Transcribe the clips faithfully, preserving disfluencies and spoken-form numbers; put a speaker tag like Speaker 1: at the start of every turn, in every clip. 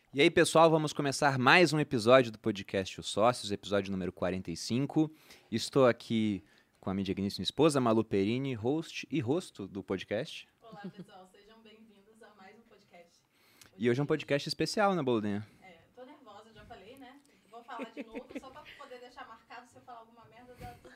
Speaker 1: E aí, pessoal, vamos começar mais um episódio do podcast Os Sócios, episódio número quarenta e cinco. Estou aqui com a minha digníssima esposa, Malu Perini, host e rosto do podcast.
Speaker 2: Olá, pessoal, sejam bem-vindos a mais um podcast. Hoje
Speaker 1: E hoje é um podcast especial, né, Boludinha?
Speaker 2: É, tô nervosa, já falei, né? Vou falar de novo, só pra poder deixar marcado, se eu falar alguma merda, dá tudo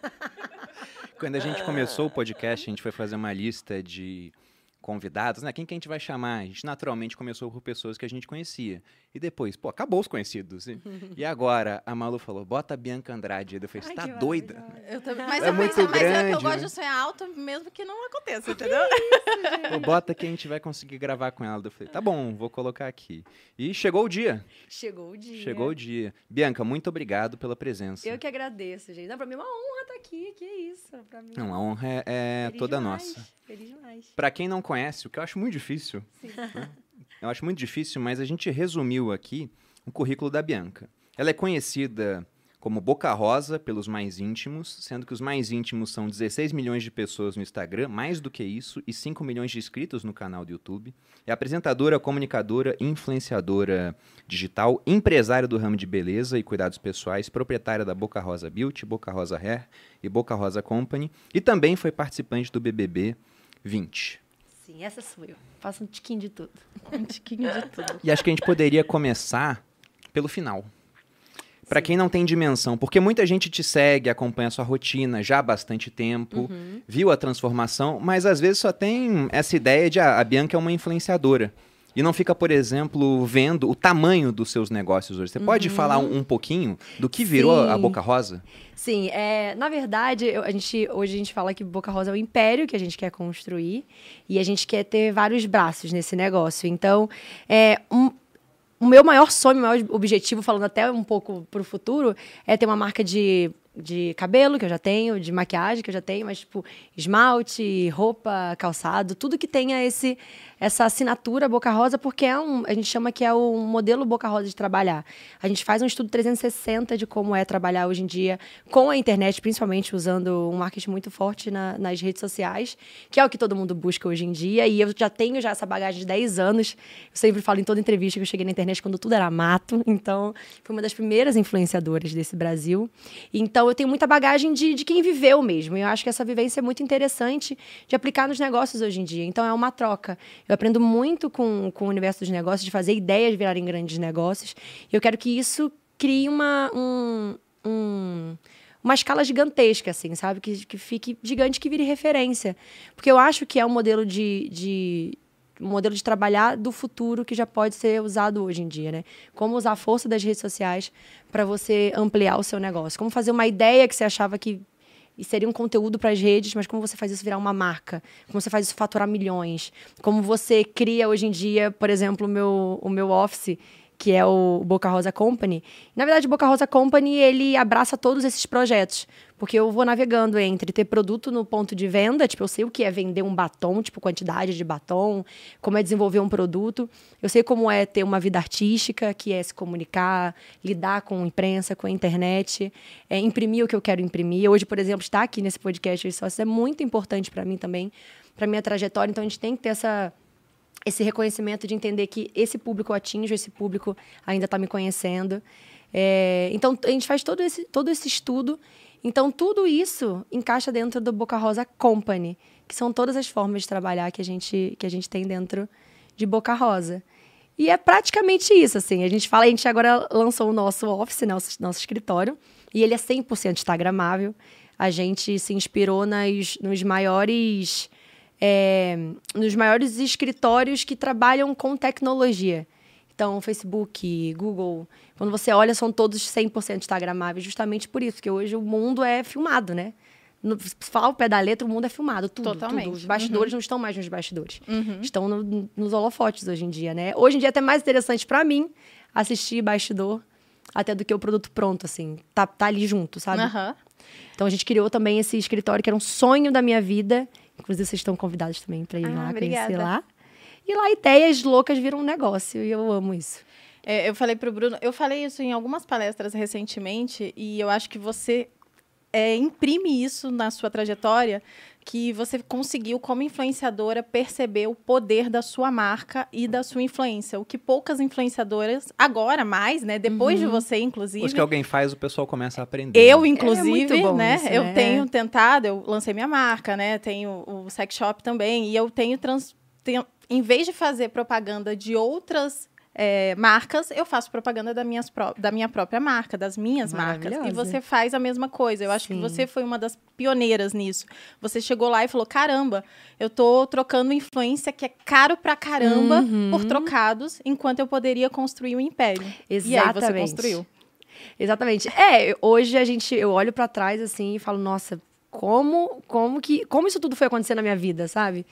Speaker 2: certo.
Speaker 1: Quando a gente começou o podcast, a gente foi fazer uma lista de convidados, né? Quem que a gente vai chamar? A gente naturalmente começou por pessoas que a gente conhecia. E depois, pô, acabou os conhecidos. E, e agora, a Malu falou, bota a Bianca Andrade. Eu falei, você tá doida?
Speaker 2: Eu também, mas
Speaker 1: É
Speaker 2: eu
Speaker 1: muito
Speaker 2: pensei, mas é que eu
Speaker 1: grande,
Speaker 2: gosto
Speaker 1: né?
Speaker 2: de sonhar alto, mesmo que não aconteça, entendeu?
Speaker 1: Pô, bota que a gente vai conseguir gravar com ela. Eu falei, tá bom, vou colocar aqui. E chegou o dia.
Speaker 3: Chegou o dia.
Speaker 1: Chegou o dia. Bianca, muito obrigado pela presença.
Speaker 3: Eu que agradeço, gente. Não, pra mim é uma honra estar aqui. Que isso? Pra mim.
Speaker 1: Não, a honra é, é
Speaker 3: Feliz
Speaker 1: toda
Speaker 3: demais.
Speaker 1: nossa.
Speaker 3: Feliz demais.
Speaker 1: Pra quem não conhece, o que eu acho muito difícil, né? Eu acho muito difícil, mas a gente resumiu aqui o currículo da Bianca. Ela é conhecida como Boca Rosa pelos mais íntimos, sendo que os mais íntimos são dezesseis milhões de pessoas no Instagram, mais do que isso, e cinco milhões de inscritos no canal do YouTube. É apresentadora, comunicadora, influenciadora digital, empresária do ramo de beleza e cuidados pessoais, proprietária da Boca Rosa Beauty, Boca Rosa Hair e Boca Rosa Company, e também foi participante do B B B vinte.
Speaker 3: Sim, essa sou eu. Faço um tiquinho de tudo.
Speaker 2: Um tiquinho de tudo.
Speaker 1: E acho que a gente poderia começar pelo final. Para
Speaker 3: Sim.
Speaker 1: quem não tem dimensão, porque muita gente te segue, acompanha a sua rotina já há bastante tempo,
Speaker 3: Uhum.
Speaker 1: viu a transformação, mas às vezes só tem essa ideia de ah, a Bianca é uma influenciadora. E não fica, por exemplo, vendo o tamanho dos seus negócios hoje. Você pode falar um, um pouquinho do que virou
Speaker 3: Sim.
Speaker 1: a Boca Rosa?
Speaker 3: Sim, é, na verdade, eu- a gente, hoje a gente fala que Boca Rosa é um império que a gente quer construir e a gente quer ter vários braços nesse negócio. Então, é, um, o meu maior sonho, o maior objetivo, falando até um pouco pro futuro, é ter uma marca de, de cabelo, que eu já tenho, de maquiagem, que eu já tenho, mas, tipo, esmalte, roupa, calçado, tudo que tenha esse, essa assinatura Boca Rosa, porque é um, a gente chama que é o modelo Boca Rosa de trabalhar. A gente faz um estudo trezentos e sessenta de como é trabalhar hoje em dia com a internet, principalmente usando um marketing muito forte na- nas redes sociais, que é o que todo mundo busca hoje em dia. E eu já tenho já essa bagagem de dez anos. Eu sempre falo em toda entrevista que eu cheguei na internet quando tudo era mato. Então, fui uma das primeiras influenciadoras desse Brasil. Então, eu tenho muita bagagem de, de quem viveu mesmo. E eu acho que essa vivência é muito interessante de aplicar nos negócios hoje em dia. Então, é uma troca. Eu aprendo muito com, com o universo dos negócios, de fazer ideias virarem grandes negócios. E eu quero que isso crie uma, um, um- uma escala gigantesca, assim, sabe? Que, que fique gigante, que vire referência. Porque eu acho que é um modelo de, de, um modelo de trabalhar do futuro que já pode ser usado hoje em dia, né? Como usar a força das redes sociais para você ampliar o seu negócio. Como fazer uma ideia que você achava que e seria um conteúdo para as redes, mas como você faz isso virar uma marca? Como você faz isso faturar milhões? Como você cria hoje em dia, por exemplo, o meu, o meu office, que é o Boca Rosa Company. Na verdade, o Boca Rosa Company, ele abraça todos esses projetos. Porque eu vou navegando entre ter produto no ponto de venda, tipo, eu sei o que é vender um batom, tipo, quantidade de batom, como é desenvolver um produto. Eu sei como é ter uma vida artística, que é se comunicar, lidar com a imprensa, com a internet, é, imprimir o que eu quero imprimir. Hoje, por exemplo, estar aqui nesse podcast, isso é muito importante para mim também, para minha trajetória. Então, a gente tem que ter essa... esse reconhecimento de entender que esse público eu atinjo, esse público ainda está me conhecendo. É, então, a gente faz todo esse, todo esse estudo. Então, tudo isso encaixa dentro do Boca Rosa Company, que são todas as formas de trabalhar que a gente, que a gente tem dentro de Boca Rosa. E é praticamente isso, assim. A gente fala, a gente agora lançou o nosso office, nosso, nosso escritório, e ele é cem por cento instagramável. A gente se inspirou nas, nos maiores... É, nos maiores escritórios que trabalham com tecnologia. Então, Facebook, Google, quando você olha, são todos cem por cento instagramáveis, justamente por isso, porque hoje o mundo é filmado, né? No, fala o pé da letra, o mundo é filmado, tudo,
Speaker 2: Totalmente.
Speaker 3: tudo. Os bastidores
Speaker 2: Uhum.
Speaker 3: não estão mais nos bastidores.
Speaker 2: Uhum.
Speaker 3: Estão no- nos holofotes hoje em dia, né? Hoje em dia é até mais interessante para mim assistir bastidor até do que o produto pronto, assim. Tá, tá ali junto, sabe?
Speaker 2: Aham.
Speaker 3: Então, a gente criou também esse escritório que era um sonho da minha vida. Inclusive, vocês estão convidados também para ir
Speaker 2: Ah,
Speaker 3: lá,
Speaker 2: obrigada.
Speaker 3: conhecer lá. E lá, ideias loucas viram um negócio. E eu amo isso.
Speaker 2: É, eu falei pro Bruno, eu falei isso em algumas palestras recentemente, e eu acho que você é, imprime isso na sua trajetória
Speaker 4: que você conseguiu, como influenciadora, perceber o poder da sua marca e da sua influência. O que poucas influenciadoras, agora mais, né? Depois uhum. de você, inclusive...
Speaker 1: Os que alguém faz, o pessoal começa a aprender.
Speaker 4: Eu, inclusive,
Speaker 3: é
Speaker 4: né?
Speaker 3: Isso,
Speaker 4: eu
Speaker 3: né?
Speaker 4: tenho tentado, eu lancei minha marca, né? Tenho o sex shop também, e eu tenho, trans, tenho em vez de fazer propaganda de outras... É, marcas, eu faço propaganda da, minhas pró da minha própria marca, das minhas marcas. E você faz a mesma coisa. Eu acho Sim. que você foi uma das pioneiras nisso. Você chegou lá e falou, caramba, eu tô trocando influência que é caro pra caramba uhum. por trocados, enquanto eu poderia construir um império.
Speaker 3: Exatamente.
Speaker 4: E aí você construiu.
Speaker 3: Exatamente. É, hoje a gente, eu olho pra trás assim e falo, nossa, como, como, que, como isso tudo foi acontecer na minha vida, sabe?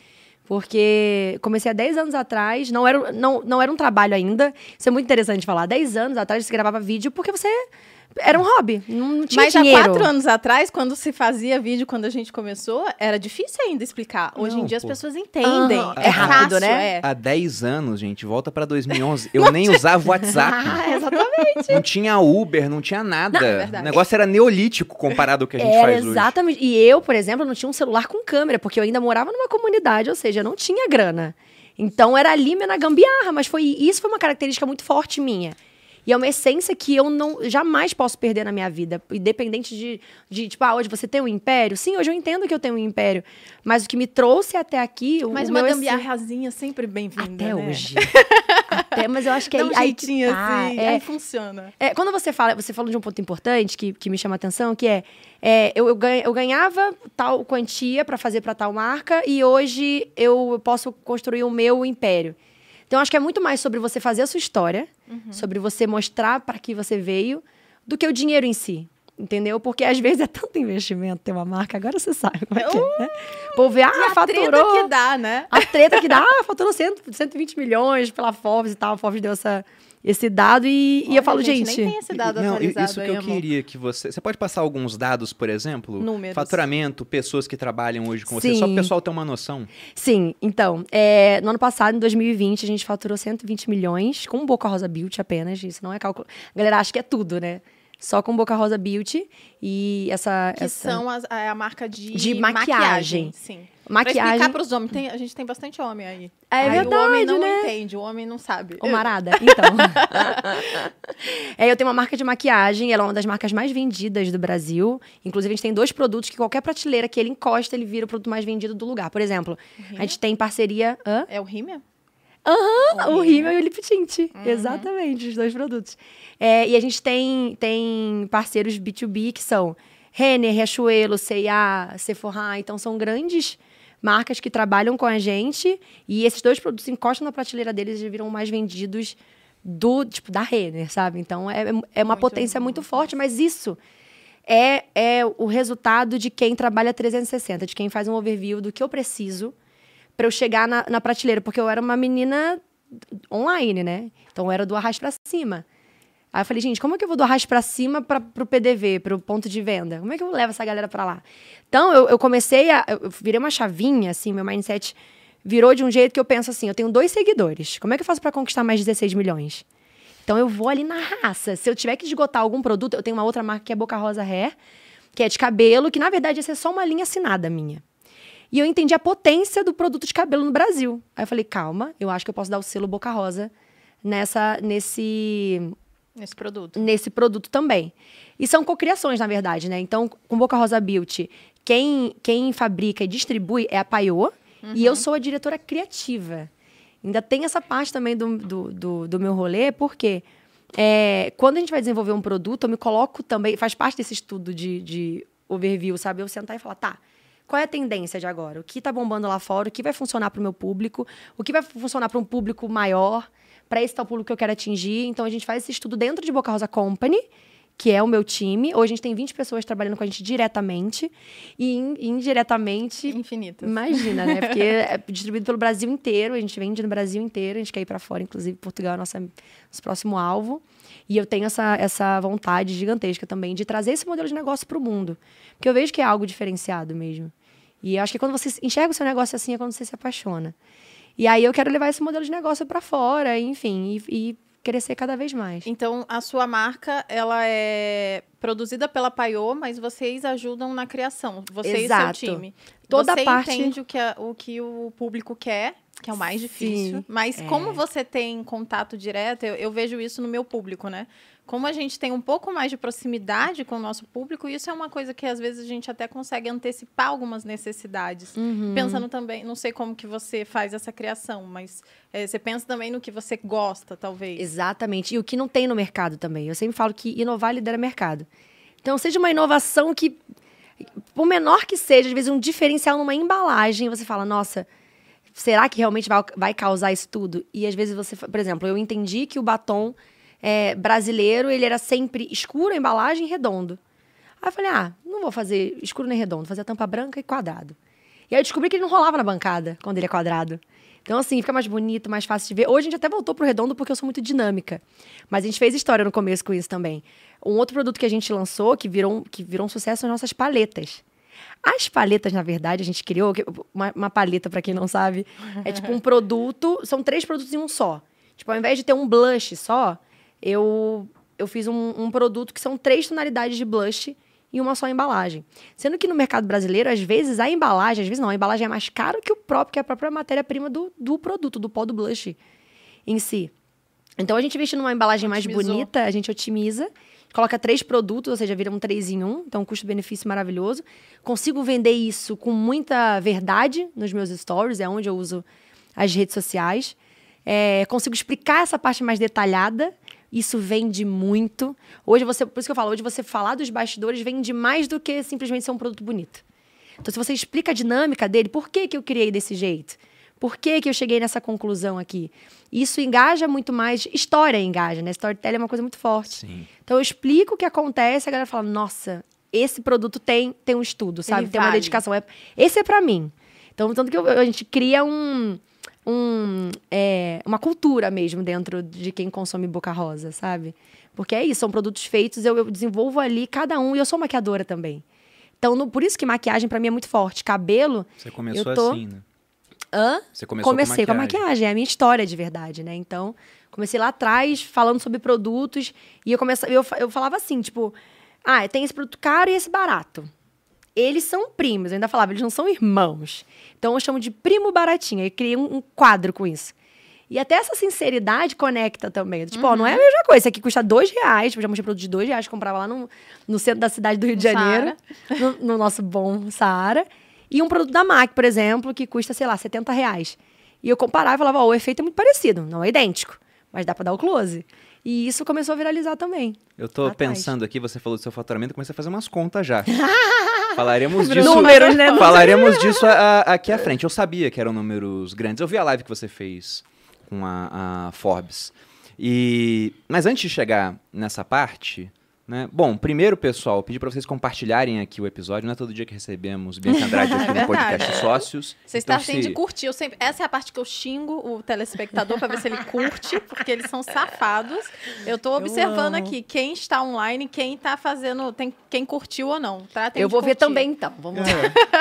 Speaker 3: Porque comecei há dez anos atrás, não era, não, não era um trabalho ainda. Isso é muito interessante falar. dez anos atrás você gravava vídeo porque você... Era um hobby, não, não tinha
Speaker 4: Mas
Speaker 3: dinheiro.
Speaker 4: Mas há quatro anos atrás, quando se fazia vídeo, quando a gente começou, era difícil ainda explicar. Hoje não, em dia pô. as pessoas entendem. Uhum. É, é rápido, fácil, né? É.
Speaker 1: Há dez anos, gente, volta pra dois mil e onze, eu nem usava o WhatsApp.
Speaker 3: Ah, exatamente.
Speaker 1: Não tinha Uber, não tinha nada. Não, o negócio era neolítico comparado ao que a gente
Speaker 3: era
Speaker 1: faz
Speaker 3: exatamente.
Speaker 1: hoje.
Speaker 3: Exatamente. E eu, por exemplo, não tinha um celular com câmera, porque eu ainda morava numa comunidade, ou seja, eu não tinha grana. Então era ali na gambiarra, mas foi isso foi uma característica muito forte minha. E é uma essência que eu não jamais posso perder na minha vida. Independente de, de, tipo, ah, hoje você tem um império? Sim, hoje eu entendo que eu tenho um império. Mas o que me trouxe até aqui...
Speaker 4: Mas
Speaker 3: o
Speaker 4: uma
Speaker 3: meu
Speaker 4: gambiarrazinha esse... sempre bem-vinda,
Speaker 3: Até
Speaker 4: né?
Speaker 3: hoje. Até, mas eu acho que
Speaker 4: Dá
Speaker 3: aí...
Speaker 4: um jeitinho
Speaker 3: aí, tá,
Speaker 4: assim,
Speaker 3: é,
Speaker 4: aí funciona.
Speaker 3: É, quando você fala... Você falou de um ponto importante que, que me chama a atenção, que é... é eu, eu, ganha, eu ganhava tal quantia para fazer para tal marca e hoje eu posso construir o meu império. Então, acho que é muito mais sobre você fazer a sua história, uhum. sobre você mostrar para que você veio, do que o dinheiro em si, entendeu? Porque, às vezes, é tanto investimento ter uma marca, agora você sabe como é que é, né? O povo vê, ah,
Speaker 4: e a
Speaker 3: faturou...
Speaker 4: treta que dá, né?
Speaker 3: A treta que dá, ah, faturou cento, cento e vinte milhões pela Forbes e tal, a Forbes deu essa... esse dado e,
Speaker 4: Olha,
Speaker 3: e eu falo,
Speaker 4: gente,
Speaker 3: gente...
Speaker 4: nem tem esse dado
Speaker 1: não,
Speaker 4: atualizado
Speaker 1: isso que
Speaker 4: aí,
Speaker 1: eu
Speaker 4: amor.
Speaker 1: queria que você... Você pode passar alguns dados, por exemplo?
Speaker 4: Números.
Speaker 1: Faturamento, pessoas que trabalham hoje com
Speaker 3: Sim.
Speaker 1: você, só para o pessoal ter uma noção.
Speaker 3: Sim, então, é, no ano passado, em dois mil e vinte, a gente faturou cento e vinte milhões com Boca Rosa Beauty apenas, isso não é cálculo... A galera acha que é tudo, né? Só com Boca Rosa Beauty e essa...
Speaker 4: Que
Speaker 3: essa...
Speaker 4: são as, a, a marca de,
Speaker 3: de maquiagem.
Speaker 4: maquiagem. Sim.
Speaker 3: Maquiagem.
Speaker 4: Pra explicar pros homens, tem, a gente tem bastante homem aí.
Speaker 3: É
Speaker 4: aí
Speaker 3: verdade,
Speaker 4: o homem não
Speaker 3: né?
Speaker 4: entende, o homem não sabe.
Speaker 3: Ô, Marada, então. é, eu tenho uma marca de maquiagem, ela é uma das marcas mais vendidas do Brasil. Inclusive, a gente tem dois produtos que qualquer prateleira que ele encosta, ele vira o produto mais vendido do lugar. Por exemplo, a gente tem parceria... Hã?
Speaker 4: É o Rímel?
Speaker 3: Aham, uhum, o Rímel e o Lip Tint. Uhum. Exatamente, os dois produtos. É, e a gente tem, tem parceiros B dois B que são Renner, Riachuelo, C e A, Sephora. Então, são grandes marcas que trabalham com a gente. E esses dois produtos encostam na prateleira deles e já viram mais vendidos do, tipo, da Renner, sabe? Então, é, é uma muito potência bom. muito forte. Mas isso é, é o resultado de quem trabalha trezentos e sessenta, de quem faz um overview do que eu preciso para eu chegar na, na prateleira, porque eu era uma menina online, né? Então, eu era do arrasto pra cima. Aí eu falei, gente, como é que eu vou do arrasto pra cima para pro P D V, pro ponto de venda? Como é que eu levo essa galera para lá? Então, eu, eu comecei a... Eu virei uma chavinha, assim, meu mindset virou de um jeito que eu penso assim, eu tenho dois seguidores. Como é que eu faço para conquistar mais dezesseis milhões? Então, eu vou ali na raça. Se eu tiver que esgotar algum produto, eu tenho uma outra marca que é Boca Rosa Hair, que é de cabelo, que, na verdade, ia ser só uma linha assinada minha. E eu entendi a potência do produto de cabelo no Brasil. Aí eu falei, calma, eu acho que eu posso dar o selo Boca Rosa nessa, nesse,
Speaker 4: nesse produto.
Speaker 3: Nesse produto também. E são cocriações, na verdade, né? Então, com Boca Rosa Beauty, quem, quem fabrica e distribui é a Paiô, uhum. e eu sou a diretora criativa. Ainda tem essa parte também do, do, do, do meu rolê, porque é, quando a gente vai desenvolver um produto, eu me coloco também, faz parte desse estudo de, de overview, sabe? Eu sentar e falar, tá, qual é a tendência de agora? O que está bombando lá fora? O que vai funcionar para o meu público? O que vai funcionar para um público maior? Para esse tal público que eu quero atingir? Então, a gente faz esse estudo dentro de Boca Rosa Company, que é o meu time. Hoje, a gente tem vinte pessoas trabalhando com a gente diretamente. E in, indiretamente...
Speaker 4: Infinitas.
Speaker 3: Imagina, né? Porque é distribuído pelo Brasil inteiro. A gente vende no Brasil inteiro. A gente quer ir para fora. Inclusive, Portugal é o nosso, nosso próximo alvo. E eu tenho essa, essa vontade gigantesca também de trazer esse modelo de negócio para o mundo. Porque eu vejo que é algo diferenciado mesmo. E eu acho que quando você enxerga o seu negócio assim, é quando você se apaixona. E aí eu quero levar esse modelo de negócio para fora, enfim, e, e crescer cada vez mais.
Speaker 4: Então, a sua marca, ela é produzida pela Paiô, mas vocês ajudam na criação. Você
Speaker 3: Exato.
Speaker 4: e seu time.
Speaker 3: Toda
Speaker 4: você
Speaker 3: parte...
Speaker 4: entende o que, a, o que o público quer, que é o mais difícil.
Speaker 3: Sim,
Speaker 4: Mas
Speaker 3: é.
Speaker 4: como você tem contato direto, eu, eu vejo isso no meu público, né? Como a gente tem um pouco mais de proximidade com o nosso público, isso é uma coisa que às vezes a gente até consegue antecipar algumas necessidades.
Speaker 3: Uhum.
Speaker 4: Pensando também, não sei como que você faz essa criação, mas é, você pensa também no que você gosta, talvez.
Speaker 3: Exatamente. E o que não tem no mercado também. Eu sempre falo que inovar lidera mercado. Então, seja uma inovação que, por menor que seja, às vezes um diferencial numa embalagem, você fala, nossa, será que realmente vai, vai causar isso tudo? E às vezes você, por exemplo, eu entendi que o batom é, brasileiro, ele era sempre escuro, a embalagem, redondo. Aí eu falei, ah, não vou fazer escuro nem redondo, vou fazer a tampa branca e quadrado. E aí eu descobri que ele não rolava na bancada, quando ele é quadrado. Então, assim, fica mais bonito, mais fácil de ver. Hoje a gente até voltou pro redondo porque eu sou muito dinâmica. Mas a gente fez história no começo com isso também. Um outro produto que a gente lançou, que virou, que virou um sucesso, são as nossas paletas. As paletas, na verdade, a gente criou... Uma, uma paleta, pra quem não sabe, é tipo um produto... São três produtos em um só. Tipo, ao invés de ter um blush só, eu, eu fiz um, um produto que são três tonalidades de blush e uma só embalagem. Sendo que no mercado brasileiro, às vezes, a embalagem... Às vezes não, a embalagem é mais cara que o próprio, que é a própria matéria-prima do, do produto, do pó do blush em si. Então, a gente investe numa embalagem mais
Speaker 4: Otimizou.
Speaker 3: bonita, a gente otimiza, coloca três produtos, ou seja, vira um três em um, então custo-benefício maravilhoso. Consigo vender isso com muita verdade nos meus stories, é onde eu uso as redes sociais. É, consigo explicar essa parte mais detalhada, isso vende muito. Hoje você, por isso que eu falo, hoje você falar dos bastidores vende mais do que simplesmente ser um produto bonito. Então, se você explica a dinâmica dele, por que que eu criei desse jeito? Por que que eu cheguei nessa conclusão aqui? Isso engaja muito mais, história engaja, né? Storytelling é uma coisa muito forte.
Speaker 1: Sim.
Speaker 3: Então, eu explico o que acontece, a galera fala, nossa, esse produto tem, tem um estudo, sabe?
Speaker 4: Ele
Speaker 3: Tem uma
Speaker 4: vale.
Speaker 3: dedicação. É, esse é pra mim. Então, tanto que eu- a gente cria um, um, é, uma cultura mesmo dentro de quem consome Boca Rosa, sabe? Porque é isso, são produtos feitos, eu, eu desenvolvo ali cada um, e eu sou maquiadora também. Então, no- por isso que maquiagem pra mim é muito forte. Cabelo,
Speaker 1: Você começou
Speaker 3: Eu tô-
Speaker 1: assim, né?
Speaker 3: hã?
Speaker 1: Você começou
Speaker 3: Comecei
Speaker 1: com
Speaker 3: com a maquiagem, é a minha história de verdade, né? Então, comecei lá atrás, falando sobre produtos, e eu, comecei, eu, fa- eu falava assim, tipo, ah, tem esse produto caro e esse barato. Eles são primos, eu ainda falava, eles não são irmãos. Então, eu chamo de primo baratinho, aí criei um, um quadro com isso. E até essa sinceridade conecta também. Tipo, ó, não é a mesma coisa, isso aqui custa dois reais, tipo, já mostrei produto de dois reais, comprava lá no, no centro da cidade do Rio de
Speaker 4: No
Speaker 3: Janeiro, no, no nosso bom Saara. E um produto da M A C, por exemplo, que custa, sei lá, setenta reais. E eu comparava e falava, ó, o efeito é muito parecido, não é idêntico, mas dá pra dar o close. E isso começou a viralizar também.
Speaker 1: Eu tô
Speaker 3: Lá atrás.
Speaker 1: pensando aqui, você falou do seu faturamento, comecei a fazer umas contas já. Falaremos disso.
Speaker 3: Números, né?
Speaker 1: Falaremos disso a- a- aqui à frente. Eu sabia que eram números grandes. Eu vi a live que você fez com a, a Forbes. E, mas antes de chegar nessa parte, né? Bom, primeiro, pessoal, pedi para vocês compartilharem aqui o episódio. Não é todo dia que recebemos Bianca Andrade aqui no
Speaker 4: verdade.
Speaker 1: podcast Sócios.
Speaker 4: Você
Speaker 1: Então,
Speaker 4: está afim
Speaker 1: se-
Speaker 4: de curtir. Eu sempre, essa é a parte que eu xingo o telespectador para ver se ele curte, porque eles são safados. Eu estou observando
Speaker 3: amo.
Speaker 4: aqui quem está online, quem está fazendo, tem, quem curtiu ou não. Tratem
Speaker 3: Eu
Speaker 4: de
Speaker 3: vou ver
Speaker 4: curtir.
Speaker 3: também, então. Vamos lá.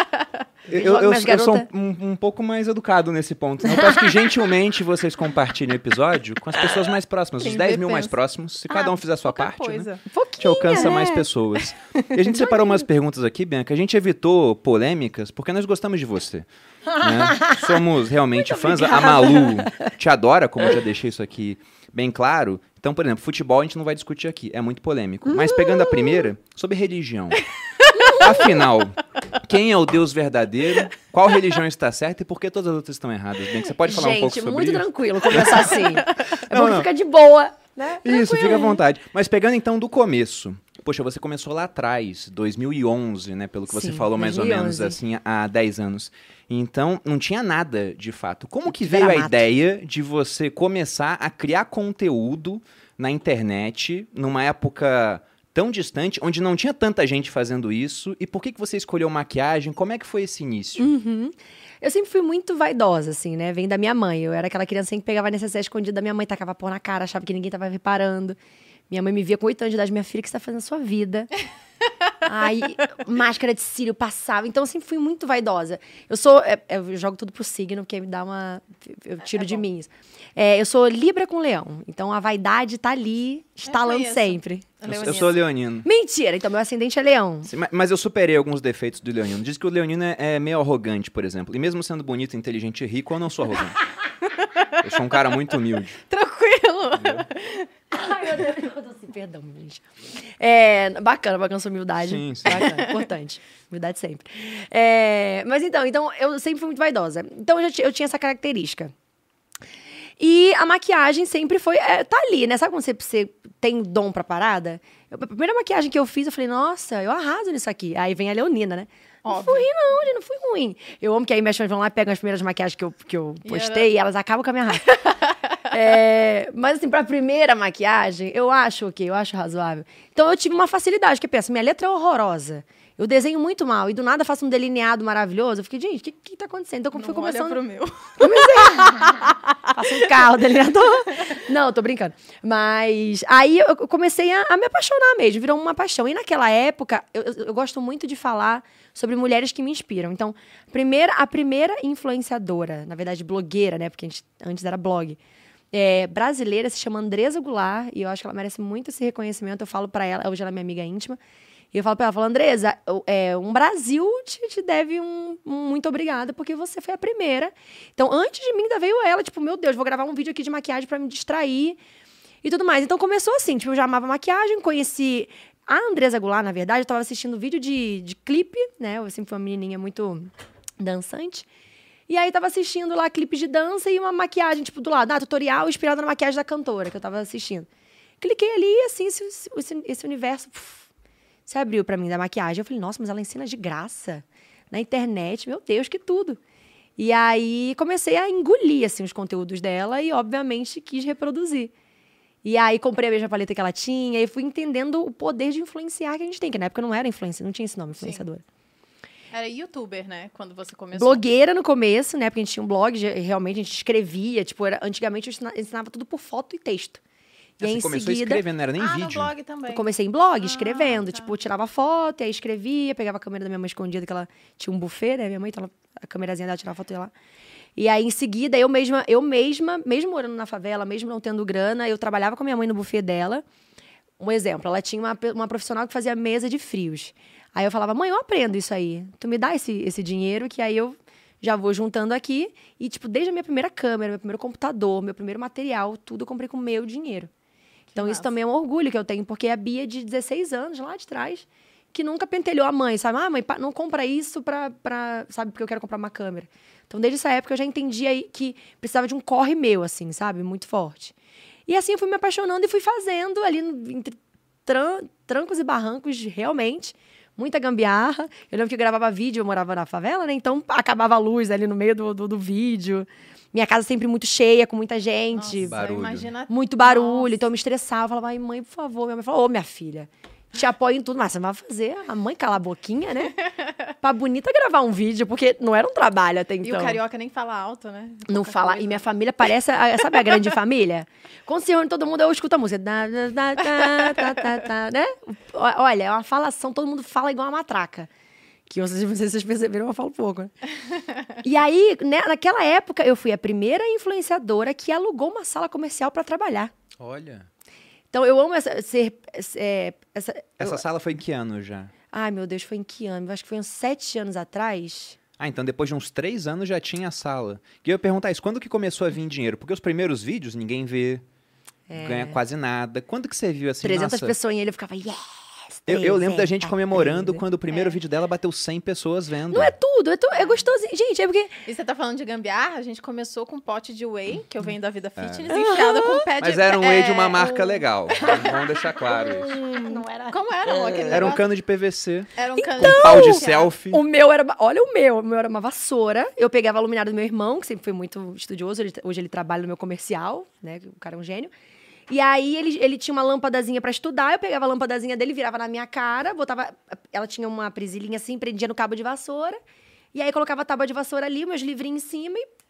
Speaker 1: Eu,
Speaker 3: Joga
Speaker 1: eu,
Speaker 3: mais
Speaker 1: eu sou
Speaker 3: garota.
Speaker 1: um, um pouco mais educado nesse ponto. Né? Eu peço que gentilmente vocês compartilhem o episódio com as pessoas mais próximas,
Speaker 4: Quem
Speaker 1: os dez
Speaker 4: vê,
Speaker 1: mil mais
Speaker 4: pensa.
Speaker 1: próximos. Se
Speaker 4: Ah,
Speaker 1: cada um fizer a sua
Speaker 4: pouca
Speaker 1: parte, né?
Speaker 4: coisa.
Speaker 3: Um
Speaker 1: A
Speaker 3: pouquinho,
Speaker 1: gente alcança
Speaker 3: né?
Speaker 1: mais pessoas. E a gente separou umas perguntas aqui, Bianca. A gente evitou polêmicas porque nós gostamos de você. Né? Somos realmente fãs. A Malu te adora, como eu já deixei isso aqui bem claro. Então, por exemplo, futebol a gente não vai discutir aqui. É muito polêmico. Mas pegando a primeira, sobre religião. Afinal, quem é o Deus verdadeiro? Qual religião está certa e por que todas as outras estão erradas? Bianca, você pode falar
Speaker 3: Gente,
Speaker 1: um pouco sobre
Speaker 3: muito
Speaker 1: isso?
Speaker 3: tranquilo começar assim. É
Speaker 1: Não,
Speaker 3: bom que
Speaker 1: não.
Speaker 3: fica de boa, né?
Speaker 1: Isso, fica à vontade. Mas pegando então do começo. Poxa, você começou lá atrás, dois mil e onze, né? Pelo que você
Speaker 3: Sim,
Speaker 1: falou, mais ou
Speaker 3: dois mil e
Speaker 1: menos,
Speaker 3: onze.
Speaker 1: assim, há dez anos. Então, não tinha nada, de fato. Como que
Speaker 3: Tudo
Speaker 1: veio
Speaker 3: era
Speaker 1: a
Speaker 3: mato.
Speaker 1: ideia de você começar a criar conteúdo na internet, numa época tão distante, onde não tinha tanta gente fazendo isso? E por que, que você escolheu maquiagem? Como é que foi esse início?
Speaker 3: Uhum. Eu sempre fui muito vaidosa, assim, né? Vem da minha mãe. Eu era aquela criancinha que pegava necessaire escondida da minha mãe, tacava pó na cara, achava que ninguém tava reparando. Minha mãe me via com oito anos de idade, minha filha, o que você tá fazendo na sua vida? Aí, máscara de cílio passava. Então, eu sempre fui muito vaidosa. Eu sou... é, Eu jogo tudo pro signo, porque me dá uma... Eu tiro
Speaker 4: É
Speaker 3: de
Speaker 4: bom.
Speaker 3: mim isso. É, eu sou Libra com Leão. Então, a vaidade tá ali, estalando
Speaker 4: conheço.
Speaker 3: sempre.
Speaker 1: Eu, eu sou leonino.
Speaker 3: Mentira! Então, meu ascendente é Leão.
Speaker 1: Sim, ma- mas eu superei alguns defeitos do leonino. Diz que o leonino é, é meio arrogante, por exemplo. E mesmo sendo bonito, inteligente e rico, eu não sou arrogante. Eu sou um cara muito humilde.
Speaker 4: Tranquilo.
Speaker 3: Ai, meu Deus, eu tô assim, perdão, gente. É, bacana, bacana sua humildade.
Speaker 1: Sim, sim.
Speaker 3: Bacana, importante. Humildade sempre. É, mas então, então, eu sempre fui muito vaidosa. Então, eu, já ti- eu tinha essa característica. E a maquiagem sempre foi... É, tá ali, né? Sabe quando você, você tem dom pra parada? Eu- a primeira maquiagem que eu fiz, eu falei, nossa, eu arraso nisso aqui. Aí vem a Leonina, né? Não
Speaker 4: Óbvio.
Speaker 3: fui ruim, não, gente, não fui ruim. Eu amo que aí minhas fãs vão lá e pegam as primeiras maquiagens que eu, que eu
Speaker 4: E
Speaker 3: postei
Speaker 4: era-
Speaker 3: e elas acabam com a minha raça. É, mas assim, pra primeira maquiagem, eu acho ok, eu acho razoável. Então eu tive uma facilidade, porque pensa, minha letra é horrorosa. Eu desenho muito mal e do nada faço um delineado maravilhoso. Eu fiquei, gente, o que, que tá acontecendo? Então, como fui
Speaker 4: Não olha
Speaker 3: começando.
Speaker 4: pro meu.
Speaker 3: Faço um carro, delineador. Não, tô brincando. Mas aí eu comecei a, a me apaixonar mesmo, virou uma paixão. E naquela época, eu, eu- eu gosto muito de falar sobre mulheres que me inspiram. Então, primeira, a primeira influenciadora, na verdade, blogueira, né? Porque a gente, antes era blog. É, brasileira, se chama Andresa Goulart, e eu acho que ela merece muito esse reconhecimento. Eu falo pra ela, hoje ela é minha amiga íntima. E eu falo pra ela, eu falo, Andresa, o- é, um Brasil te, te deve um, um muito obrigada, porque você foi a primeira. Então, antes de mim, ainda veio ela, tipo, meu Deus, vou gravar um vídeo aqui de maquiagem pra me distrair e tudo mais. Então, começou assim, tipo, eu já amava maquiagem, conheci a Andresa Goulart, na verdade, eu tava assistindo vídeo de, de clipe, né? Eu sempre fui uma menininha muito dançante. E aí, tava assistindo lá clipes de dança e uma maquiagem, tipo, do lado, ah, tutorial inspirado na maquiagem da cantora que eu tava assistindo. Cliquei ali e, assim, esse, esse, esse universo... puf, se abriu pra mim da maquiagem. Eu falei, nossa, mas ela ensina de graça. Na internet, meu Deus, que tudo. E aí, comecei a engolir, assim, os conteúdos dela e, obviamente, quis reproduzir. E aí, comprei a mesma paleta que ela tinha e fui entendendo o poder de influenciar que a gente tem. Que na época não era influência, não tinha esse nome, influenciadora.
Speaker 4: Era youtuber, né? Quando você começou.
Speaker 3: Blogueira no começo, né? Porque a gente tinha um blog, já- realmente a gente escrevia. Tipo, era, antigamente eu ensina- ensinava tudo por foto e texto. E aí,
Speaker 1: Você
Speaker 3: em
Speaker 1: começou
Speaker 3: seguida...
Speaker 1: escrevendo, não era nem
Speaker 4: ah, no
Speaker 1: vídeo.
Speaker 4: blog também.
Speaker 3: Eu comecei em blog, escrevendo.
Speaker 4: tá.
Speaker 3: Tipo, eu tirava foto, e aí escrevia, pegava a câmera da minha mãe escondida, que ela tinha um buffet, né? Minha mãe, então ela, a câmerazinha dela tirava foto e ia lá. E aí, em seguida, eu mesma, eu mesma, mesmo morando na favela, mesmo não tendo grana, eu trabalhava com a minha mãe no buffet dela. Um exemplo, ela tinha uma, pe- uma profissional que fazia mesa de frios. Aí eu falava, mãe, eu aprendo isso aí. Tu me dá esse, esse dinheiro, que aí eu já vou juntando aqui. E, tipo, desde a minha primeira câmera, meu primeiro computador, meu primeiro material, tudo eu comprei com o meu dinheiro. Então, isso
Speaker 4: massa.
Speaker 3: também é um orgulho que eu tenho, porque é a Bia de dezesseis anos, lá de trás, que nunca pentelhou a mãe, sabe? Ah, mãe, pa- não compra isso pra, pra... Sabe, porque eu quero comprar uma câmera. Então, desde essa época, eu já entendi aí que precisava de um corre meu, assim, sabe? Muito forte. E assim, eu fui me apaixonando e fui fazendo ali, no- entre tran- trancos e barrancos, realmente. Muita gambiarra. Eu lembro que eu gravava vídeo, eu morava na favela, né? Então, acabava a luz ali no meio do, do, do vídeo. Minha casa sempre muito cheia, com muita gente.
Speaker 4: Nossa,
Speaker 1: Barulho.
Speaker 4: Imagina...
Speaker 3: Muito barulho,
Speaker 4: Nossa.
Speaker 3: então eu me estressava. Eu falava, ai, mãe, por favor. Minha mãe falou, ô, minha filha, te apoio em tudo. Mas você vai fazer a mãe calar a boquinha, né? Pra bonita gravar um vídeo, porque não era um trabalho até
Speaker 4: E
Speaker 3: então.
Speaker 4: o carioca nem fala alto, né?
Speaker 3: Não
Speaker 4: Pouca
Speaker 3: fala.
Speaker 4: coisa.
Speaker 3: E minha família parece, a- sabe a grande família? Quando se reúne todo mundo, eu escuto a música. Da, da, da, da, da, da, da, né? O- Olha, é uma falação, todo mundo fala igual uma matraca. Que vocês, vocês perceberam, eu falo pouco, né? E aí, né, naquela época, eu fui a primeira influenciadora que alugou uma sala comercial para trabalhar.
Speaker 1: Olha.
Speaker 3: Então, eu amo essa, ser... é, essa,
Speaker 1: Essa
Speaker 3: eu-
Speaker 1: sala foi em que ano já?
Speaker 3: ai, meu Deus, foi em que ano? Eu acho que foi uns sete anos atrás.
Speaker 1: Ah, então depois de uns três anos já tinha a sala. E eu ia perguntar isso, quando que começou a vir dinheiro? Porque os primeiros vídeos ninguém vê, ganha quase nada. Quando que você viu assim,
Speaker 3: trezentas
Speaker 1: nossa...
Speaker 3: pessoas e ele ficava, yes!
Speaker 1: Eu, eu lembro da gente
Speaker 3: trezentas,
Speaker 1: comemorando
Speaker 3: trezentas.
Speaker 1: quando o primeiro vídeo dela bateu cem pessoas vendo.
Speaker 3: Não é tudo, é, tu, é gostosinho. Gente, é porque...
Speaker 4: E você tá falando de gambiarra? A gente começou com um pote de whey, que eu venho da vida fitness, enfiada com um pé de...
Speaker 1: Mas era um whey de uma
Speaker 4: é,
Speaker 1: marca
Speaker 4: um-
Speaker 1: legal. Vamos deixar claro isso.
Speaker 3: Não era...
Speaker 4: Como era aquele
Speaker 1: Era um
Speaker 4: negócio?
Speaker 1: cano de P V C,
Speaker 4: Era um cano
Speaker 1: um pau de selfie.
Speaker 3: O meu era... Olha o meu. O meu era uma vassoura. Eu pegava a luminária do meu irmão, que sempre foi muito estudioso. Ele- hoje ele trabalha no meu comercial, né? O cara é um gênio. E aí, ele, ele tinha uma lâmpadazinha pra estudar. Eu pegava a lâmpadazinha dele, virava na minha cara, botava... Ela tinha uma presilhinha assim, prendia no cabo de vassoura. E aí, colocava a tábua de vassoura ali, meus livrinhos em cima e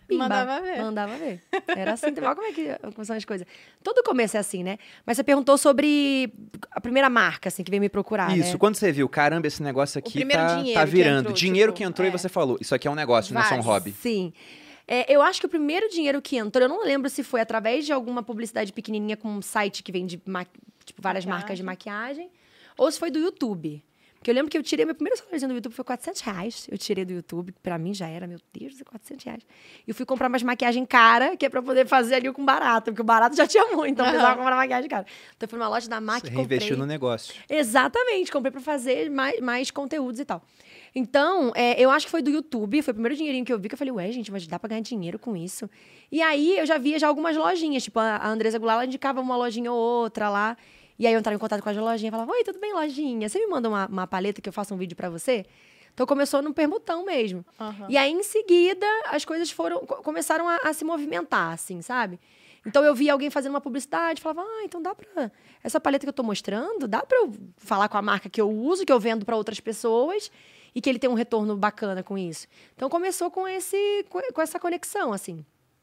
Speaker 3: Pimba.
Speaker 4: Mandava ver.
Speaker 3: Mandava ver. Era assim, olha como é que como são as coisas. Todo começo é assim, né? Mas você perguntou sobre a primeira marca, assim, que veio me procurar,
Speaker 1: Isso,
Speaker 3: né?
Speaker 1: quando você viu, caramba, esse negócio aqui
Speaker 4: primeiro
Speaker 1: tá,
Speaker 4: dinheiro
Speaker 1: tá
Speaker 4: que
Speaker 1: virando.
Speaker 4: entrou,
Speaker 1: dinheiro
Speaker 4: tipo,
Speaker 1: que entrou
Speaker 4: é.
Speaker 1: e você falou, isso aqui é um negócio, não é só um
Speaker 4: Vai.
Speaker 1: hobby.
Speaker 3: Sim. É, eu acho que o primeiro dinheiro que entrou, eu não lembro se foi através de alguma publicidade pequenininha com um site que vende ma- tipo, várias
Speaker 4: Maquiagem.
Speaker 3: marcas de maquiagem, ou se foi do YouTube. Porque eu lembro que eu tirei, meu primeiro saláriozinho do YouTube foi quatrocentos reais. Eu tirei do YouTube, pra mim já era, meu Deus, quatrocentos reais. E eu fui comprar umas maquiagem cara, que é pra poder fazer ali com barato, porque o barato já tinha muito, então eu precisava comprar maquiagem cara. Então eu fui numa loja da MAC
Speaker 1: Você
Speaker 3: e
Speaker 1: reinvestiu
Speaker 3: comprei.
Speaker 1: no negócio.
Speaker 3: Exatamente, comprei pra fazer mais, mais conteúdos e tal. Então, é, eu acho que foi do YouTube, foi o primeiro dinheirinho que eu vi, que eu falei, ué, gente, mas dá pra ganhar dinheiro com isso? E aí, eu já via já algumas lojinhas, tipo, a a Andresa Goulart, ela indicava uma lojinha ou outra lá, e aí eu entrava em contato com as lojinhas e falava, oi, tudo bem, lojinha? Você me manda uma, uma paleta que eu faça um vídeo pra você? Então, começou no permutão mesmo.
Speaker 4: Aham.
Speaker 3: E aí, em seguida, as coisas foram co- começaram a, a se movimentar, assim, sabe? Então, eu via alguém fazendo uma publicidade, falava, ah, então dá pra... Essa paleta que eu tô mostrando, dá pra eu falar com a marca que eu uso, que eu vendo pra outras pessoas, e que ele tem um retorno bacana com isso. Então, começou com, esse, com com essa conexão, assim.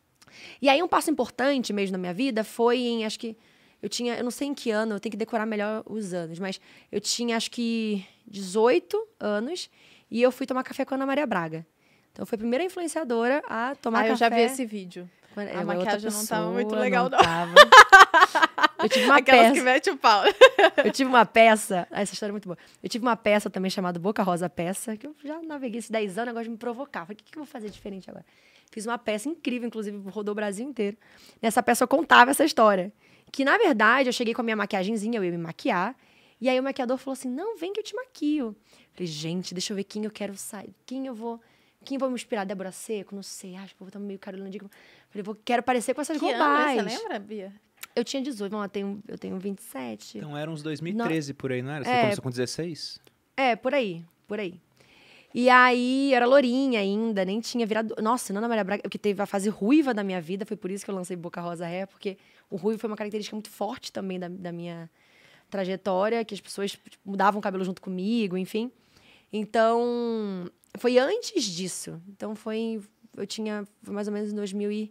Speaker 3: E aí, um passo importante mesmo na minha vida foi em, acho que... Eu tinha, eu não sei em que ano, eu tenho que decorar melhor os anos, mas eu tinha, acho que, dezoito anos, e eu fui tomar café com a Ana Maria Braga. Então, eu fui a primeira influenciadora a tomar
Speaker 4: Ah,
Speaker 3: café.
Speaker 4: eu já vi esse vídeo.
Speaker 3: Quando-
Speaker 4: A
Speaker 3: eu- outra
Speaker 4: maquiagem não tava muito
Speaker 3: pessoa,
Speaker 4: legal, não.
Speaker 3: tava. Eu tive uma
Speaker 4: Aquelas
Speaker 3: peça.
Speaker 4: que mete o pau.
Speaker 3: Eu tive uma peça. Ah, essa história é muito boa. Eu tive uma peça também chamada Boca Rosa Peça, que eu já naveguei esses dez anos, eu gosto de me provocar. Falei, o que, que eu vou fazer diferente agora? Fiz uma peça incrível, inclusive, rodou o Brasil inteiro. Nessa peça eu contava essa história. Que, na verdade, eu cheguei com a minha maquiagenzinha, eu ia me maquiar. E aí o maquiador falou assim: não, vem que eu te maquio. Falei, gente, deixa eu ver quem eu quero sair. Quem eu vou. Quem vai me inspirar? Débora Seco? Não sei. Acho que vou botar meio Carolina Dickman. Falei, vou, quero parecer com essas
Speaker 4: Que ano,
Speaker 3: globais.
Speaker 4: você lembra, Bia?
Speaker 3: Eu tinha dezoito, vamos lá, eu tenho, eu tenho vinte e sete.
Speaker 1: Então era uns dois mil e treze por aí, não era? Você
Speaker 3: É.
Speaker 1: começou com dezesseis?
Speaker 3: É, por aí, por aí. E aí, eu era lourinha ainda, nem tinha virado... Nossa, Ana Maria Braga, que teve a fase ruiva da minha vida, foi por isso que eu lancei Boca Rosa Hair, porque o ruivo foi uma característica muito forte também da, da minha trajetória, que as pessoas tipo, mudavam o cabelo junto comigo, enfim. Então, foi antes disso. Então, foi... Eu tinha... Foi mais ou menos em dois mil e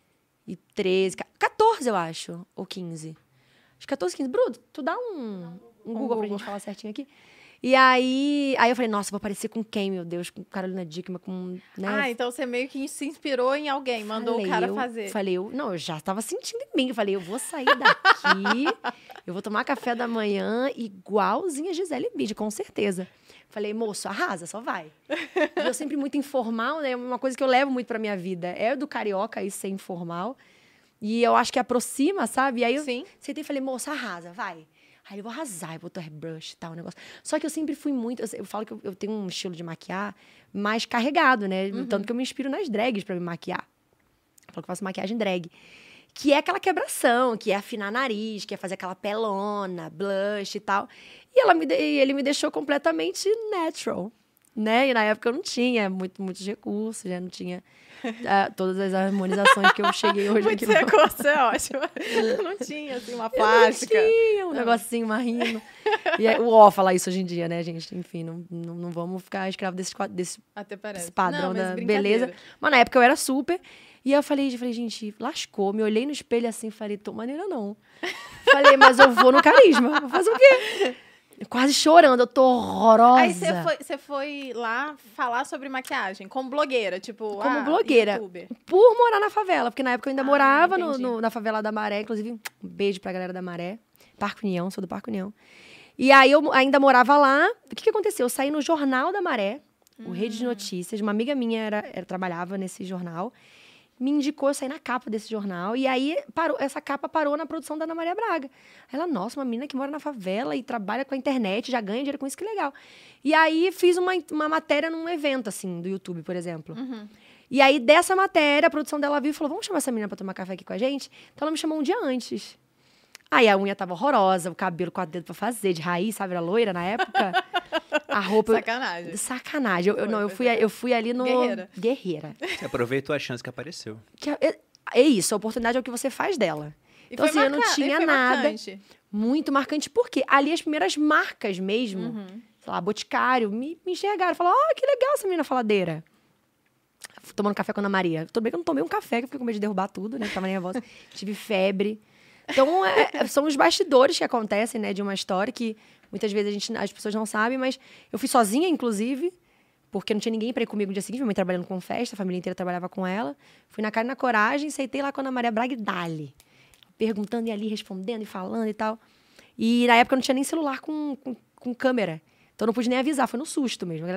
Speaker 3: treze... quatorze, eu acho, ou quinze. Acho que quatorze, quinze. Bruno, tu dá um, um Google pra
Speaker 4: Google.
Speaker 3: gente falar certinho aqui. E aí, aí eu falei, nossa, vou parecer com quem, meu Deus? Com Carolina Dickman, com... Né?
Speaker 4: Ah, então você meio que se inspirou em alguém, mandou
Speaker 3: Falei,
Speaker 4: o cara
Speaker 3: eu,
Speaker 4: fazer.
Speaker 3: Falei, eu, não, eu já estava sentindo em mim. Eu falei, eu vou sair daqui, eu vou tomar café da manhã igualzinha a Gisele Bündchen, com certeza. Falei, moço, arrasa, só vai. E eu sempre muito informal, né? Uma coisa que eu levo muito pra minha vida é do carioca isso ser informal. E eu acho que aproxima, sabe? E aí eu
Speaker 4: Sim.
Speaker 3: sentei e falei, moço, arrasa, vai. Aí eu vou arrasar, eu boto airbrush e tal, o negócio. Só que eu sempre fui muito... Eu, eu falo que eu, eu tenho um estilo de maquiar mais carregado, né?
Speaker 4: Uhum.
Speaker 3: Tanto que eu me inspiro nas drags pra me maquiar. Eu falo que eu faço maquiagem drag. Que é aquela quebração, que é afinar nariz, que é fazer aquela pelona, blush e tal. E ela me de- e ele me deixou completamente natural, né? E na época eu não tinha muito, muitos recursos, já não tinha ah, todas as harmonizações que eu cheguei hoje
Speaker 4: Muito
Speaker 3: aqui. no-
Speaker 4: recurso, é ótimo. Não tinha, assim, uma
Speaker 3: Eu
Speaker 4: plástica.
Speaker 3: Não tinha um negocinho marrino. E é, o ó fala isso hoje em dia, né, gente? Enfim, não, não, não vamos ficar escravo desse, quadro- desse
Speaker 4: Até parece.
Speaker 3: padrão
Speaker 4: Não, mas
Speaker 3: da
Speaker 4: brincadeira.
Speaker 3: beleza. Mas na época eu era super. E aí eu falei, eu falei, gente, lascou. Me olhei no espelho assim, falei, tô maneira não. Falei, mas eu vou no carisma. Vou fazer o quê? Quase chorando, eu tô horrorosa.
Speaker 4: Aí você foi, você foi lá falar sobre maquiagem, como blogueira, tipo...
Speaker 3: Como
Speaker 4: ah,
Speaker 3: blogueira.
Speaker 4: youtuber.
Speaker 3: Por morar na favela, porque na época eu ainda
Speaker 4: Ah,
Speaker 3: morava no,
Speaker 4: entendi.
Speaker 3: no- na favela da Maré, inclusive um beijo pra galera da Maré, Parque União, sou do Parque União. E aí eu ainda morava lá, o que que aconteceu? Eu saí no Jornal da Maré, o Rede de Notícias, uma amiga minha era, era- trabalhava nesse jornal, me indicou, eu saí na capa desse jornal, e aí parou, essa capa parou na produção da Ana Maria Braga. Ela, nossa, uma menina que mora na favela e trabalha com a internet, já ganha dinheiro com isso, que legal. E aí fiz uma, uma matéria num evento, assim, do YouTube, por exemplo.
Speaker 4: Uhum.
Speaker 3: E aí, dessa matéria, a produção dela viu e falou, vamos chamar essa menina pra tomar café aqui com a gente? Então, ela me chamou um dia antes. Aí, a unha tava horrorosa, o cabelo com a dedo pra fazer, de raiz, sabe? Era loira na época. A roupa... eu-
Speaker 4: Sacanagem.
Speaker 3: Sacanagem. Eu, eu-
Speaker 4: Foi,
Speaker 3: não, eu
Speaker 4: foi
Speaker 3: fui, eu fui ali no...
Speaker 4: Guerreira.
Speaker 3: Guerreira.
Speaker 1: Você aproveitou a chance que apareceu.
Speaker 3: Que é, é- é isso, a oportunidade é o que você faz dela.
Speaker 4: E
Speaker 3: Então,
Speaker 4: foi
Speaker 3: assim, eu não
Speaker 4: marca- e
Speaker 3: tinha
Speaker 4: foi
Speaker 3: nada.
Speaker 4: marcante.
Speaker 3: Muito marcante, porque ali as primeiras marcas mesmo,
Speaker 4: Uhum.
Speaker 3: sei lá, Boticário, me, me enxergaram. Falaram, ó, que legal essa menina faladeira. Eu tomando café com a Ana Maria. Tudo bem que eu não tomei um café, que eu fiquei com medo de derrubar tudo, né? Tava nervosa. Tive febre. Então, é, são os bastidores que acontecem, né? De uma história que muitas vezes a gente, as pessoas não sabem, mas eu fui sozinha, inclusive, porque não tinha ninguém pra ir comigo no dia seguinte. Minha mãe trabalhando com festa, a família inteira trabalhava com ela. Fui na cara e na coragem, sentei lá com a Ana Maria Braga e dali. Perguntando e ali, respondendo e falando e tal. E na época eu não tinha nem celular com, com, com câmera. Então eu não pude nem avisar, foi no susto mesmo.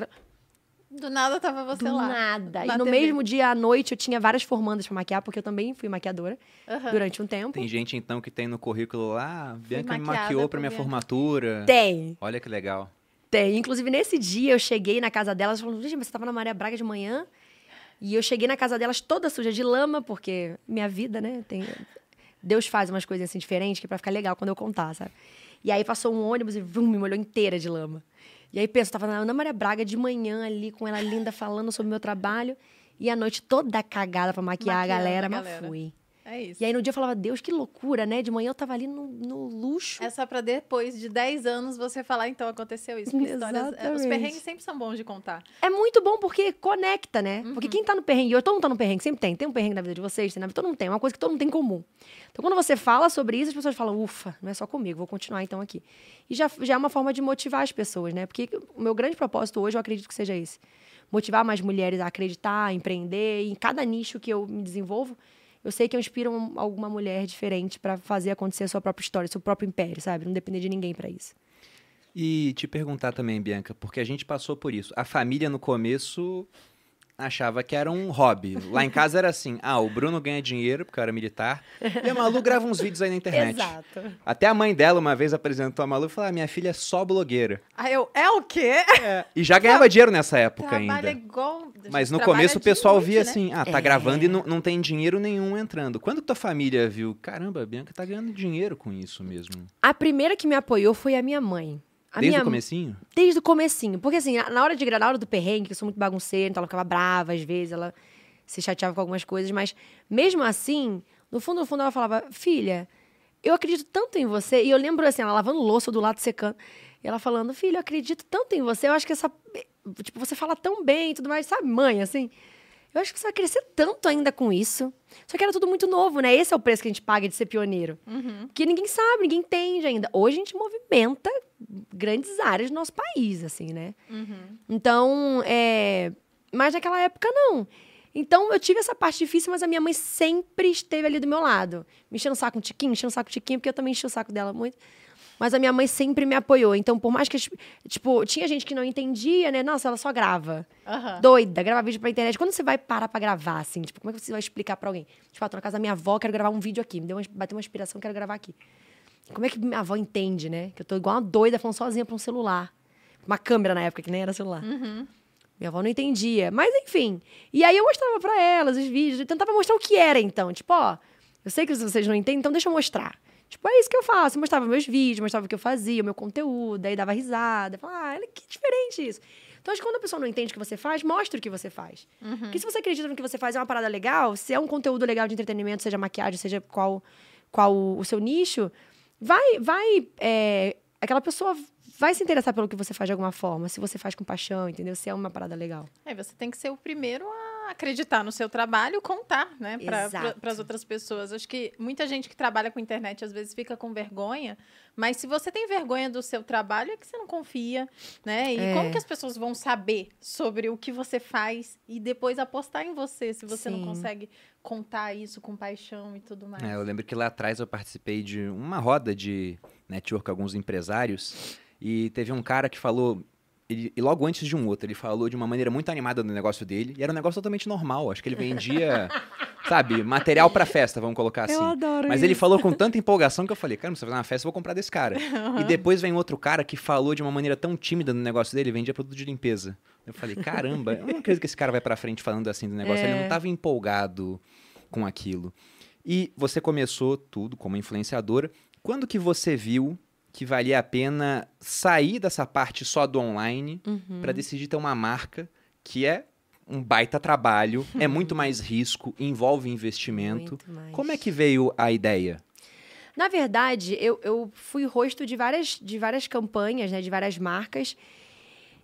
Speaker 4: Do nada tava você
Speaker 3: Do
Speaker 4: lá.
Speaker 3: nada.
Speaker 4: na
Speaker 3: E no
Speaker 4: T V.
Speaker 3: mesmo dia à noite eu tinha várias formandas pra maquiar, porque eu também fui maquiadora
Speaker 4: Aham.
Speaker 3: durante um tempo.
Speaker 1: Tem gente, então, que tem no currículo lá, Bianca me
Speaker 4: maquiada
Speaker 1: maquiou
Speaker 4: por
Speaker 1: pra minha
Speaker 4: Bianca.
Speaker 1: formatura.
Speaker 3: Tem,
Speaker 1: Olha que legal.
Speaker 3: tem. Inclusive, nesse dia eu cheguei na casa delas, falando, gente, mas você tava na Maria Braga de manhã? E eu cheguei na casa delas toda suja de lama, porque minha vida, né, tem... Deus faz umas coisas assim diferentes, que é pra ficar legal quando eu contar, sabe? E aí passou um ônibus e vum, me molhou inteira de lama. E aí penso, tava na Ana Maria Braga de manhã ali, com ela linda, falando sobre o meu trabalho. E a noite toda cagada pra maquiar
Speaker 4: Maquiando
Speaker 3: a galera,
Speaker 4: a
Speaker 3: mas
Speaker 4: galera.
Speaker 3: fui.
Speaker 4: É isso.
Speaker 3: E aí no dia eu falava, Deus, que loucura, né? De manhã eu tava ali no, no luxo.
Speaker 4: É só pra depois de dez anos você falar, então, aconteceu isso. Porque histórias, é, os
Speaker 3: Exatamente.
Speaker 4: perrengues sempre são bons de contar.
Speaker 3: É muito bom porque conecta, né?
Speaker 4: Uhum.
Speaker 3: Porque quem tá no perrengue, eu todo mundo tá no perrengue, sempre tem. Tem um perrengue na vida de vocês, tem na vida, todo mundo tem. É uma coisa que todo mundo tem em comum. Então, quando você fala sobre isso, as pessoas falam, ufa, não é só comigo, vou continuar então aqui. E já, já é uma forma de motivar as pessoas, né? Porque o meu grande propósito hoje, eu acredito que seja esse. Motivar mais mulheres a acreditar, a empreender. E em cada nicho que eu me desenvolvo, eu sei que eu inspiro um- alguma mulher diferente pra fazer acontecer a sua própria história, seu próprio império, sabe? Não depender de ninguém pra isso.
Speaker 1: E te perguntar também, Bianca, porque a gente passou por isso. A família, no começo, achava que era um hobby. Lá em casa era assim, ah, o Bruno ganha dinheiro, porque eu era militar, e a Malu grava uns vídeos aí na internet.
Speaker 3: Exato.
Speaker 1: Até a mãe dela uma vez apresentou a Malu e falou, ah, minha filha é só blogueira.
Speaker 4: Aí eu, é o quê?
Speaker 1: E já ganhava dinheiro nessa época
Speaker 4: Trabalha
Speaker 1: ainda.
Speaker 4: igual... a gente
Speaker 1: Mas no
Speaker 4: trabalha
Speaker 1: começo o
Speaker 4: de
Speaker 1: pessoal
Speaker 4: noite,
Speaker 1: via
Speaker 4: né?
Speaker 1: assim, ah, tá
Speaker 3: É.
Speaker 1: gravando e não, não tem dinheiro nenhum entrando. Quando que tua família viu, caramba, a Bianca tá ganhando dinheiro com isso mesmo?
Speaker 3: A primeira que me apoiou foi a minha mãe. A
Speaker 1: Desde
Speaker 3: minha
Speaker 1: o comecinho?
Speaker 3: Desde o comecinho. Porque, assim, na hora de gravar, na hora do perrengue, que eu sou muito bagunceira, então ela ficava brava, às vezes, ela se chateava com algumas coisas, mas mesmo assim, no fundo, no fundo, ela falava, filha, eu acredito tanto em você. E eu lembro, assim, ela lavando louça do lado secando, e ela falando, filha, eu acredito tanto em você, eu acho que essa... Tipo, você fala tão bem e tudo mais, sabe, mãe, assim... Eu acho que você vai crescer tanto ainda com isso. Só que era tudo muito novo, né? Esse é o preço que a gente paga de ser pioneiro.
Speaker 4: Uhum.
Speaker 3: Porque ninguém sabe, ninguém entende ainda. Hoje a gente movimenta grandes áreas do nosso país, assim, né?
Speaker 4: Uhum.
Speaker 3: Então, é... Mas naquela época, não. Então, eu tive essa parte difícil, mas a minha mãe sempre esteve ali do meu lado. Me enchendo o saco um tiquinho, me enchendo o saco um tiquinho, porque eu também enchi o saco dela muito. Mas a minha mãe sempre me apoiou. Então, por mais que... Tipo, tinha gente que não entendia, né? Nossa, ela só grava.
Speaker 4: Aham.
Speaker 3: Doida, grava vídeo pra internet. Quando você vai parar pra gravar, assim? Tipo, como é que você vai explicar pra alguém? Tipo, ah, tô na casa da minha avó, quero gravar um vídeo aqui. Me deu uma, bateu uma inspiração, quero gravar aqui. Como é que minha avó entende, né? Que eu tô igual uma doida falando sozinha pra um celular. Uma câmera na época, que nem era celular.
Speaker 4: Uhum.
Speaker 3: Minha avó não entendia. Mas, enfim. E aí eu mostrava pra elas os vídeos. Eu tentava mostrar o que era, então. Tipo, ó, eu sei que vocês não entendem, então deixa eu mostrar. Tipo, é isso que eu faço. Eu mostrava meus vídeos, mostrava o que eu fazia, o meu conteúdo, aí dava risada. Falava, ah, olha que diferente isso. Então, acho que quando a pessoa não entende o que você faz, mostra o que você faz.
Speaker 4: Uhum.
Speaker 3: Porque se você acredita no que você faz é uma parada legal, se é um conteúdo legal de entretenimento, seja maquiagem, seja qual, qual o seu nicho, vai, vai, é, aquela pessoa vai se interessar pelo que você faz de alguma forma, se você faz com paixão, entendeu? Se é uma parada legal.
Speaker 4: Aí você tem que ser o primeiro a acreditar no seu trabalho, contar, né, para
Speaker 3: Exato.
Speaker 4: as outras pessoas. Acho que muita gente que trabalha com internet às vezes fica com vergonha, mas se você tem vergonha do seu trabalho é que você não confia, né? E
Speaker 3: É.
Speaker 4: como que as pessoas vão saber sobre o que você faz e depois apostar em você, se você não
Speaker 3: Sim.
Speaker 4: consegue contar isso com paixão e tudo mais.
Speaker 1: É, eu lembro que lá atrás eu participei de uma roda de network com alguns empresários e teve um cara que falou, ele- e logo antes de um outro, ele falou de uma maneira muito animada do negócio dele, e era um negócio totalmente normal, acho que ele vendia, sabe, material pra festa, vamos colocar assim.
Speaker 3: adoro
Speaker 1: Mas ele falou com tanta empolgação que eu falei, cara, você vai fazer uma festa, eu vou comprar desse cara. E depois vem outro cara que falou de uma maneira tão tímida no negócio dele, vendia produto de limpeza. Eu falei, caramba, eu não acredito que esse cara vai pra frente falando assim do negócio,
Speaker 3: É.
Speaker 1: ele não tava empolgado com aquilo. E você começou tudo como influenciadora. Quando que você viu que valia a pena sair dessa parte só do online
Speaker 3: Uhum.
Speaker 1: para decidir ter uma marca que é um baita trabalho, é muito mais risco, envolve investimento.
Speaker 3: Muito mais.
Speaker 1: Como é que veio a ideia?
Speaker 3: Na verdade, eu, eu fui rosto de várias, de várias campanhas, né, de várias marcas.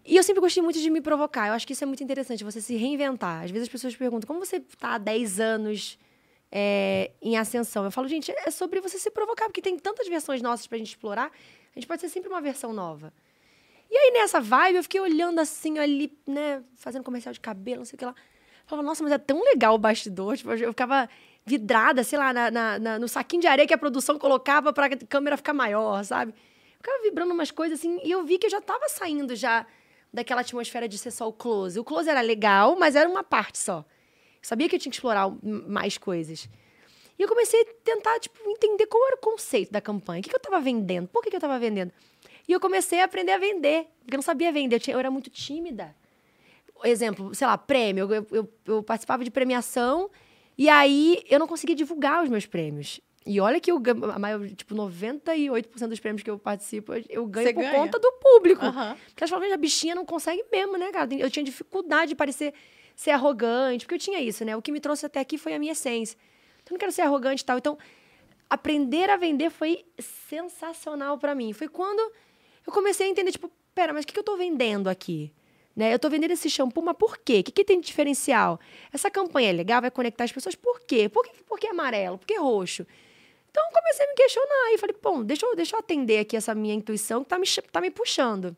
Speaker 3: E eu sempre gostei muito de me provocar. Eu acho que isso é muito interessante, você se reinventar. Às vezes as pessoas perguntam, como você tá há dez anos é, em ascensão? Eu falo, gente, é sobre você se provocar, porque tem tantas versões nossas pra gente explorar, a gente pode ser sempre uma versão nova. E aí, nessa vibe, eu fiquei olhando assim, ali, né, fazendo comercial de cabelo, não sei o que lá. Eu falava, nossa, mas é tão legal o bastidor. Tipo, eu ficava vidrada, sei lá, na, na, na, no saquinho de areia que a produção colocava pra câmera ficar maior, sabe? Eu ficava vibrando umas coisas assim, e eu vi que eu já tava saindo já daquela atmosfera de ser só o close. O close era legal, mas era uma parte só. Eu sabia que eu tinha que explorar mais coisas. E eu comecei a tentar, tipo, entender qual era o conceito da campanha. O que, que eu tava vendendo? Por que, que eu tava vendendo? E eu comecei a aprender a vender, porque eu não sabia vender. Eu, tinha, eu era muito tímida. Exemplo, sei lá, prêmio. Eu, eu, eu participava de premiação e aí eu não conseguia divulgar os meus prêmios. E olha que eu ganho, a maior, tipo, noventa e oito por cento dos prêmios que eu participo, eu ganho
Speaker 4: Você
Speaker 3: por
Speaker 4: ganha?
Speaker 3: conta do público.
Speaker 4: Uhum.
Speaker 3: Porque elas falam, a bichinha não consegue mesmo, né, cara? Eu tinha dificuldade de parecer ser arrogante, porque eu tinha isso, né? O que me trouxe até aqui foi a minha essência. Então, eu não quero ser arrogante e tal. Então, aprender a vender foi sensacional pra mim. Foi quando eu comecei a entender, tipo, pera, mas o que, que eu tô vendendo aqui? Né? Eu tô vendendo esse shampoo, mas por quê? O que, que tem de diferencial? Essa campanha é legal, vai conectar as pessoas, por quê? Por que, por que amarelo? Por que roxo? Então, eu comecei a me questionar e falei, bom, deixa eu, deixa eu atender aqui essa minha intuição que tá me, tá me puxando.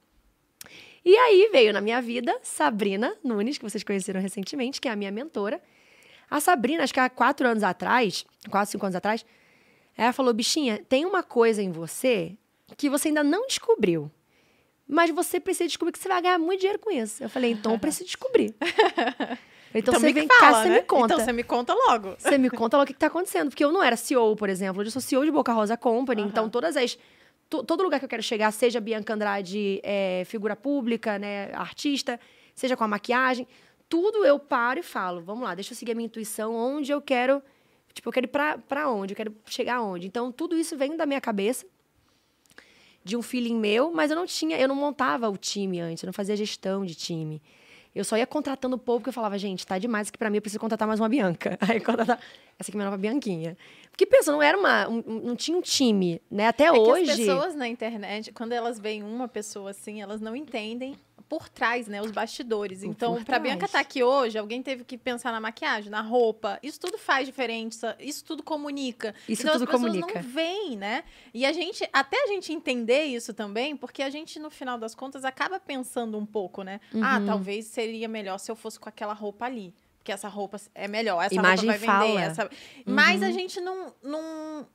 Speaker 3: E aí veio na minha vida Sabrina Nunes, que vocês conheceram recentemente, que é a minha mentora. A Sabrina, acho que há quatro anos atrás, quatro, cinco anos atrás, ela falou, bichinha, tem uma coisa em você que você ainda não descobriu, mas você precisa descobrir que você vai ganhar muito dinheiro com isso. Eu falei, então eu preciso descobrir. Então,
Speaker 4: Então
Speaker 3: você
Speaker 4: me
Speaker 3: vem
Speaker 4: fala,
Speaker 3: cá, você
Speaker 4: né?
Speaker 3: me conta.
Speaker 4: Então você me conta logo.
Speaker 3: Você me conta logo o que está acontecendo. Porque eu não era C E O, por exemplo. Hoje eu sou C E O de Boca Rosa Company.
Speaker 4: Uhum.
Speaker 3: Então, todas as... To, todo lugar que eu quero chegar, seja Bianca Andrade, é, figura pública, né, artista, seja com a maquiagem, tudo eu paro e falo, vamos lá, deixa eu seguir a minha intuição, onde eu quero... Tipo, eu quero ir pra, pra onde? Eu quero chegar aonde? Então, tudo isso vem da minha cabeça, de um feeling meu, mas eu não tinha... Eu não montava o time antes, eu não fazia gestão de time. Eu só ia contratando o povo, porque eu falava, gente, tá demais, que pra mim eu preciso contratar mais uma Bianca. Aí, contratar... Essa aqui é minha nova Bianquinha. Porque, pensa, não era uma... Um, não tinha um time, né? Até
Speaker 4: é
Speaker 3: hoje...
Speaker 4: Que as pessoas na internet, quando elas veem uma pessoa assim, elas não entendem por trás, né? Os bastidores.
Speaker 3: Por
Speaker 4: Então,
Speaker 3: por
Speaker 4: pra
Speaker 3: trás.
Speaker 4: Bianca estar aqui hoje, alguém teve que pensar na maquiagem, na roupa. Isso tudo faz diferença, isso tudo comunica.
Speaker 3: Isso
Speaker 4: então,
Speaker 3: tudo
Speaker 4: as pessoas
Speaker 3: comunica.
Speaker 4: não veem, né? E a gente, até a gente entender isso também, porque a gente, no final das contas, acaba pensando um pouco, né?
Speaker 3: Uhum.
Speaker 4: Ah, talvez seria melhor se eu fosse com aquela roupa ali. Porque essa roupa é melhor, essa
Speaker 3: Imagem
Speaker 4: roupa vai vender.
Speaker 3: fala.
Speaker 4: Essa... Mas
Speaker 3: Uhum.
Speaker 4: a gente não, não,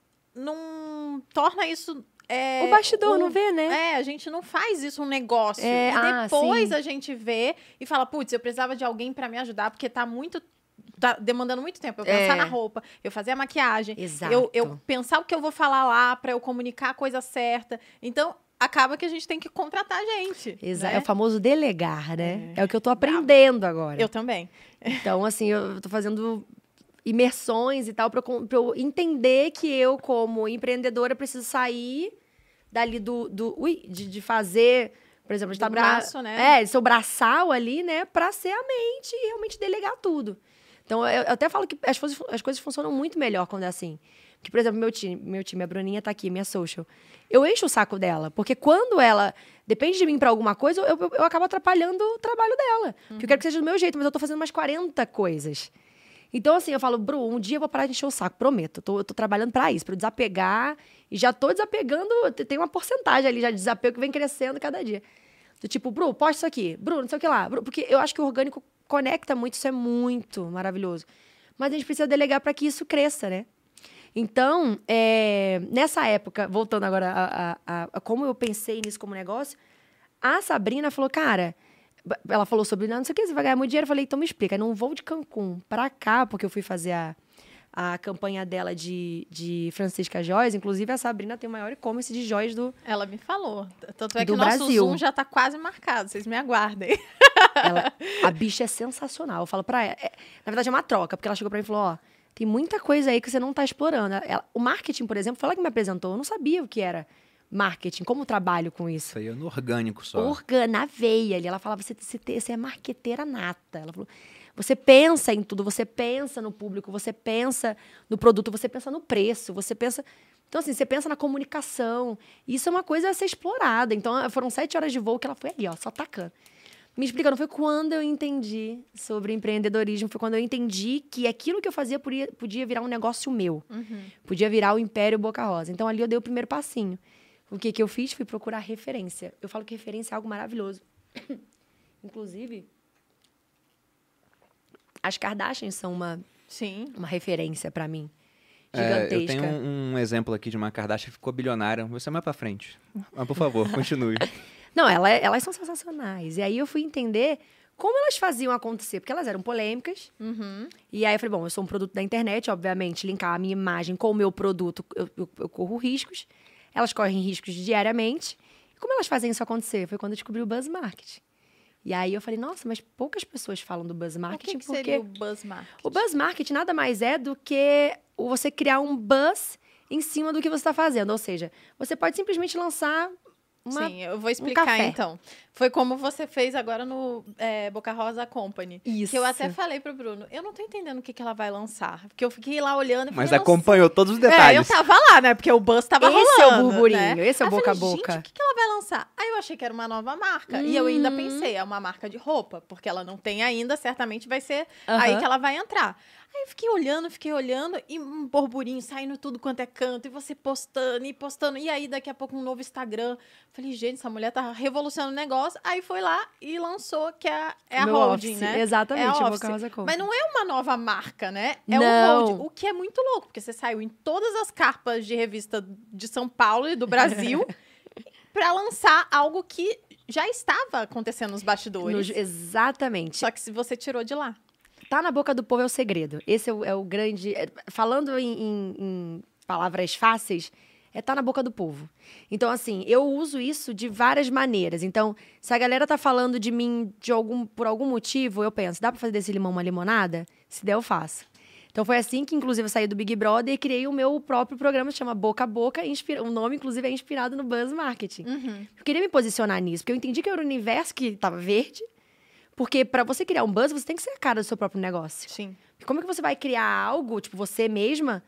Speaker 4: não torna isso... É,
Speaker 3: o bastidor,
Speaker 4: um,
Speaker 3: não vê, né?
Speaker 4: É, a gente não faz isso um negócio.
Speaker 3: É,
Speaker 4: e
Speaker 3: ah,
Speaker 4: depois
Speaker 3: sim.
Speaker 4: a gente vê e fala, putz, eu precisava de alguém pra me ajudar, porque tá muito... Tá demandando muito tempo. Eu pensar
Speaker 3: É.
Speaker 4: na roupa, eu fazer a maquiagem.
Speaker 3: Exato.
Speaker 4: Eu, eu pensar o que eu vou falar lá pra eu comunicar a coisa certa. Então, acaba que a gente tem que contratar gente.
Speaker 3: Exato.
Speaker 4: Né?
Speaker 3: É o famoso delegar, né? É, é o que eu tô
Speaker 4: Bravo.
Speaker 3: aprendendo agora.
Speaker 4: Eu também.
Speaker 3: Então, assim, eu tô fazendo imersões e tal pra, eu- pra eu entender que eu, como empreendedora, preciso sair dali do... do ui, de, de fazer... Por exemplo, de
Speaker 4: Do
Speaker 3: estar
Speaker 4: braço, né?
Speaker 3: É, de ser o braçal ali, né? Pra ser a mente e realmente delegar tudo. Então, eu, eu até falo que as coisas, as coisas funcionam muito melhor quando é assim. Porque, por exemplo, meu time, meu time, a Bruninha tá aqui, minha social. Eu encho o saco dela, porque quando ela depende de mim pra alguma coisa, eu, eu, eu acabo atrapalhando o trabalho dela. Porque eu quero que seja do meu jeito, mas eu tô fazendo umas quarenta coisas. Então, assim, eu falo, Bru, um dia eu vou parar de encher o saco, prometo. Eu tô, eu tô trabalhando pra isso, pra eu desapegar. E já tô desapegando, tem uma porcentagem ali já de desapego que vem crescendo cada dia. Do tipo, Bru, posta isso aqui. Bru, não sei o que lá. Bru, porque eu acho que o orgânico conecta muito, isso é muito maravilhoso. Mas a gente precisa delegar pra que isso cresça, né? Então, é, nessa época, voltando agora a, a, a como eu pensei nisso como negócio, a Sabrina falou, cara... Ela falou sobre, não, não sei o que, você vai ganhar muito dinheiro. Eu falei, então me explica. Num voo de Cancún pra cá, porque eu fui fazer a, a campanha dela de, de Francisca Joias. Inclusive, a Sabrina tem o maior e-commerce de joias do...
Speaker 4: Ela me falou. Tanto é que
Speaker 3: Do
Speaker 4: o nosso
Speaker 3: Brasil.
Speaker 4: Zoom já tá quase marcado. Vocês me aguardem.
Speaker 3: Ela, a bicha é sensacional. Eu falo pra ela... é- na verdade, é uma troca, porque ela chegou pra mim e falou, ó, tem muita coisa aí que você não tá explorando. Ela- o marketing, por exemplo, foi ela que me apresentou. Eu não sabia o que era marketing, como eu trabalho com isso.
Speaker 1: Isso aí é no orgânico só.
Speaker 3: Organa, na veia ali. Ela falava, você, você, te- você é marqueteira nata. Ela falou, você pensa em tudo, você pensa no público, você pensa no produto, você pensa no preço, você pensa... Então, assim, você pensa na comunicação. Isso é uma coisa a ser explorada. Então, foram sete horas de voo que ela foi ali, ó, só tacando. Me explicando, foi quando eu entendi sobre empreendedorismo, foi quando eu entendi que aquilo que eu fazia podia, podia virar um negócio meu.
Speaker 4: Uhum.
Speaker 3: Podia virar o Império Boca Rosa. Então, ali eu dei o primeiro passinho. O que, que eu fiz? Fui procurar referência. Eu falo que referência é algo maravilhoso. Inclusive, as Kardashians são uma,
Speaker 4: Sim.
Speaker 3: uma referência pra mim.
Speaker 1: É,
Speaker 3: Gigantesca.
Speaker 1: eu tenho um, um exemplo aqui de uma Kardashian que ficou bilionária. Você mais pra frente. Mas, por favor, continue.
Speaker 3: Não, ela, elas são sensacionais. E aí eu fui entender como elas faziam acontecer. Porque elas eram polêmicas.
Speaker 4: Uhum.
Speaker 3: E aí eu falei, bom, eu sou um produto da internet, obviamente, linkar a minha imagem com o meu produto, eu, eu, eu corro riscos. Elas correm riscos diariamente. E como elas fazem isso acontecer? Foi quando eu descobri o Buzz Marketing. E aí eu falei, nossa, mas poucas pessoas falam do Buzz
Speaker 4: O
Speaker 3: Marketing,
Speaker 4: que, que
Speaker 3: porque
Speaker 4: seria o Buzz Marketing?
Speaker 3: o Buzz Marketing nada mais é do que você criar um buzz em cima do que você está fazendo. Ou seja, você pode simplesmente lançar uma...
Speaker 4: Sim, eu vou explicar
Speaker 3: café.
Speaker 4: então. Foi como você fez agora no é, Boca Rosa Company.
Speaker 3: Isso.
Speaker 4: Que eu até falei pro Bruno, eu não tô entendendo o que, que ela vai lançar. Porque eu fiquei lá olhando e
Speaker 1: Mas
Speaker 4: falei, não
Speaker 1: acompanhou todos os
Speaker 4: sei. É, eu
Speaker 1: detalhes.
Speaker 4: tava lá, né? Porque o buzz tava
Speaker 3: Esse
Speaker 4: rolando.
Speaker 3: é o burburinho,
Speaker 4: né?
Speaker 3: esse é o
Speaker 4: Aí eu
Speaker 3: boca a
Speaker 4: falei,
Speaker 3: boca.
Speaker 4: Gente, o que, que ela vai lançar? Aí eu achei que era uma nova marca. E eu ainda
Speaker 3: Hum.
Speaker 4: pensei, é uma marca de roupa. Porque ela não tem ainda, certamente vai ser
Speaker 3: Aham.
Speaker 4: aí que ela vai entrar. Aí eu fiquei olhando, fiquei olhando, e um burburinho saindo tudo quanto é canto, e você postando e postando, e aí daqui a pouco um novo Instagram. Falei, gente, essa mulher tá revolucionando o negócio. Aí foi lá e lançou, que é, é a
Speaker 3: Meu
Speaker 4: holding,
Speaker 3: office,
Speaker 4: né?
Speaker 3: exatamente,
Speaker 4: é a
Speaker 3: a
Speaker 4: office.
Speaker 3: Boca Rosa Company.
Speaker 4: Mas não é uma nova marca, né? É
Speaker 3: Não.
Speaker 4: o holding, o que é muito louco, porque você saiu em todas as capas de revista de São Paulo e do Brasil pra lançar algo que já estava acontecendo nos bastidores.
Speaker 3: Nos- exatamente.
Speaker 4: Só que se você tirou de lá.
Speaker 3: Tá na boca do povo é o segredo. Esse é o, é o grande... é- falando em, em- em palavras fáceis, é tá na boca do povo. Então, assim, eu uso isso de várias maneiras. Então, se a galera tá falando de mim de algum, por algum motivo, eu penso, dá pra fazer desse limão uma limonada? Se der, eu faço. Então, foi assim que, inclusive, eu saí do Big Brother e criei o meu próprio programa, que chama Boca a Boca. Inspira... O nome, inclusive, é inspirado no Buzz Marketing.
Speaker 4: Uhum.
Speaker 3: Eu queria me posicionar nisso, porque eu entendi que era o universo que tava verde. Porque pra você criar um buzz, você tem que ser a cara do seu próprio negócio.
Speaker 4: Sim.
Speaker 3: Como é que você vai criar algo, tipo, você mesma,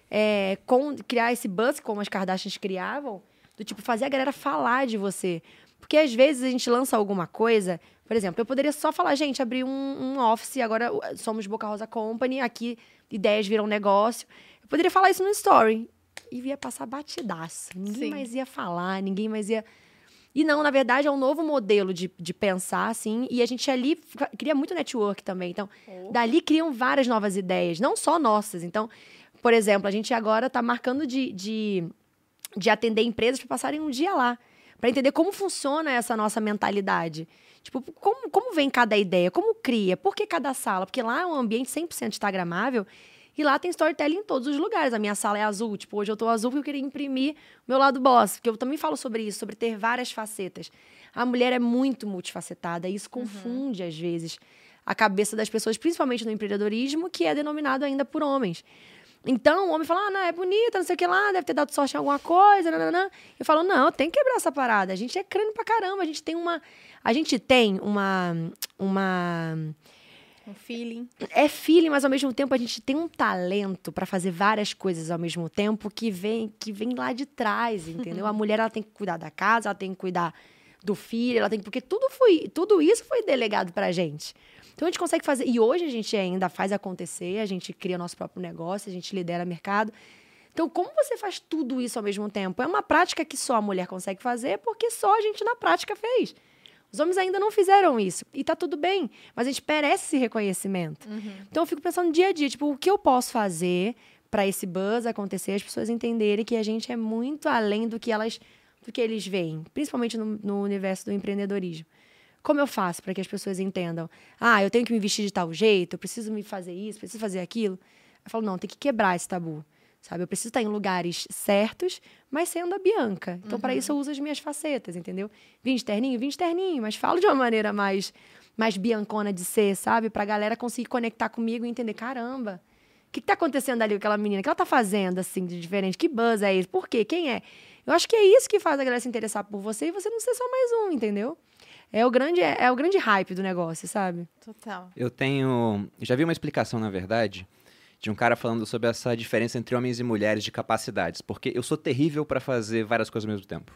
Speaker 3: é, com, criar esse buzz, como as Kardashians criavam, do tipo, fazer a galera falar de você? Porque às vezes a gente lança alguma coisa, por exemplo, eu poderia só falar, gente, abrir um, um office, agora uh, somos Boca Rosa Company, aqui ideias viram negócio. Eu poderia falar isso no story. E ia passar batidaço. Ninguém
Speaker 4: Sim.
Speaker 3: mais ia falar, ninguém mais ia... E não, na verdade, é um novo modelo de, de pensar, assim, e a gente ali fica- cria muito network também. Então,
Speaker 4: Oh.
Speaker 3: dali criam várias novas ideias, não só nossas. Então, por exemplo, a gente agora está marcando de, de, de atender empresas para passarem um dia lá, para entender como funciona essa nossa mentalidade. Tipo, como, como vem cada ideia, como cria, por que cada sala? Porque lá é um ambiente cem por cento instagramável. E lá tem storytelling em todos os lugares. A minha sala é azul. Tipo, hoje eu tô azul porque eu queria imprimir o meu lado boss. Porque eu também falo sobre isso, sobre ter várias facetas. A mulher é muito multifacetada. E isso confunde, às vezes, a cabeça das pessoas, principalmente no empreendedorismo, que é denominado ainda por homens. Então, o homem fala, ah, não, é bonita, não sei o que lá, deve ter dado sorte em alguma coisa, nananã. Eu falo, não, tem que quebrar essa parada. A gente é crânio pra caramba. A gente tem uma... A gente tem uma... uma
Speaker 4: Um feeling.
Speaker 3: é feeling, mas ao mesmo tempo a gente tem um talento pra fazer várias coisas ao mesmo tempo que vem, que vem lá de trás, entendeu? A mulher ela tem que cuidar da casa, ela tem que cuidar do filho, ela tem que, porque tudo foi, tudo isso foi delegado pra gente. Então a gente consegue fazer, e hoje a gente ainda faz acontecer, a gente cria nosso próprio negócio, a gente lidera mercado. Então, como você faz tudo isso ao mesmo tempo? É uma prática que só a mulher consegue fazer, porque só a gente na prática fez. Os homens ainda não fizeram isso. E tá tudo bem. Mas a gente merece esse reconhecimento.
Speaker 4: Uhum.
Speaker 3: Então, eu fico pensando no dia a dia. Tipo, o que eu posso fazer para esse buzz acontecer? As pessoas entenderem que a gente é muito além do que elas, do que eles veem. Principalmente no, no universo do empreendedorismo. Como eu faço para que as pessoas entendam? Ah, eu tenho que me vestir de tal jeito. Eu preciso me fazer isso. Preciso fazer aquilo. Eu falo, não, tem que quebrar esse tabu. Sabe? Eu preciso estar em lugares certos, mas sendo a Bianca. Então, para isso, eu uso as minhas facetas, entendeu? Vim de terninho, vim de terninho, mas falo de uma maneira mais, mais biancona de ser, sabe? Pra galera conseguir conectar comigo e entender, caramba, o que, que tá acontecendo ali com aquela menina? O que ela tá fazendo, assim, de diferente? Que buzz é esse? Por quê? Quem é? Eu acho que é isso que faz a galera se interessar por você e você não ser só mais um, entendeu? É o grande, é, é o grande hype do negócio, sabe?
Speaker 4: Total.
Speaker 1: Eu tenho... Já vi uma explicação, na verdade, de um cara falando sobre essa diferença entre homens e mulheres de capacidades. Porque eu sou terrível para fazer várias coisas ao mesmo tempo.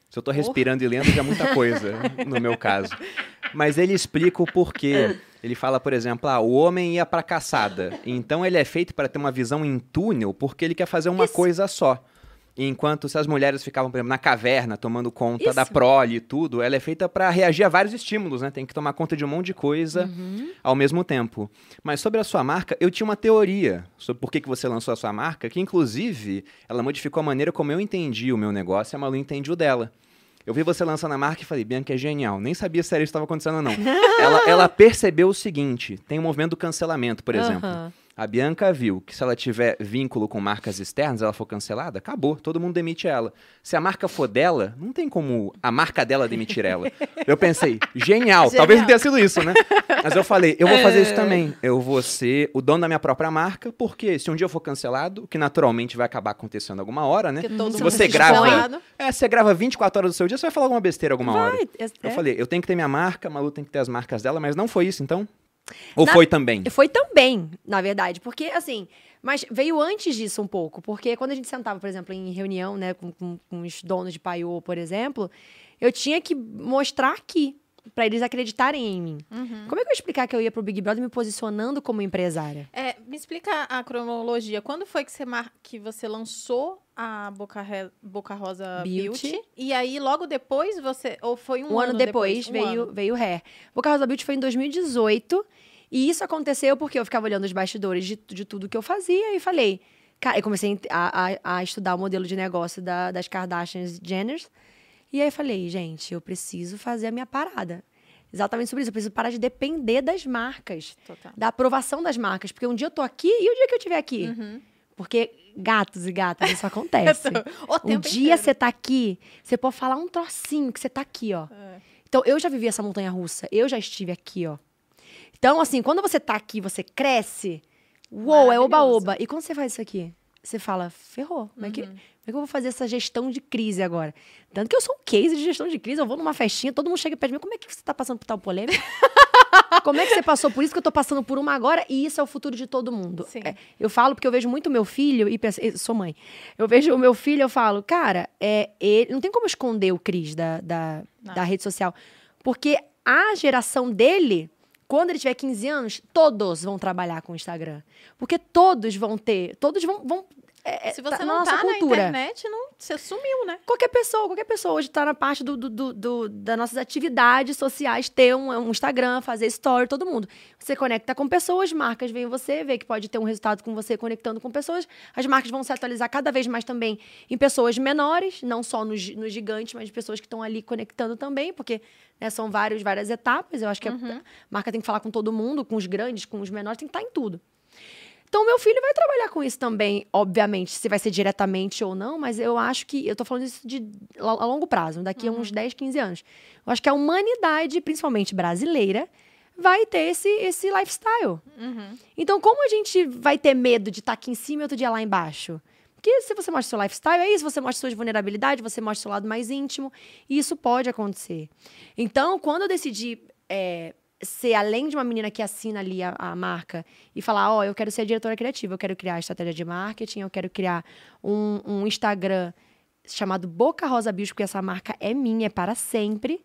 Speaker 1: Se eu tô respirando e lendo, já é muita coisa, no meu caso. Mas ele explica o porquê. Ele fala, por exemplo, ah, o homem ia pra caçada. Então ele é feito para ter uma visão em túnel, porque ele quer fazer uma
Speaker 3: Isso.
Speaker 1: coisa só. Enquanto se as mulheres ficavam, por exemplo, na caverna, tomando conta
Speaker 3: Isso.
Speaker 1: da prole e tudo, ela é feita para reagir a vários estímulos, né? Tem que tomar conta de um monte de coisa
Speaker 3: Uhum.
Speaker 1: ao mesmo tempo. Mas sobre a sua marca, eu tinha uma teoria sobre por que, que você lançou a sua marca, que inclusive ela modificou a maneira como eu entendi o meu negócio e a Malu entende o dela. Eu vi você lançando a marca e falei, Bianca, é genial. Nem sabia se era isso que estava acontecendo ou não. ela, ela percebeu o seguinte, tem um movimento do cancelamento, por exemplo.
Speaker 3: Aham.
Speaker 1: A Bianca viu que se ela tiver vínculo com marcas externas, ela for cancelada, acabou, todo mundo demite ela. Se a marca for dela, não tem como a marca dela demitir ela. Eu pensei, genial,
Speaker 3: Genial.
Speaker 1: talvez não tenha sido isso, né? Mas eu falei, eu vou fazer isso também. Eu vou ser o dono da minha própria marca, porque se um dia eu for cancelado, o que naturalmente vai acabar acontecendo alguma hora, né?
Speaker 4: Porque todo
Speaker 1: Se
Speaker 4: mundo
Speaker 1: você
Speaker 4: se
Speaker 1: grava,
Speaker 4: expõe.
Speaker 1: é, você grava vinte e quatro horas do seu dia, você vai falar alguma besteira alguma hora.
Speaker 3: Vai, é-
Speaker 1: Eu
Speaker 3: é.
Speaker 1: falei, eu tenho que ter minha marca, a Malu tem que ter as marcas dela, mas não foi isso, então? Ou
Speaker 3: Na-
Speaker 1: foi também?
Speaker 3: Foi também, na verdade, porque assim, mas veio antes disso um pouco, porque quando a gente sentava, por exemplo, em reunião, né, com, com, com os donos de paiô, por exemplo, eu tinha que mostrar aqui, pra eles acreditarem em mim.
Speaker 4: Uhum.
Speaker 3: Como é que eu ia explicar que eu ia pro Big Brother me posicionando como empresária?
Speaker 4: É, me explica a cronologia. Quando foi que você, mar... que você lançou a Boca, Re... Boca Rosa
Speaker 3: Beauty.
Speaker 4: Beauty? E aí, logo depois, você... Ou foi um,
Speaker 3: Um, ano, depois,
Speaker 4: Um
Speaker 3: veio,
Speaker 4: ano.
Speaker 3: veio o Hair. Boca Rosa Beauty foi em dois mil e dezoito. E isso aconteceu porque eu ficava olhando os bastidores de, de tudo que eu fazia e falei... Cara, eu comecei a, a, a estudar o modelo de negócio da, das Kardashians Jenners. E aí eu falei, gente, eu preciso fazer a minha parada. Exatamente sobre isso. Eu preciso parar de depender das marcas.
Speaker 4: Total.
Speaker 3: Da aprovação das marcas. Porque um dia eu tô aqui e o dia que eu estiver aqui?
Speaker 4: Uhum.
Speaker 3: Porque gatos e gatas, isso acontece.
Speaker 4: O
Speaker 3: Um
Speaker 4: tempo
Speaker 3: dia
Speaker 4: inteiro.
Speaker 3: você tá aqui, você pode falar um trocinho que você tá aqui, ó.
Speaker 4: É.
Speaker 3: Então, eu já vivi essa montanha russa. Eu já estive aqui, ó. Então, assim, quando você tá aqui, você cresce. Uou, é
Speaker 4: Maravilhoso.
Speaker 3: oba-oba. E quando você faz isso aqui? Você fala, ferrou. Como é, que,
Speaker 4: Uhum.
Speaker 3: como é que eu vou fazer essa gestão de crise agora? Tanto que eu sou um case de gestão de crise. Eu vou numa festinha, todo mundo chega e pede mim, como é que você tá passando por tal polêmica? Como é que você passou por isso que eu tô passando por uma agora? E isso é o futuro de todo mundo.
Speaker 4: Sim.
Speaker 3: É, eu falo porque eu vejo muito meu filho e penso, eu sou mãe. Eu vejo o meu filho, eu falo, cara, é, ele, não tem como esconder o Cris da, da,
Speaker 4: Não.
Speaker 3: da rede social. Porque a geração dele, quando ele tiver quinze anos, todos vão trabalhar com o Instagram. Porque todos vão ter, todos vão... vão é,
Speaker 4: Se você
Speaker 3: tá
Speaker 4: não
Speaker 3: na nossa
Speaker 4: tá
Speaker 3: cultura.
Speaker 4: na internet, não, você sumiu, né?
Speaker 3: Qualquer pessoa, qualquer pessoa hoje tá na parte do, do, do, do- das nossas atividades sociais, ter um, um Instagram, fazer story, todo mundo. Você conecta com pessoas, marcas veem você, vê que pode ter um resultado com você conectando com pessoas. As marcas vão se atualizar cada vez mais também em pessoas menores, não só nos, gi- nos gigantes, mas pessoas que estão ali conectando também, porque né, são vários, várias etapas. Eu acho que a a marca tem que falar com todo mundo, com os grandes, com os menores, tem que estar em tudo. Então, meu filho vai trabalhar com isso também, obviamente, se vai ser diretamente ou não, mas eu acho que, eu tô falando isso de, a longo prazo, daqui a uns dez, quinze anos. Eu acho que a humanidade, principalmente brasileira, vai ter esse, esse lifestyle.
Speaker 4: Uhum.
Speaker 3: Então, como a gente vai ter medo de estar aqui em cima e outro dia lá embaixo? Porque se você mostra seu lifestyle, é isso, você mostra suas vulnerabilidades, você mostra seu lado mais íntimo, e isso pode acontecer. Então, quando eu decidi... é, ser além de uma menina que assina ali a, a marca e falar, ó, eu quero ser a diretora criativa, eu quero criar a estratégia de marketing, eu quero criar um, um Instagram chamado Boca Rosa Beauty, porque essa marca é minha, é para sempre.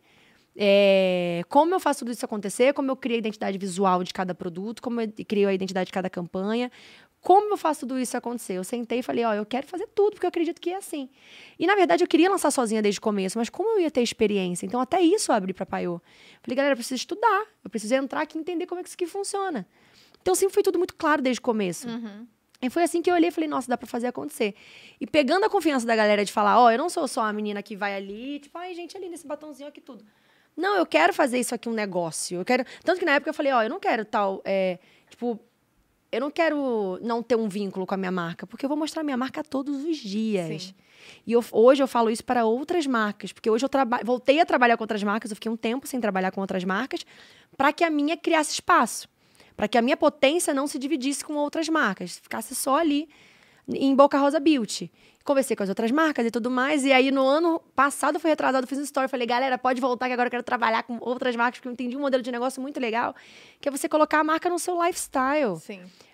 Speaker 3: É, como eu faço tudo isso acontecer, como eu crio a identidade visual de cada produto, como eu crio a identidade de cada campanha, como eu faço tudo isso acontecer? Eu sentei e falei, ó, eu quero fazer tudo, porque eu acredito que é assim. E, na verdade, eu queria lançar sozinha desde o começo, mas como eu ia ter experiência? Então, até isso eu abri pra Paiô. Falei, galera, eu preciso estudar, eu preciso entrar aqui e entender como é que isso aqui funciona. Então, sempre foi tudo muito claro desde o começo.
Speaker 4: Uhum.
Speaker 3: E foi assim que eu olhei e falei, nossa, dá pra fazer acontecer. E pegando a confiança da galera de falar, ó, eu não sou só a menina que vai ali, tipo, ai, gente, ali nesse batonzinho aqui tudo. Não, eu quero fazer isso aqui um negócio. Eu quero... Tanto que na época eu falei, ó, eu não quero tal, é, tipo... Eu não quero não ter um vínculo com a minha marca, porque eu vou mostrar minha marca todos os dias.
Speaker 4: Sim.
Speaker 3: E eu, hoje eu falo isso para outras marcas, porque hoje eu traba- voltei a trabalhar com outras marcas, eu fiquei um tempo sem trabalhar com outras marcas, para que a minha criasse espaço, para que a minha potência não se dividisse com outras marcas, ficasse só ali em Boca Rosa Beauty. Conversei com as outras marcas e tudo mais, e aí no ano passado, fui retrasado, fiz um story, falei, galera, pode voltar que agora eu quero trabalhar com outras marcas, porque eu entendi um modelo de negócio muito legal, que é você colocar a marca no seu lifestyle.
Speaker 4: Sim.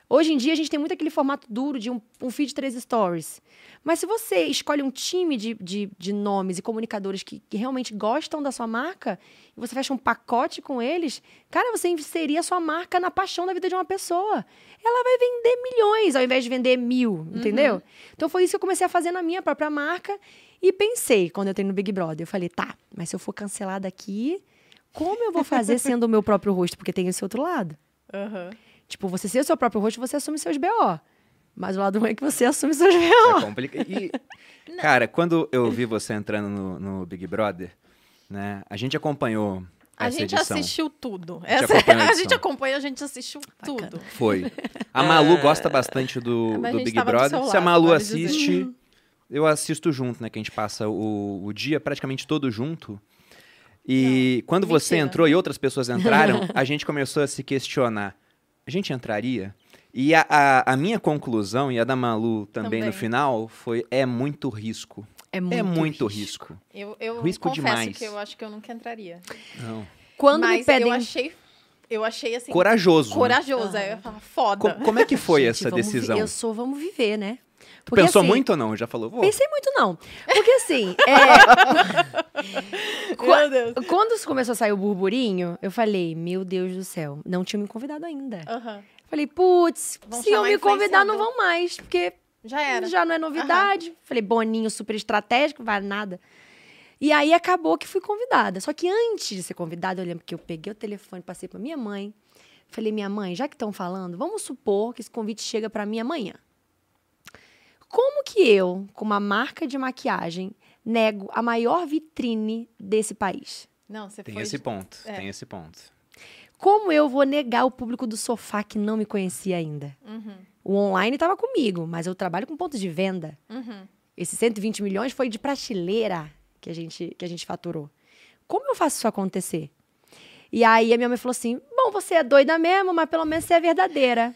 Speaker 3: Hoje em dia, a gente tem muito aquele formato duro de um, um feed de três stories. Mas se você escolhe um time de, de, de nomes e comunicadores que, que realmente gostam da sua marca, e você fecha um pacote com eles, cara, você inserir a sua marca na paixão da vida de uma pessoa. Ela vai vender milhões ao invés de vender mil, entendeu? Uhum. Então, foi isso que eu comecei a fazer na minha própria marca. E pensei, quando eu entrei no Big Brother, eu falei, tá, mas se eu for cancelada aqui, como eu vou fazer sendo o meu próprio rosto? Porque tem esse outro lado.
Speaker 4: Uhum.
Speaker 3: Tipo, você ser o seu próprio rosto, você assume seus B O. Mas o lado ruim é que você assume seus B O.
Speaker 1: É complicado. E, cara, quando eu vi você entrando no, no Big Brother, né, a gente acompanhou
Speaker 4: A
Speaker 1: essa
Speaker 4: gente
Speaker 1: edição.
Speaker 4: assistiu tudo.
Speaker 1: A gente
Speaker 4: Essa,
Speaker 1: acompanhou a
Speaker 4: a
Speaker 1: edição.
Speaker 4: gente acompanha, a gente assistiu
Speaker 3: Bacana.
Speaker 4: tudo.
Speaker 1: Foi. A Malu gosta bastante do,
Speaker 4: Mas a
Speaker 1: do
Speaker 4: gente
Speaker 1: Big
Speaker 4: tava do
Speaker 1: Brother.
Speaker 4: seu
Speaker 1: Se a
Speaker 4: lado,
Speaker 1: Malu
Speaker 4: vale dizer.
Speaker 1: assiste, eu assisto junto, né? Que a gente passa o, o dia praticamente todo junto. E
Speaker 4: Não,
Speaker 1: quando você
Speaker 4: mentira.
Speaker 1: entrou e outras pessoas entraram, a gente começou a se questionar. A gente entraria? E a, a, a minha conclusão, e a da Malu também,
Speaker 4: Também.
Speaker 1: no final, foi: é muito risco.
Speaker 3: É muito,
Speaker 1: é muito
Speaker 3: risco.
Speaker 1: risco.
Speaker 4: Eu, eu
Speaker 1: Risco
Speaker 4: confesso
Speaker 1: demais.
Speaker 4: que eu acho que eu nunca entraria.
Speaker 1: Não.
Speaker 3: Quando
Speaker 4: Mas
Speaker 3: me pedem...
Speaker 4: eu achei, eu achei assim,
Speaker 1: Corajoso. né?
Speaker 4: corajoso. Aí eu ia falar, foda.
Speaker 1: Co- como é que foi
Speaker 3: Gente,
Speaker 1: essa
Speaker 3: vamos vi-
Speaker 1: decisão?
Speaker 3: Eu sou vamos viver, né?
Speaker 1: Tu pensou
Speaker 3: assim,
Speaker 1: muito ou não? Já falou? Vou.
Speaker 3: Pensei muito, não. Porque assim, é,
Speaker 4: Meu Deus.
Speaker 3: quando começou a sair o burburinho, eu falei, meu Deus do céu, não tinha me convidado ainda.
Speaker 4: Aham.
Speaker 3: Falei, putz,
Speaker 4: Vão
Speaker 3: se eu
Speaker 4: chamar
Speaker 3: me convidar, não
Speaker 4: influenciador.
Speaker 3: vão mais, porque
Speaker 4: Já era.
Speaker 3: já não é novidade. Falei, Boninho, super estratégico, vale nada. E aí acabou que fui convidada. Só que antes de ser convidada, eu lembro que eu peguei o telefone, passei pra minha mãe. Falei, minha mãe, já que estão falando, vamos supor que esse convite chega pra mim amanhã. Como que eu, com uma marca de maquiagem, nego a maior vitrine desse país?
Speaker 4: Não, você
Speaker 1: Tem
Speaker 4: foi...
Speaker 1: esse ponto,
Speaker 4: É.
Speaker 1: tem esse ponto.
Speaker 3: Como eu vou negar o público do sofá que não me conhecia ainda?
Speaker 4: Uhum,
Speaker 3: O online estava comigo, mas eu trabalho com pontos de venda.
Speaker 4: uhum.
Speaker 3: Esses cento e vinte milhões foi de prateleira que a gente, que a gente faturou. Como eu faço isso acontecer? E aí a minha mãe falou assim, bom, você é doida mesmo, mas pelo menos você é verdadeira.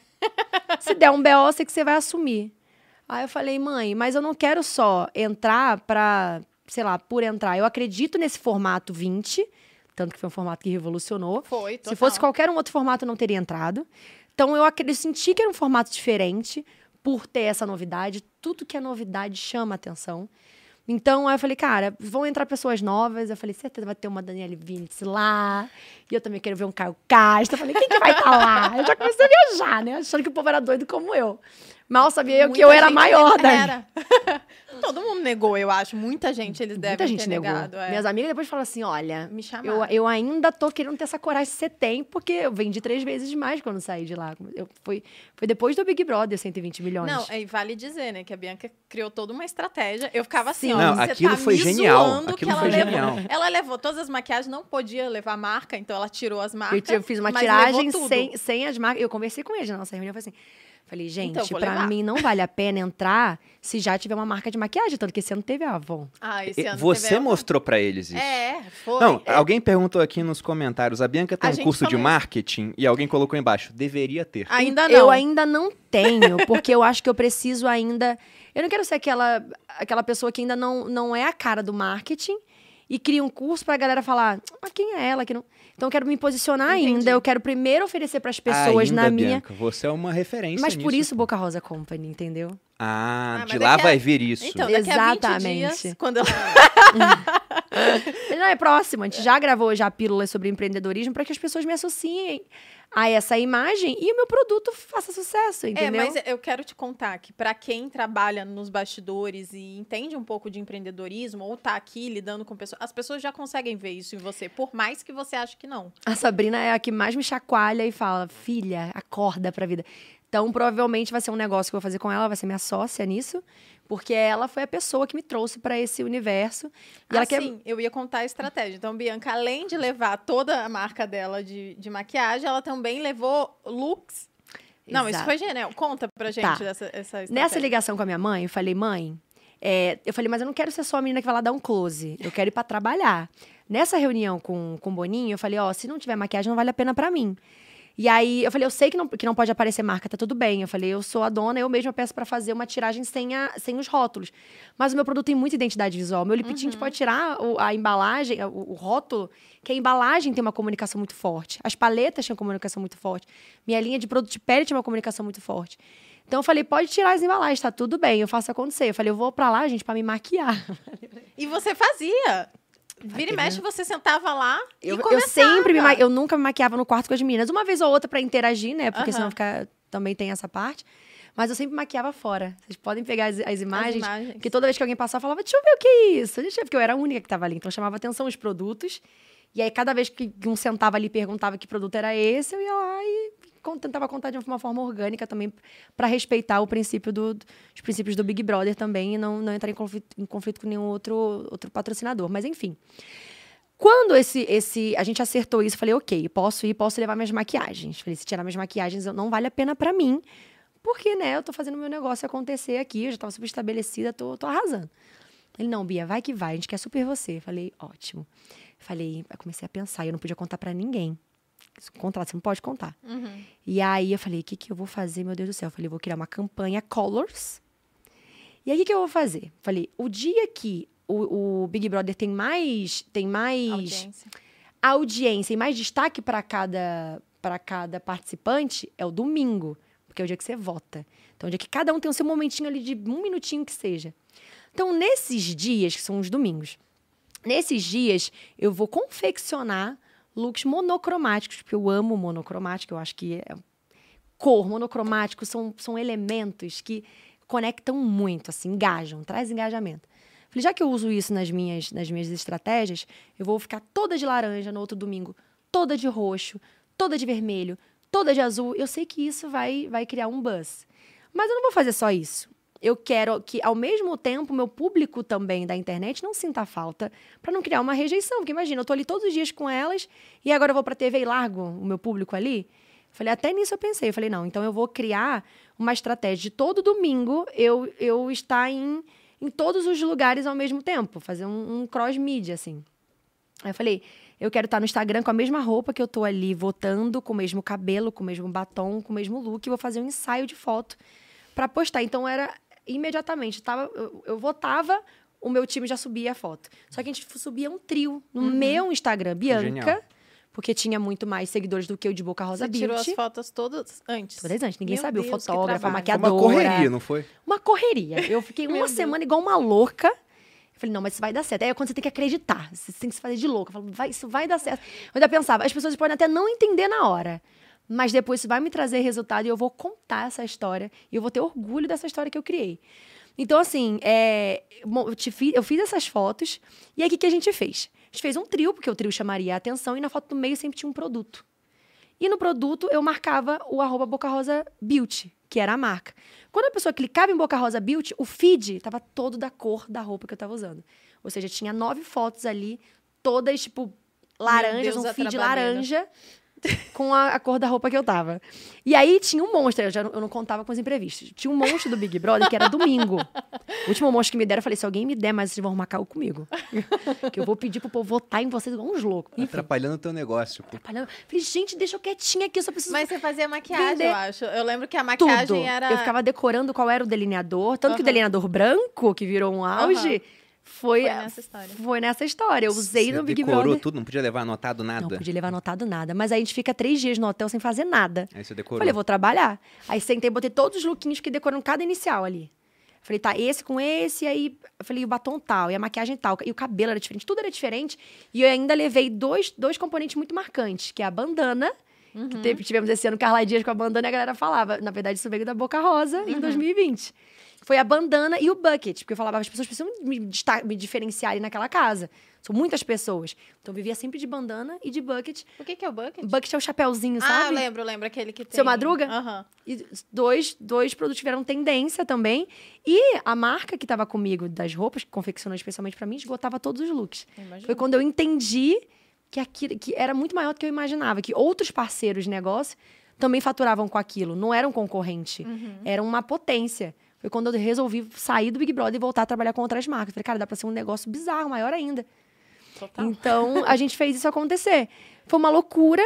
Speaker 3: Se der um B O, eu sei que você vai assumir. Aí eu falei, mãe, mas eu não quero só entrar pra, sei lá, por entrar. Eu acredito nesse formato vinte, tanto que foi um formato que revolucionou.
Speaker 4: Foi, total.
Speaker 3: Se fosse qualquer um outro formato, eu não teria entrado. Então, eu, acredito, eu senti que era um formato diferente por ter essa novidade. Tudo que é novidade chama atenção. Então, aí eu falei, cara, vão entrar pessoas novas. Eu falei, certeza vai ter uma Daniele Vinitz lá. E eu também quero ver um Caio Castro. Eu falei, quem que vai estar lá? Eu já comecei a viajar, né? Achando que o povo era doido como eu. Mal sabia eu que
Speaker 4: Muita
Speaker 3: eu era
Speaker 4: gente
Speaker 3: maior
Speaker 4: ne-
Speaker 3: daí.
Speaker 4: Era. Todo mundo negou, eu acho. Muita gente eles devem
Speaker 3: Muita gente
Speaker 4: ter
Speaker 3: negou.
Speaker 4: negado. É.
Speaker 3: Minhas amigas depois falaram assim, olha,
Speaker 4: Me
Speaker 3: eu,
Speaker 4: chamaram.
Speaker 3: eu ainda tô querendo ter essa coragem que você tem, porque eu vendi três vezes mais quando saí de lá. Eu, foi, foi depois do Big Brother, cento e vinte milhões.
Speaker 4: Não, e vale dizer, né, que a Bianca criou toda uma estratégia. Eu ficava assim,
Speaker 3: Sim.
Speaker 4: ó,
Speaker 1: Não,
Speaker 4: você
Speaker 1: aquilo
Speaker 4: tá
Speaker 1: foi
Speaker 4: me
Speaker 1: genial,
Speaker 4: zoando
Speaker 1: aquilo
Speaker 4: que ela
Speaker 1: foi
Speaker 4: levou.
Speaker 1: genial.
Speaker 4: Ela levou todas as maquiagens, não podia levar marca, então ela tirou as
Speaker 3: Eu,
Speaker 4: marcas.
Speaker 3: ti- eu fiz uma
Speaker 4: mas
Speaker 3: tiragem
Speaker 4: levou tudo.
Speaker 3: sem, sem as marcas. Eu conversei com eles na nossa reunião, eu falei assim, falei, gente,
Speaker 4: Então, vou
Speaker 3: pra
Speaker 4: levar.
Speaker 3: mim não vale a pena entrar se já tiver uma marca de maquiagem, tanto que esse ano teve a Avon.
Speaker 4: Ah, esse
Speaker 1: E-
Speaker 4: ano
Speaker 1: Você
Speaker 4: teve a-
Speaker 1: mostrou pra eles isso?
Speaker 4: É, foi.
Speaker 1: Não, alguém perguntou aqui nos comentários, a Bianca tem
Speaker 4: A
Speaker 1: um
Speaker 4: gente
Speaker 1: curso de
Speaker 4: falou.
Speaker 1: marketing e alguém colocou embaixo, deveria ter.
Speaker 4: Ainda não.
Speaker 3: Eu ainda não tenho, porque eu acho que eu preciso ainda... Eu não quero ser aquela, aquela pessoa que ainda não, não é a cara do marketing e cria um curso pra galera falar, mas quem é ela? Que não... Então, eu quero me posicionar
Speaker 4: Entendi.
Speaker 3: ainda. Eu quero primeiro oferecer pras pessoas
Speaker 1: Ainda,
Speaker 3: na minha...
Speaker 1: Bianca, você é uma referência
Speaker 3: Mas por
Speaker 1: nisso.
Speaker 3: isso Boca Rosa Company, entendeu?
Speaker 1: Ah,
Speaker 4: Ah, mas
Speaker 1: de lá
Speaker 4: daqui a-
Speaker 1: vai vir isso.
Speaker 4: Então, daqui a vinte
Speaker 3: Exatamente.
Speaker 4: dias, quando eu...
Speaker 3: Ele não é próximo. A gente já gravou já pílulas sobre empreendedorismo para que as pessoas me associem a essa imagem e o meu produto faça sucesso,
Speaker 4: É,
Speaker 3: entendeu?
Speaker 4: mas eu quero te contar que para quem trabalha nos bastidores e entende um pouco de empreendedorismo ou tá aqui lidando com pessoas, as pessoas já conseguem ver isso em você, por mais que você ache que não.
Speaker 3: A Sabrina é a que mais me chacoalha e fala, filha, acorda pra vida. Então, provavelmente vai ser um negócio que eu vou fazer com ela, vai ser minha sócia nisso, porque ela foi a pessoa que me trouxe pra esse universo. E ela quer...
Speaker 4: Assim, eu ia contar a estratégia. Então, Bianca, além de levar toda a marca dela de, de maquiagem, ela também levou looks. Não, isso
Speaker 3: Exato.
Speaker 4: foi genial. Conta pra gente
Speaker 3: Tá.
Speaker 4: dessa, essa estratégia.
Speaker 3: Nessa ligação com a minha mãe, eu falei, mãe, é, eu falei, mas eu não quero ser só a menina que vai lá dar um close. Eu quero ir pra trabalhar. Nessa reunião com, com o Boninho, eu falei, ó, se não tiver maquiagem, não vale a pena pra mim. E aí, eu falei, eu sei que não, que não pode aparecer marca, tá tudo bem. Eu falei, eu sou a dona, eu mesma peço pra fazer uma tiragem sem, a, sem os rótulos. Mas o meu produto tem muita identidade visual. Meu lip tint
Speaker 4: Uhum.
Speaker 3: pode tirar o, a embalagem, o, o rótulo, que a embalagem tem uma comunicação muito forte. As paletas têm uma comunicação muito forte. Minha linha de produto de pele tinha uma comunicação muito forte. Então, eu falei, pode tirar as embalagens, tá tudo bem, eu faço acontecer. Eu falei, eu vou pra lá, gente, pra me maquiar.
Speaker 4: E você fazia. Vira e mexe, você sentava lá
Speaker 3: Eu,
Speaker 4: e
Speaker 3: eu
Speaker 4: começava.
Speaker 3: sempre me ma... Eu nunca me maquiava no quarto com as meninas. Uma vez ou outra pra interagir, né? Porque
Speaker 4: Aham.
Speaker 3: senão fica... também tem essa parte. Mas eu sempre maquiava fora. Vocês podem pegar as, as imagens.
Speaker 4: As imagens.
Speaker 3: Porque toda vez que alguém passava, eu falava, deixa eu ver o que é isso. Deixa eu ver, porque eu era a única que tava ali. Então, eu chamava atenção os produtos. E aí, cada vez que um sentava ali e perguntava que produto era esse, eu ia lá e con- tentava contar de uma forma orgânica também, pra respeitar o princípio do, os princípios do Big Brother também e não, não entrar em conflito, em conflito com nenhum outro, outro patrocinador. Mas, enfim. Quando esse, esse, a gente acertou isso, eu falei, ok, posso ir, posso levar minhas maquiagens. Falei, se tirar minhas maquiagens, eu- não vale a pena pra mim, porque, né, eu tô fazendo meu negócio acontecer aqui, eu já tava super estabelecida, tô, tô arrasando. Ele, não, Bia, vai que vai, a gente quer super você. Falei, ótimo. Falei, eu comecei a pensar, eu não podia contar pra ninguém. Contrato, você não pode contar.
Speaker 4: Uhum.
Speaker 3: E aí eu falei, o que, que eu vou fazer, meu Deus do céu? Eu falei, vou criar uma campanha Colors. E aí, o que, que eu vou fazer? Falei, o dia que o, o Big Brother tem mais, tem mais
Speaker 4: Audiência.
Speaker 3: audiência e mais destaque para cada, para cada participante, é o domingo. Porque é o dia que você vota. Então, é o dia que cada um tem o seu momentinho ali de um minutinho que seja. Então, nesses dias, que são os domingos, nesses dias, eu vou confeccionar looks monocromáticos, porque eu amo monocromático, eu acho que é cor, monocromático, são, são elementos que conectam muito, assim, engajam, traz engajamento. Falei, já que eu uso isso nas minhas, nas minhas estratégias, eu vou ficar toda de laranja no outro domingo, toda de roxo, toda de vermelho, toda de azul. Eu sei que isso vai, vai criar um buzz. Mas eu não vou fazer só isso. Eu quero que, ao mesmo tempo, meu público também da internet não sinta falta para não criar uma rejeição. Porque imagina, eu tô ali todos os dias com elas e agora eu vou pra T V e largo o meu público ali. Falei, até nisso eu pensei. Eu falei, não, então eu vou criar uma estratégia de todo domingo eu, eu estar em, em todos os lugares ao mesmo tempo. Fazer um, um cross-mídia, assim. Aí eu falei, eu quero estar no Instagram com a mesma roupa que eu tô ali votando, com o mesmo cabelo, com o mesmo batom, com o mesmo look. E vou fazer um ensaio de foto pra postar. Então, era imediatamente. Tava, eu, eu votava, o meu time já subia a foto. Só que a gente subia um trio no meu Instagram, Bianca.
Speaker 1: Genial.
Speaker 3: Porque tinha muito mais seguidores do que o de Boca Rosa
Speaker 4: Você tirou
Speaker 3: Beauty.
Speaker 4: as fotos todas antes.
Speaker 3: Todas antes, ninguém
Speaker 4: Meu
Speaker 3: sabia.
Speaker 4: Deus,
Speaker 3: O
Speaker 4: que
Speaker 3: fotógrafo, a
Speaker 4: trabalho.
Speaker 1: Foi uma
Speaker 3: maquiadora.
Speaker 1: correria, não foi?
Speaker 3: Uma correria. Eu fiquei
Speaker 4: Meu
Speaker 3: uma
Speaker 4: Deus.
Speaker 3: semana igual uma louca. Eu falei, não, mas isso vai dar certo. Aí é quando você tem que acreditar. Você tem que se fazer de louca. Eu falo, vai, isso vai dar certo. Eu ainda pensava, as pessoas podem até não entender na hora. Mas depois isso vai me trazer resultado e eu vou contar essa história. E eu vou ter orgulho dessa história que eu criei. Então, assim, é, bom, eu, te fi- eu fiz essas fotos. E aí, o que, que a gente fez? A gente fez um trio, porque o trio chamaria a atenção. E na foto do meio sempre tinha um produto. E no produto, eu marcava o arroba Boca Rosa Beauty, que era a marca. Quando a pessoa clicava em Boca Rosa Beauty, o feed estava todo da cor da roupa que eu estava usando. Ou seja, tinha nove fotos ali, todas, tipo, laranjas,
Speaker 4: Deus,
Speaker 3: um
Speaker 4: a
Speaker 3: feed
Speaker 4: trabalheira.
Speaker 3: laranja, com a, a cor da roupa que eu tava. E aí tinha um monstro, eu, já, não- eu não contava com os imprevistos. Tinha um monstro do Big Brother, que era domingo. O último monstro que me deram, eu falei, se alguém me der, mas vocês vão arrumar caô comigo. Que eu vou pedir pro povo votar em vocês igual uns loucos. Enfim,
Speaker 1: Atrapalhando o teu negócio. pô.
Speaker 3: atrapalhando. Falei, gente, deixa eu quietinha aqui, eu só preciso
Speaker 4: Mas você fazia maquiagem,
Speaker 3: Vender
Speaker 4: eu acho. Eu lembro que a
Speaker 3: tudo.
Speaker 4: maquiagem era...
Speaker 3: Eu ficava decorando qual era o delineador. Tanto que o
Speaker 4: Aham.
Speaker 3: delineador branco, que virou um auge, foi,
Speaker 4: Foi nessa história.
Speaker 3: foi nessa história. Eu usei
Speaker 1: Você
Speaker 3: no Big
Speaker 1: decorou
Speaker 3: Brother.
Speaker 1: tudo, não podia levar anotado nada?
Speaker 3: Não podia levar anotado nada. Mas aí a gente fica três dias no hotel sem fazer nada.
Speaker 1: Aí você decorou.
Speaker 3: Falei, vou trabalhar. Aí sentei, botei todos os lookinhos que decoram cada inicial ali. Falei, tá, esse com esse, aí eu falei, o batom tal, e a maquiagem tal, e o cabelo era diferente, tudo era diferente. E eu ainda levei dois, dois componentes muito marcantes, que é a bandana, que teve- tivemos esse ano Carla Dias com a bandana, e a galera falava, na verdade isso veio da Boca Rosa em dois mil e vinte. Foi a bandana e o bucket, porque eu falava, as pessoas precisam me, desta- me diferenciar ali naquela casa. São muitas pessoas. Então eu vivia sempre de bandana e de bucket.
Speaker 4: O que que é o bucket?
Speaker 3: Bucket é o chapéuzinho,
Speaker 4: Ah,
Speaker 3: sabe?
Speaker 4: eu lembro, lembro. Aquele que tem...
Speaker 3: Seu Madruga?
Speaker 4: Aham.
Speaker 3: E dois, dois produtos tiveram tendência também. E a marca que estava comigo, das roupas, que confeccionou especialmente para mim, esgotava todos os looks.
Speaker 4: Imagino.
Speaker 3: Foi quando eu entendi que, aquilo, que era muito maior do que eu imaginava. Que outros parceiros de negócio também faturavam com aquilo. Não era um concorrente. Era uma potência. Foi quando eu resolvi sair do Big Brother e voltar a trabalhar com outras marcas. Falei, cara, dá para ser um negócio bizarro, maior ainda.
Speaker 4: Total.
Speaker 3: Então, a gente fez isso acontecer. Foi uma loucura,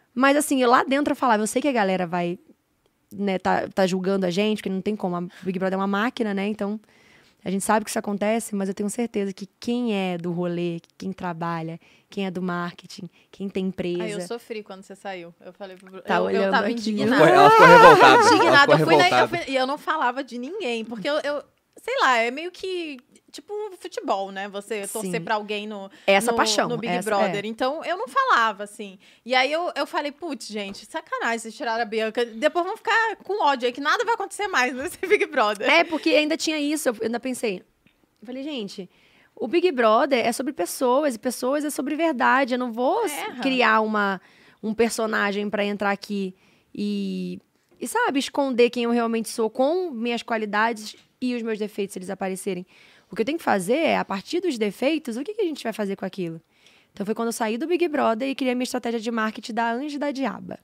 Speaker 3: Mas assim, lá dentro eu falava, eu sei que a galera vai, né, tá, tá julgando a gente, porque não tem como. A Big Brother é uma máquina, né? Então, a gente sabe que isso acontece, mas eu tenho certeza que quem é do rolê, quem trabalha, quem é do marketing, quem tem empresa...
Speaker 4: Aí eu sofri quando você saiu. Eu falei pro Bruno.
Speaker 3: Tá
Speaker 4: eu, eu
Speaker 3: olhando
Speaker 4: tava
Speaker 3: aqui.
Speaker 4: indignada.
Speaker 1: Ela ficou revoltada. ela
Speaker 4: Indignada.
Speaker 1: ficou
Speaker 4: Eu fui na, eu
Speaker 1: revoltada.
Speaker 4: fui- e eu não falava de ninguém, porque eu, eu- sei lá, é meio que tipo futebol, né? Você torcer
Speaker 3: Sim.
Speaker 4: pra alguém no,
Speaker 3: Essa
Speaker 4: no,
Speaker 3: paixão,
Speaker 4: no Big
Speaker 3: essa-
Speaker 4: Brother.
Speaker 3: é.
Speaker 4: Então, eu não falava, assim. E aí, eu, eu falei, putz, gente, sacanagem vocês tiraram a Bianca. Depois vão ficar com ódio aí, que nada vai acontecer mais nesse Big Brother.
Speaker 3: É, porque ainda tinha isso, eu ainda pensei. Eu falei, gente, o Big Brother é sobre pessoas, e pessoas é sobre verdade. Eu não vou s-
Speaker 4: Erra.
Speaker 3: criar uma, um personagem pra entrar aqui e, e, sabe, esconder quem eu realmente sou com minhas qualidades e os meus defeitos, se eles aparecerem. O que eu tenho que fazer é, a partir dos defeitos, o que, que a gente vai fazer com aquilo? Então, foi quando eu saí do Big Brother e criei a minha estratégia de marketing da Anjo da Diaba.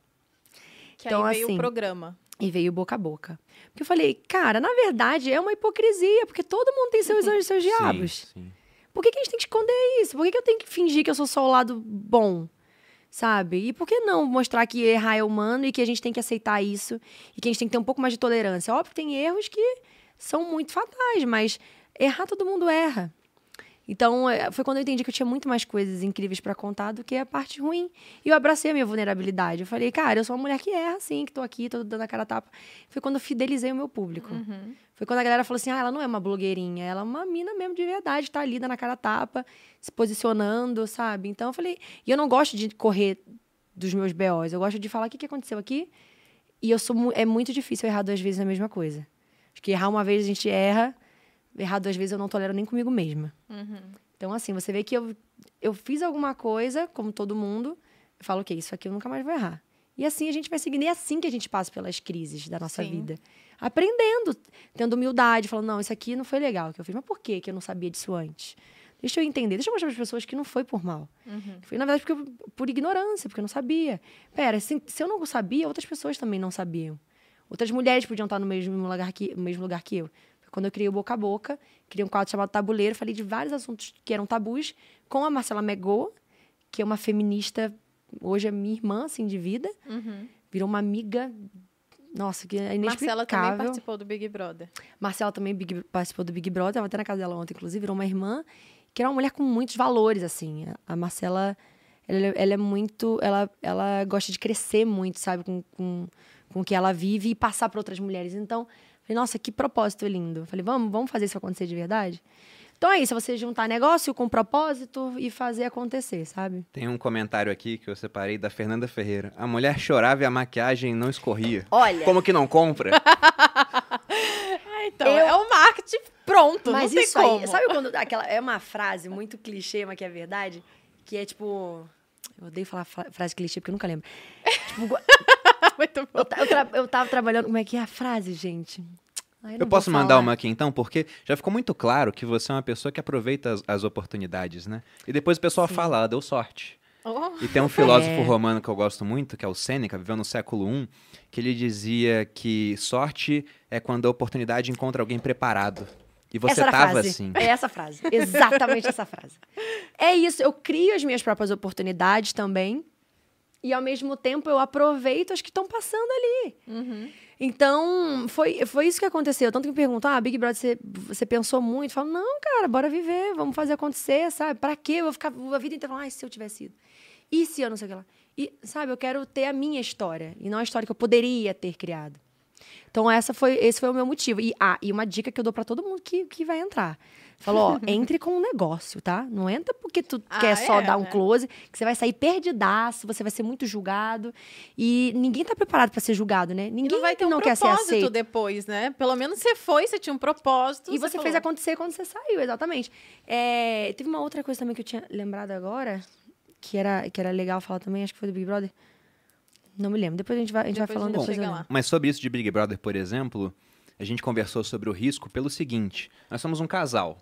Speaker 4: Que
Speaker 3: Então,
Speaker 4: aí veio
Speaker 3: assim,
Speaker 4: o programa.
Speaker 3: E veio boca a boca. Porque eu falei, cara, na verdade é uma hipocrisia, porque todo mundo tem seus anjos e seus diabos.
Speaker 1: Sim, sim.
Speaker 3: Por que, que a gente tem que esconder isso? Por que, que eu tenho que fingir que eu sou só o lado bom? Sabe? E por que não mostrar que errar é humano e que a gente tem que aceitar isso e que a gente tem que ter um pouco mais de tolerância? Óbvio que tem erros que são muito fatais, mas errar todo mundo erra. Então, é, foi quando eu entendi que eu tinha muito mais coisas incríveis pra contar do que a parte ruim. E eu abracei a minha vulnerabilidade. Eu falei, cara, eu sou uma mulher que erra, sim, que tô aqui, tô dando a cara a tapa. Foi quando eu fidelizei o meu público. Foi quando a galera falou assim, ah, ela não é uma blogueirinha, ela é uma mina mesmo de verdade, tá ali, dando a cara a tapa, se posicionando, sabe? Então, eu falei... E eu não gosto de correr dos meus B Os, eu gosto de falar o que, que aconteceu aqui. E eu sou mu- é muito difícil eu errar duas vezes na mesma coisa. Acho que errar uma vez a gente erra... Errar duas vezes eu não tolero nem comigo mesma. Então, assim, você vê que eu, eu fiz alguma coisa, como todo mundo, eu falo, ok, isso aqui eu nunca mais vou errar. E assim a gente vai seguindo. E é assim que a gente passa pelas crises da nossa
Speaker 4: Sim.
Speaker 3: vida. Aprendendo, tendo humildade, falando, não, isso aqui não foi legal que eu fiz. Mas por quê que eu não sabia disso antes? Deixa eu entender, deixa eu mostrar para as pessoas que não foi por mal. Que foi, na verdade, porque eu- por ignorância, porque eu não sabia. Pera, se, se eu não sabia, outras pessoas também não sabiam. Outras mulheres podiam estar no mesmo lugar que, no mesmo lugar que eu. Quando eu criei o Boca a Boca, criei um quadro chamado Tabuleiro, falei de vários assuntos que eram tabus, com a Marcela Megô, que é uma feminista, hoje é minha irmã, assim, de vida. Virou uma amiga, nossa, que é inexplicável.
Speaker 4: Marcela também participou do Big Brother.
Speaker 3: Marcela também Big- participou do Big Brother, estava até na casa dela ontem, inclusive, virou uma irmã, que era uma mulher com muitos valores, assim. A Marcela, ela, ela é muito, ela, ela gosta de crescer muito, sabe, com, com, com o que ela vive e passar para outras mulheres. Então, falei, nossa, que propósito lindo. Falei, vamos, vamos fazer isso acontecer de verdade? Então é isso, é você juntar negócio com propósito e fazer acontecer, sabe?
Speaker 1: Tem um comentário aqui que eu separei da Fernanda Ferreira. A mulher chorava e a maquiagem não escorria.
Speaker 3: Olha,
Speaker 1: Como que não compra?
Speaker 4: Ah, então,
Speaker 3: Eu-
Speaker 4: é o marketing pronto,
Speaker 3: mas
Speaker 4: não tem
Speaker 3: isso
Speaker 4: como.
Speaker 3: aí, sabe quando aquela é uma frase muito clichê, mas que é verdade, que é tipo, eu odeio falar fra- frase clichê porque eu nunca lembro. Tipo, gu-
Speaker 4: Muito bom.
Speaker 3: eu, ta- eu, tra- eu tava trabalhando, como é que é a frase, gente? Ai, não
Speaker 1: Eu
Speaker 3: vou
Speaker 1: posso mandar
Speaker 3: falar.
Speaker 1: uma aqui então, porque já ficou muito claro que você é uma pessoa que aproveita as, as oportunidades, né? E depois o pessoal fala, ela deu sorte.
Speaker 4: Oh,
Speaker 1: E tem um filósofo
Speaker 3: É.
Speaker 1: romano que eu gosto muito, que é o Sêneca, viveu no século I, que ele dizia que sorte é quando a oportunidade encontra alguém preparado. E você
Speaker 3: essa era a
Speaker 1: tava
Speaker 3: frase.
Speaker 1: assim.
Speaker 3: É essa frase. Exatamente essa frase. É isso, eu crio as minhas próprias oportunidades também. E ao mesmo tempo eu aproveito as que estão passando ali. Então, foi, foi isso que aconteceu. Tanto que me perguntam, ah, Big Brother, você, você pensou muito? Eu falo, não, cara, bora viver, vamos fazer acontecer, sabe? Pra quê? Eu vou ficar a vida inteira falando, ah, e se eu tivesse ido? E se eu não sei o que lá? E, sabe, eu quero ter a minha história, e não a história que eu poderia ter criado. Então, essa foi, esse foi o meu motivo. E, ah, e uma dica que eu dou pra todo mundo que, que vai entrar. Falou, ó, entre com um negócio, tá? Não entra porque tu
Speaker 4: Ah,
Speaker 3: quer só
Speaker 4: é,
Speaker 3: dar um
Speaker 4: né?
Speaker 3: close, que você vai sair perdidaço, você vai ser muito julgado. E ninguém tá preparado pra ser julgado, né?
Speaker 4: e
Speaker 3: Ninguém
Speaker 4: não vai ter um
Speaker 3: não quer ser
Speaker 4: propósito
Speaker 3: aceito.
Speaker 4: depois, né? Pelo menos você foi, você tinha um propósito.
Speaker 3: E você fez
Speaker 4: falou.
Speaker 3: acontecer quando você saiu, exatamente. É, teve uma outra coisa também que eu tinha lembrado agora, que era, que era legal falar também, acho que foi do Big Brother. Não me lembro. Depois a gente vai, a gente vai
Speaker 4: Depois a
Speaker 3: falando
Speaker 4: gente
Speaker 3: depois. eu
Speaker 4: chega
Speaker 3: lembro.
Speaker 4: lá.
Speaker 1: Mas sobre isso de Big Brother, por exemplo, a gente conversou sobre o risco pelo seguinte: nós somos um casal.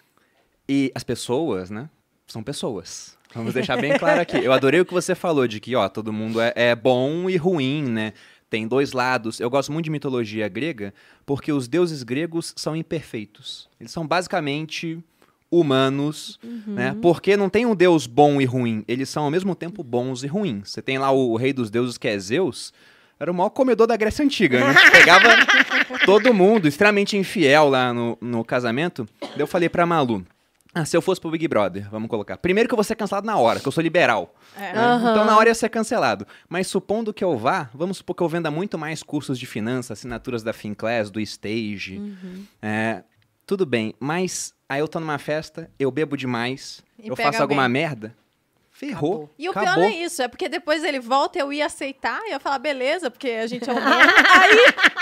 Speaker 1: E as pessoas, né, são pessoas. Vamos deixar bem claro aqui. Eu adorei o que você falou de que, ó, todo mundo é, é bom e ruim, né? Tem dois lados. Eu gosto muito de mitologia grega porque os deuses gregos são imperfeitos. Eles são basicamente humanos, né? Porque não tem um Deus bom e ruim, eles são ao mesmo tempo bons e ruins. Você tem lá o, o rei dos deuses, que é Zeus, era o maior comedor da Grécia Antiga, né? Pegava todo mundo, extremamente infiel lá no, no casamento. Daí eu falei pra Malu, ah, se eu fosse pro Big Brother, vamos colocar. Primeiro que eu vou ser cancelado na hora, que eu sou liberal.
Speaker 4: É.
Speaker 1: Né?
Speaker 3: Aham.
Speaker 1: Então na hora ia ser cancelado. Mas supondo que eu vá, vamos supor que eu venda muito mais cursos de finanças, assinaturas da Finclass, do Stage. É, tudo bem, mas aí eu tô numa festa, eu bebo demais,
Speaker 4: E
Speaker 1: eu
Speaker 4: pega
Speaker 1: faço alguma
Speaker 4: alguém.
Speaker 1: merda, ferrou.
Speaker 3: Acabou.
Speaker 4: E o
Speaker 1: acabou.
Speaker 4: pior não é isso, é porque depois ele volta, eu ia aceitar, e eu ia falar, beleza, porque a gente é humano. Aí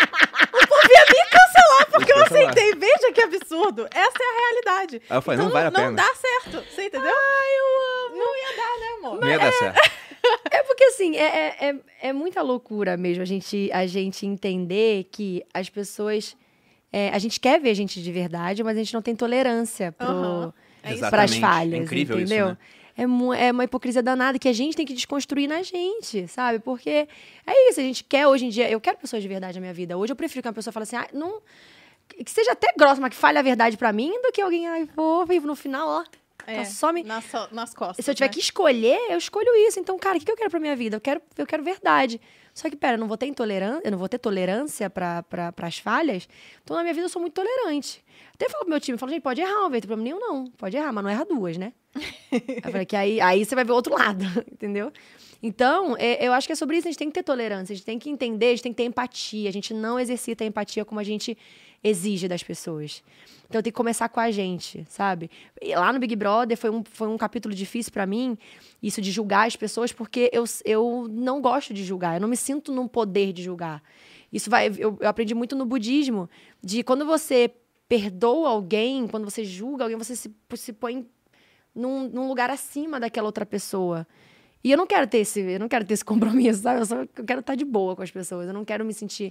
Speaker 4: o povo ia me cancelar, porque eu
Speaker 1: Cancelar.
Speaker 4: aceitei. Veja que absurdo. Essa é a realidade.
Speaker 1: Aí eu falei,
Speaker 4: Então
Speaker 1: não vale a
Speaker 4: não
Speaker 1: pena.
Speaker 4: dá certo, você entendeu? Ai, eu amo. Não ia dar, né, amor?
Speaker 1: Não ia dar certo.
Speaker 3: É porque, assim, é, é, é, é muita loucura mesmo a gente, a gente entender que as pessoas... é, a gente quer ver gente de verdade, mas a gente não tem tolerância pro,
Speaker 4: Aham. É isso.
Speaker 3: pras
Speaker 1: Exatamente.
Speaker 3: falhas,
Speaker 1: É incrível isso,
Speaker 3: entendeu?
Speaker 1: né?
Speaker 3: É, mu- é uma hipocrisia danada que a gente tem que desconstruir na gente, sabe? Porque é isso, a gente quer hoje em dia... Eu quero pessoas de verdade na minha vida. Hoje eu prefiro que uma pessoa fale assim, ah, não... que seja até grossa, mas que fale a verdade pra mim, do que alguém, ai, vou, vivo no final, ó.
Speaker 4: É,
Speaker 3: Tá só me...
Speaker 4: nas, so- nas costas.
Speaker 3: Se eu tiver
Speaker 4: né?
Speaker 3: que escolher, eu escolho isso. Então, cara, o que que eu quero pra minha vida? Eu quero, eu quero verdade. Só que, pera, eu não vou ter intolerância, eu não vou ter tolerância para pra, as falhas. Então, na minha vida, eu sou muito tolerante. Até falo pro meu time, eu falo, gente, pode errar, não vai ter problema nenhum, não. Pode errar, mas não erra duas, né? Eu falei que aí, aí você vai ver o outro lado, entendeu? Então, é, eu acho que é sobre isso, a gente tem que ter tolerância, a gente tem que entender, a gente tem que ter empatia. A gente não exercita a empatia como a gente exige das pessoas. Então, tem que começar com a gente, sabe? E lá no Big Brother foi um, foi um capítulo difícil pra mim, isso de julgar as pessoas, porque eu, eu não gosto de julgar, eu não me sinto no poder de julgar. Isso vai, eu, eu aprendi muito no budismo, de quando você perdoa alguém, quando você julga alguém, você se, se põe num, num lugar acima daquela outra pessoa. E eu não quero ter esse, eu não quero ter esse compromisso, sabe? Eu, só, eu quero estar de boa com as pessoas, eu não quero me sentir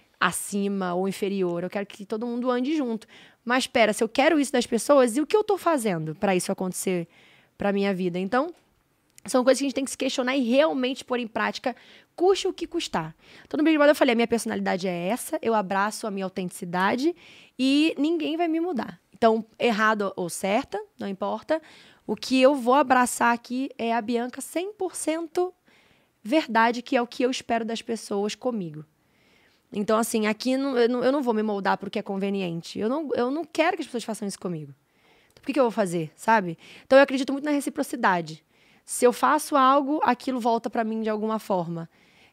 Speaker 3: acima ou inferior, eu quero que todo mundo ande junto. Mas espera, se eu quero isso das pessoas, e o que eu tô fazendo para isso acontecer pra minha vida? Então, são coisas que a gente tem que se questionar e realmente pôr em prática, custe o que custar. Então, no Big Brother eu falei, a minha personalidade é essa, eu abraço a minha autenticidade e ninguém vai me mudar. Então, errado ou certa, não importa, o que eu vou abraçar aqui é a Bianca cem por cento verdade, que é o que eu espero das pessoas comigo. Então, assim, aqui não, eu, não, eu não vou me moldar pro que é conveniente. Eu não, eu não quero que as pessoas façam isso comigo. Então, por que, que eu vou fazer, sabe? Então, eu acredito muito na reciprocidade. Se eu faço algo, aquilo volta pra mim de alguma forma.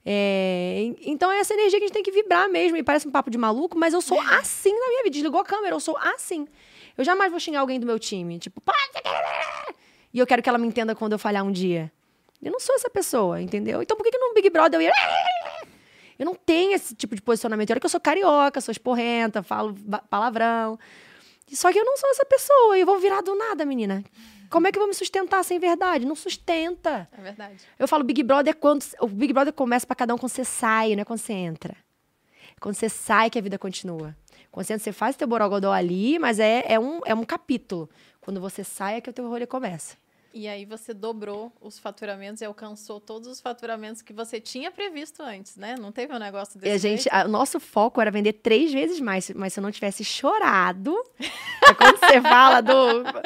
Speaker 3: É, então, é essa energia que a gente tem que vibrar mesmo. E parece um papo de maluco, mas eu sou assim na minha vida. Desligou a câmera, eu sou assim. Eu jamais vou xingar alguém do meu time. Tipo, pá, e eu quero que ela me entenda quando eu falhar um dia. Eu não sou essa pessoa, entendeu? Então, por que, que no Big Brother eu ia... Eu não tenho esse tipo de posicionamento. Olha que eu sou carioca, sou esporrenta, falo palavrão. Só que eu não sou essa pessoa. E eu vou virar do nada, menina. Como é que eu vou me sustentar sem verdade? Não sustenta.
Speaker 4: É verdade.
Speaker 3: Eu falo, Big Brother é quando... O Big Brother começa pra cada um quando você sai, não é quando você entra. É quando você sai que a vida continua. Quando você entra, você faz teu borogodó ali, mas é, é, um, é um capítulo. Quando você sai é que o teu rolê começa.
Speaker 4: E aí você dobrou os faturamentos e alcançou todos os faturamentos que você tinha previsto antes, né? Não teve um negócio desse
Speaker 3: E a gente,
Speaker 4: jeito?
Speaker 3: a- o nosso foco era vender três vezes mais, mas se eu não tivesse chorado, é quando você fala do...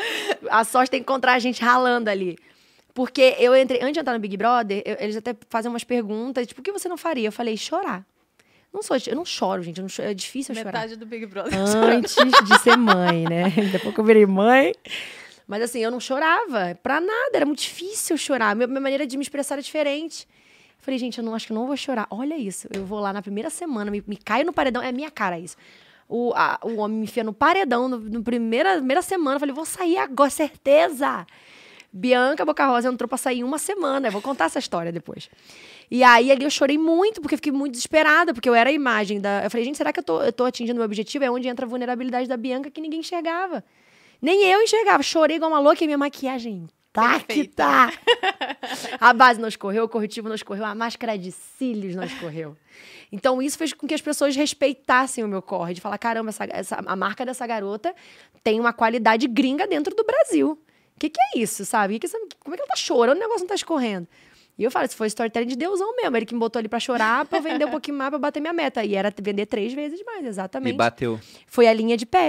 Speaker 3: A sorte tem que encontrar a gente ralando ali. Porque eu entrei, antes de entrar no Big Brother, eu- eles até fazem umas perguntas, tipo, o que você não faria? Eu falei, chorar. Não sou, eu não choro, gente, eu não choro, é difícil eu chorar.
Speaker 4: Metade do Big Brother.
Speaker 3: Antes de ser mãe, né? Depois que eu virei mãe. Mas assim, eu não chorava pra nada, era muito difícil eu chorar. Minha, minha maneira de me expressar era diferente. Eu falei, gente, eu não acho que eu não vou chorar. Olha isso, eu vou lá na primeira semana, me, me caio no paredão, é a minha cara isso. O, a, o homem me enfia no paredão no, no primeira, primeira semana. Eu falei, vou sair agora, certeza. Bianca Boca Rosa entrou pra sair em uma semana. Eu vou contar essa história depois. E aí, ali eu chorei muito, porque eu fiquei muito desesperada, porque eu era a imagem da... Eu falei, gente, será que eu tô, eu tô atingindo o meu objetivo? É onde entra a vulnerabilidade da Bianca, que ninguém enxergava. Nem eu enxergava. Chorei igual uma louca e minha maquiagem tá que
Speaker 4: Perfeita.
Speaker 3: tá. A base não escorreu, o corretivo não escorreu, a máscara de cílios não escorreu. Então, isso fez com que as pessoas respeitassem o meu corre. De falar, caramba, essa, essa, a marca dessa garota tem uma qualidade gringa dentro do Brasil. O que, que é isso, sabe? Que que essa- como é que ela tá chorando? O negócio não tá escorrendo. E eu falo, isso foi storytelling de Deusão mesmo. Ele que me botou ali pra chorar, pra eu vender um pouquinho mais, pra bater minha meta. E era vender três vezes mais,
Speaker 1: E
Speaker 3: exatamente.
Speaker 1: bateu.
Speaker 3: Foi a linha de pele.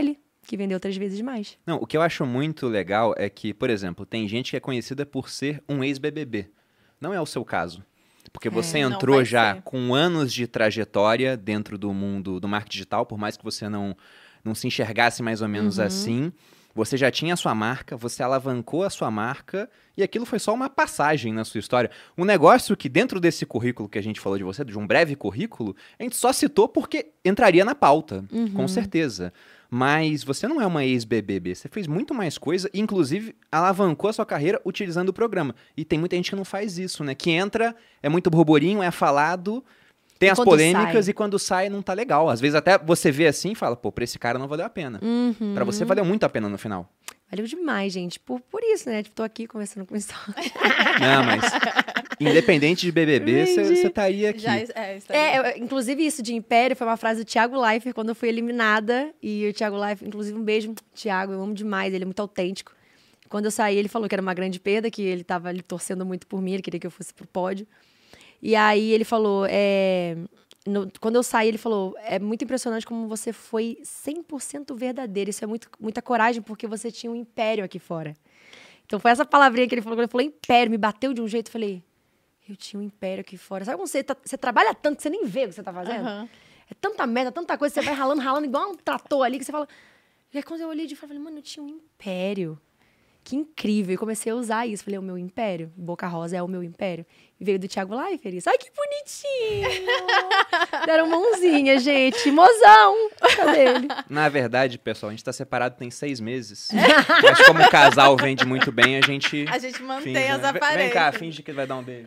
Speaker 3: que vendeu três vezes mais.
Speaker 1: Não, o que eu acho muito legal é que, por exemplo, tem gente que é conhecida por ser um ex-B B B. Não é o seu caso. Porque você
Speaker 4: não
Speaker 1: entrou
Speaker 4: vai
Speaker 1: já
Speaker 4: ser.
Speaker 1: com anos de trajetória dentro do mundo do marketing digital, por mais que você não, não se enxergasse mais ou menos
Speaker 3: Uhum.
Speaker 1: assim. Você já tinha a sua marca, você alavancou a sua marca e aquilo foi só uma passagem na sua história. Um negócio que dentro desse currículo que a gente falou de você, de um breve currículo, a gente só citou porque entraria na pauta,
Speaker 3: Uhum.
Speaker 1: com certeza. Mas você não é uma ex-B B B, você fez muito mais coisa, inclusive alavancou a sua carreira utilizando o programa. E tem muita gente que não faz isso, né? Que entra, é muito burburinho, é falado, tem
Speaker 3: E
Speaker 1: as
Speaker 3: quando
Speaker 1: polêmicas
Speaker 3: sai?
Speaker 1: e quando sai não tá legal. Às vezes até você vê assim e fala, pô, pra esse cara não valeu a pena.
Speaker 3: Uhum.
Speaker 1: Pra você valeu muito a pena no final.
Speaker 3: Valeu demais, gente. Por, por isso, né? Tipo, tô aqui conversando com isso.
Speaker 1: Não, mas independente de B B B, você
Speaker 3: Entendi.
Speaker 1: estaria aqui.
Speaker 4: Já, é, está
Speaker 3: É,
Speaker 4: aí.
Speaker 3: eu- inclusive isso de Império foi uma frase do Thiago Leifert quando eu fui eliminada. E o Thiago Leifert, inclusive um beijo, Thiago, eu amo demais, ele é muito autêntico. Quando eu saí, ele falou que era uma grande perda, que ele tava ali torcendo muito por mim, ele queria que eu fosse pro pódio. E aí ele falou, é, no- quando eu saí, ele falou, é muito impressionante como você foi cem por cento verdadeiro. Isso é muito, muita coragem, porque você tinha um império aqui fora. Então foi essa palavrinha que ele falou, quando ele falou império, me bateu de um jeito, eu falei, eu tinha um império aqui fora. Sabe quando você, tá- você trabalha tanto que você nem vê o que você tá fazendo?
Speaker 4: Aham.
Speaker 3: É tanta meta, tanta coisa, você vai ralando, ralando igual um trator ali, que você fala... E aí quando eu olhei de fora, eu falei, mano, eu tinha um império. Que incrível. E comecei a usar isso. Falei, o meu império. Boca Rosa é o meu império. E veio do Thiago Leifert isso. Ai, que bonitinho! Deram mãozinha, gente. Mozão! Cadê ele?
Speaker 1: Na verdade, pessoal, a gente tá separado tem seis meses. Mas como o casal vende muito bem, a gente...
Speaker 4: A gente mantém
Speaker 1: finge,
Speaker 4: as
Speaker 1: né? Vem-
Speaker 4: aparências.
Speaker 1: Vem cá, finge que vai dar um beijo.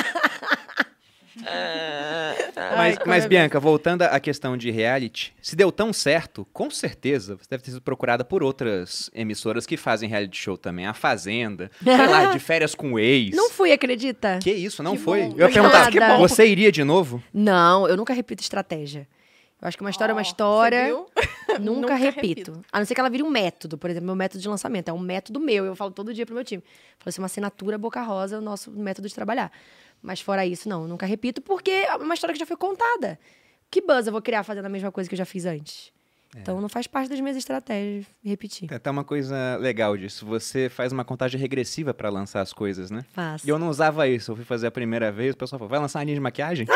Speaker 4: Ai,
Speaker 1: Mas,
Speaker 4: como
Speaker 1: mas,
Speaker 4: é
Speaker 1: Bianca, voltando à questão de reality, se deu tão certo, com certeza você deve ter sido procurada por outras emissoras que fazem reality show também. A Fazenda, sei lá, de férias com o ex.
Speaker 3: Não fui, acredita?
Speaker 1: Que isso, não
Speaker 4: Que
Speaker 1: foi?
Speaker 4: bom.
Speaker 1: Eu ia perguntar,
Speaker 3: Obrigada.
Speaker 1: você iria de novo?
Speaker 3: Não, eu nunca repito estratégia. Eu acho que uma história é uma
Speaker 4: Ó,
Speaker 3: história.
Speaker 4: você viu?
Speaker 3: Nunca,
Speaker 4: Nunca
Speaker 3: repito.
Speaker 4: repito.
Speaker 3: A não ser que ela vire um método, por exemplo, meu método de lançamento. É um método meu, eu falo todo dia pro meu time. Falo assim, uma assinatura Boca Rosa é o nosso método de trabalhar. Mas fora isso, não, nunca repito, porque é uma história que já foi contada. Que buzz eu vou criar fazendo a mesma coisa que eu já fiz antes? Então não faz parte das minhas estratégias repetir.
Speaker 1: Tem até uma coisa legal disso. Você faz uma contagem regressiva pra lançar as coisas, né?
Speaker 3: Faço.
Speaker 1: E eu não usava isso. Eu fui fazer a primeira vez, o pessoal falou, vai lançar uma linha de maquiagem?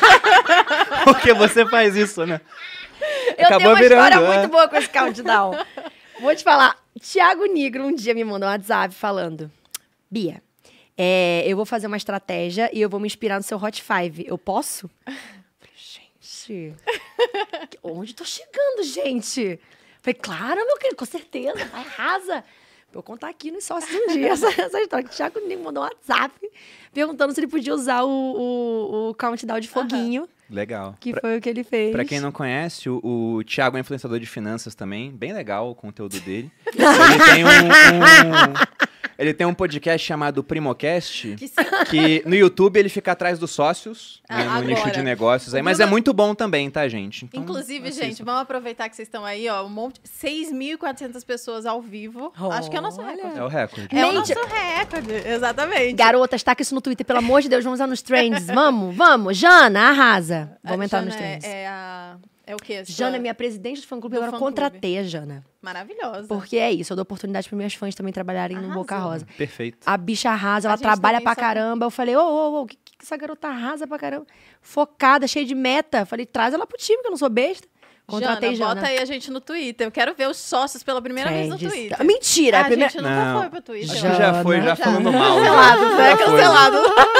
Speaker 1: Porque você faz isso, né?
Speaker 3: Eu
Speaker 1: Acabou
Speaker 3: tenho uma
Speaker 1: virando,
Speaker 3: história
Speaker 1: é.
Speaker 3: muito boa com esse countdown. Vou te falar. Tiago Nigro um dia me mandou um WhatsApp falando: Bia, é, eu vou fazer uma estratégia e eu vou me inspirar no seu Hot Five. Eu posso? Eu falei, gente, onde tô chegando, gente? Falei, claro, meu querido, com certeza, vai, arrasa. Vou contar aqui nos sócios um dia essa, essa história. Que o Thiago Nigro mandou um WhatsApp perguntando se ele podia usar o, o, o countdown de foguinho,
Speaker 1: Legal.
Speaker 3: que
Speaker 1: Pra-
Speaker 3: foi o que ele fez.
Speaker 1: Pra quem não conhece, o, o Thiago é influenciador de finanças também. Bem legal o conteúdo dele. Ele tem um, um- ele tem um podcast chamado Primocast,
Speaker 4: Que se-
Speaker 1: que no YouTube ele fica atrás dos sócios,
Speaker 4: Ah,
Speaker 1: né, no
Speaker 4: agora.
Speaker 1: nicho de negócios aí.
Speaker 4: O
Speaker 1: Mas
Speaker 4: Bruno-
Speaker 1: é muito bom também, tá, gente? Então,
Speaker 4: Inclusive,
Speaker 1: assistam.
Speaker 4: gente, vamos aproveitar que vocês estão aí, ó, um monte, seis mil e quatrocentas pessoas ao vivo. Acho que é o nosso
Speaker 3: Olha.
Speaker 4: recorde.
Speaker 1: É o recorde.
Speaker 4: É o
Speaker 3: Mente-
Speaker 4: nosso recorde, exatamente.
Speaker 3: Garotas, taca isso no Twitter, pelo amor de Deus, vamos usar nos trends. Vamos, vamos. Jana, arrasa.
Speaker 4: A
Speaker 3: Vamos entrar
Speaker 4: Jana
Speaker 3: nos trends.
Speaker 4: É, é a... É o quê? Sua-
Speaker 3: Jana é minha presidente do fã-clube,
Speaker 4: do
Speaker 3: agora eu
Speaker 4: fã-clube.
Speaker 3: contratei a Jana.
Speaker 4: Maravilhosa.
Speaker 3: Porque é isso, eu dou oportunidade para minhas fãs também trabalharem no
Speaker 4: Arrasou.
Speaker 3: Boca Rosa.
Speaker 1: Perfeito.
Speaker 3: A bicha arrasa,
Speaker 4: A
Speaker 3: ela
Speaker 4: gente
Speaker 3: trabalha
Speaker 4: também
Speaker 3: pra
Speaker 4: só-
Speaker 3: caramba. Eu falei, ô, ô, ô, o que, que essa garota arrasa pra caramba? Focada, cheia de meta. Falei, traz ela pro time, que eu não sou besta. Contratei
Speaker 4: Jana,
Speaker 3: Jana.
Speaker 4: bota aí a gente no Twitter. Eu quero ver os sócios pela primeira vez no
Speaker 3: Trends.
Speaker 4: Twitter.
Speaker 3: Mentira,
Speaker 4: a
Speaker 3: a primeira...
Speaker 4: gente nunca
Speaker 1: Não.
Speaker 4: foi pro Twitter.
Speaker 1: Acho que já foi, já
Speaker 3: Jana.
Speaker 1: falando mal.
Speaker 4: Cancelado,
Speaker 1: já.
Speaker 4: né?
Speaker 1: Já foi.
Speaker 4: Cancelado.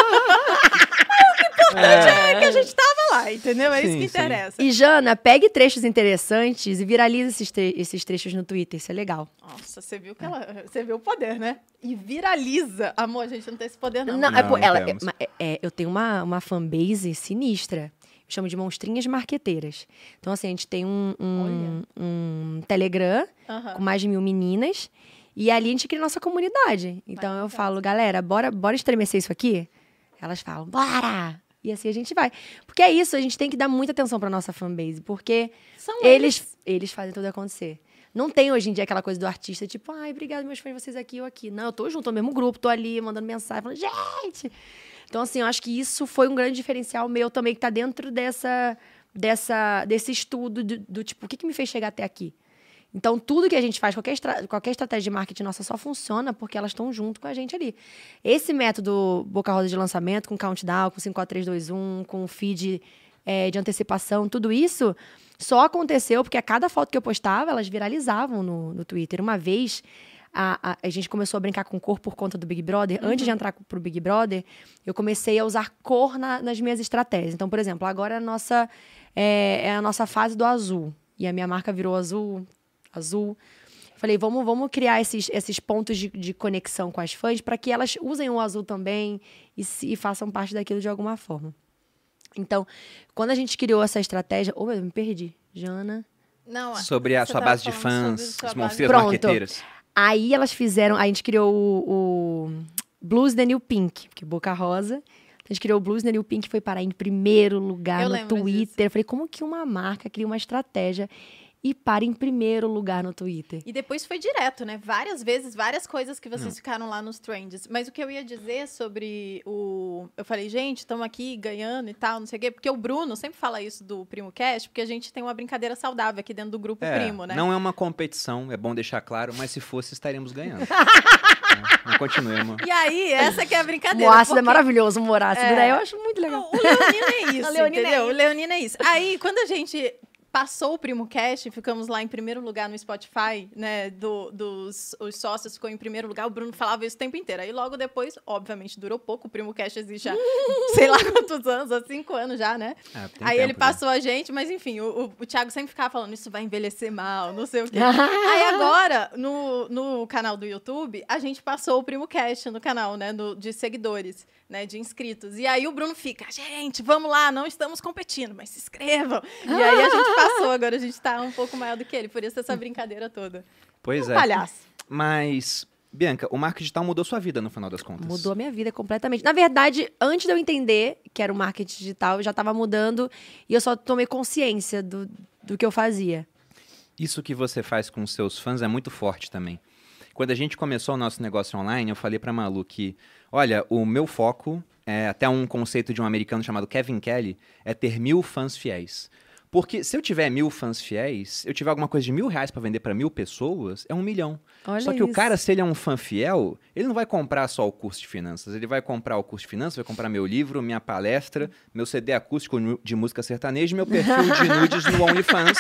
Speaker 1: É.
Speaker 4: É que a gente tava lá, entendeu? É isso
Speaker 1: Sim,
Speaker 4: que
Speaker 1: sim.
Speaker 4: interessa.
Speaker 3: E Jana, pegue trechos interessantes e viralize esses, tre- esses trechos no Twitter. Isso é legal.
Speaker 4: Nossa, você viu que ela. Você viu o poder, né? E viraliza. Amor, a gente não tem esse poder, não.
Speaker 3: Não,
Speaker 1: Não,
Speaker 3: é, pô,
Speaker 1: não
Speaker 3: ela, é,
Speaker 1: temos.
Speaker 3: ma- é, é, eu tenho uma, uma fanbase sinistra. Eu chamo de monstrinhas marqueteiras. Então, assim, a gente tem um, um, um Telegram
Speaker 4: Aham.
Speaker 3: com mais de mil meninas. E ali a gente cria nossa comunidade. Então, eu
Speaker 4: Maravilhosa.
Speaker 3: falo, galera, bora, bora estremecer isso aqui? Elas falam, bora! E assim a gente vai. Porque é isso, a gente tem que dar muita atenção pra nossa fanbase. Porque
Speaker 4: São
Speaker 3: eles, eles fazem tudo acontecer. Não tem hoje em dia aquela coisa do artista, tipo, ai, obrigado, meus fãs, vocês aqui ou aqui. Não, eu tô junto, tô no mesmo grupo, tô ali, mandando mensagem, falando, gente! Então, assim, eu acho que isso foi um grande diferencial meu também, que tá dentro dessa, dessa, desse estudo do, do tipo, o que, que me fez chegar até aqui? Então, tudo que a gente faz, qualquer, estra qualquer estratégia de marketing nossa só funciona porque elas estão junto com a gente ali. Esse método Boca Rosa de lançamento, com countdown, com cinco, quatro, três, dois, um, com feed é, de antecipação, tudo isso só aconteceu porque a cada foto que eu postava, elas viralizavam no, no Twitter. Uma vez, a, a, a gente começou a brincar com cor por conta do Big Brother. Uhum. Antes de entrar pro Big Brother, eu comecei a usar cor na, nas minhas estratégias. Então, por exemplo, agora é a nossa, é, é a nossa fase do azul. E a minha marca virou azul... azul. Falei, vamos, vamos criar esses, esses pontos de, de conexão com as fãs para que elas usem o azul também e, se, e façam parte daquilo de alguma forma. Então, quando a gente criou essa estratégia... Oh, eu me perdi. Jana...
Speaker 4: Não,
Speaker 1: sobre a sua base de fãs, as monstras marqueteiras.
Speaker 3: Aí elas fizeram... A gente criou o, o Blues the New Pink, que Boca Rosa... A gente criou o Blues the New Pink, foi parar em primeiro lugar
Speaker 4: eu
Speaker 3: no Twitter.
Speaker 4: Disso.
Speaker 3: Eu falei, como que uma marca cria uma estratégia... e para em primeiro lugar no Twitter.
Speaker 4: E depois foi direto, né? Várias vezes, várias coisas que vocês hum. ficaram lá nos trends. Mas o que eu ia dizer sobre o... Eu falei, gente, estamos aqui ganhando e tal, não sei o quê. Porque o Bruno sempre fala isso do Primo Cast, porque a gente tem uma brincadeira saudável aqui dentro do grupo
Speaker 1: é,
Speaker 4: Primo, né?
Speaker 1: Não é uma competição, é bom deixar claro, mas se fosse, estaremos ganhando. é, mas continuemos.
Speaker 4: E aí, essa que é a brincadeira.
Speaker 3: O ácido porque... é maravilhoso, o humor ácido, é... daí eu acho muito legal.
Speaker 4: O, o Leonino é isso,
Speaker 3: Leonina
Speaker 4: entendeu?
Speaker 3: é isso.
Speaker 4: O Leonino é isso. Aí, quando a gente... passou o Primo Cast, ficamos lá em primeiro lugar no Spotify, né, do, dos os sócios ficou em primeiro lugar, o Bruno falava isso o tempo inteiro. Aí logo depois, obviamente, durou pouco, o Primo Cast existe há sei lá quantos anos, há cinco anos já, né?
Speaker 1: É,
Speaker 4: aí ele passou
Speaker 1: já.
Speaker 4: a gente, mas enfim, o, o, o Thiago sempre ficava falando, isso vai envelhecer mal, não sei o quê. Aí agora, no, no canal do YouTube, a gente passou o Primo Cast no canal, né, do, de seguidores, né, de inscritos. E aí o Bruno fica, gente, vamos lá, não estamos competindo, mas se inscrevam. E aí a gente passou, agora a gente tá um pouco maior do que ele, por isso essa brincadeira toda.
Speaker 1: Pois
Speaker 4: um
Speaker 1: é.
Speaker 4: Palhaço.
Speaker 1: Mas, Bianca, o marketing digital mudou sua vida no final das contas.
Speaker 3: Mudou a minha vida completamente. Na verdade, antes de eu entender que era o marketing digital, eu já estava mudando e eu só tomei consciência do, do que eu fazia.
Speaker 1: Isso que você faz com os seus fãs é muito forte também. Quando a gente começou o nosso negócio online, eu falei pra Malu que, olha, o meu foco, é até um conceito de um americano chamado Kevin Kelly, é ter mil fãs fiéis. Porque se eu tiver mil fãs fiéis, eu tiver alguma coisa de mil reais para vender para mil pessoas, é um milhão.
Speaker 3: Olha
Speaker 1: só que
Speaker 3: isso.
Speaker 1: o cara, se ele é um fã fiel, ele não vai comprar só o curso de finanças. Ele vai comprar o curso de finanças, vai comprar meu livro, minha palestra, meu C D acústico de música sertaneja e meu perfil de nudes no OnlyFans.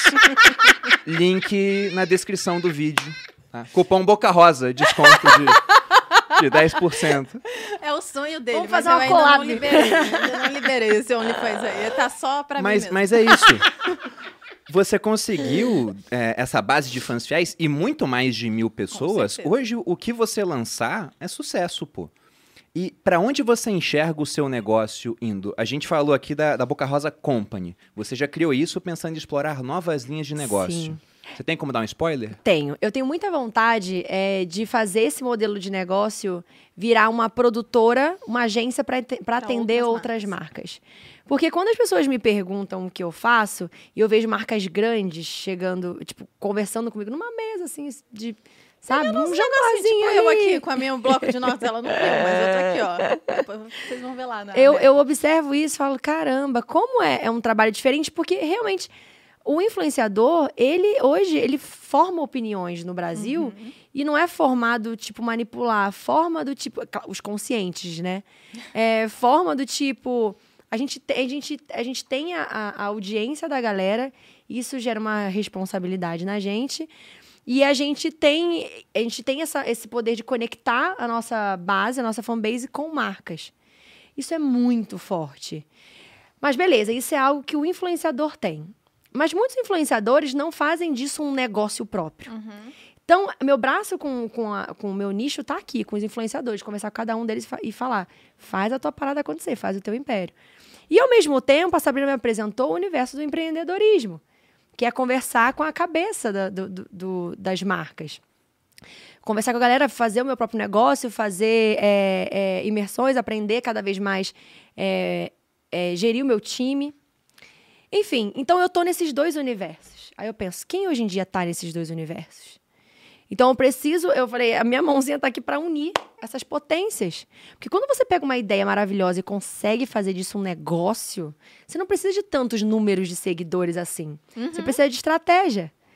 Speaker 1: Link na descrição do vídeo. Tá? Cupom Boca Rosa, desconto de, de dez por cento.
Speaker 4: É o sonho dele,
Speaker 3: Vamos
Speaker 4: mas
Speaker 3: fazer
Speaker 4: eu
Speaker 3: uma
Speaker 4: ainda
Speaker 3: collab.
Speaker 4: não liberei. Ainda não liberei esse OnlyFans aí. Tá só pra
Speaker 1: mas,
Speaker 4: mim mesmo.
Speaker 1: Mas é isso. Você conseguiu é, essa base de fãs fiéis e muito mais de mil pessoas. Hoje, o que você lançar é sucesso, pô. E para onde você enxerga o seu negócio indo? A gente falou aqui da, da Boca Rosa Company. Você já criou isso pensando em explorar novas linhas de negócio.
Speaker 3: Sim.
Speaker 1: Você tem como dar um spoiler?
Speaker 3: Tenho. Eu tenho muita vontade é, de fazer esse modelo de negócio virar uma produtora, uma agência para atender outras, outras marcas. marcas. Porque quando as pessoas me perguntam o que eu faço, e eu vejo marcas grandes chegando, tipo, conversando comigo numa mesa, assim, de... Sabe? Um
Speaker 4: jantarzinho
Speaker 3: assim,
Speaker 4: tipo
Speaker 3: ali.
Speaker 4: eu aqui com a minha bloco de notas, ela não viu, mas eu tô aqui, ó. Depois vocês vão ver lá. Na
Speaker 3: eu, eu observo isso e falo, caramba, como é, é um trabalho diferente, porque realmente o influenciador, ele hoje, ele forma opiniões no Brasil uhum. e não é formado, tipo, manipular, forma do tipo, os conscientes, né? É, forma do tipo, a gente, te, a gente, a gente tem a, a audiência da galera, isso gera uma responsabilidade na gente. E a gente tem, a gente tem essa, esse poder de conectar a nossa base, a nossa fanbase com marcas. Isso é muito forte. Mas beleza, isso é algo que o influenciador tem. Mas muitos influenciadores não fazem disso um negócio próprio. Uhum. Então, meu braço com, com, a, com o meu nicho está aqui, com os influenciadores. Conversar com cada um deles e falar, faz a tua parada acontecer, faz o teu império. E, ao mesmo tempo, a Sabrina me apresentou o universo do empreendedorismo, que é conversar com a cabeça da, do, do, das marcas. Conversar com a galera, fazer o meu próprio negócio, fazer é, é, imersões, aprender cada vez mais, é, é, gerir o meu time. Enfim, então eu tô nesses dois universos. Aí eu penso, quem hoje em dia tá nesses dois universos? Então eu preciso, eu falei, a minha mãozinha tá aqui para unir essas potências. Porque quando você pega uma ideia maravilhosa e consegue fazer disso um negócio, você não precisa de tantos números de seguidores assim. Uhum. Você precisa de estratégia.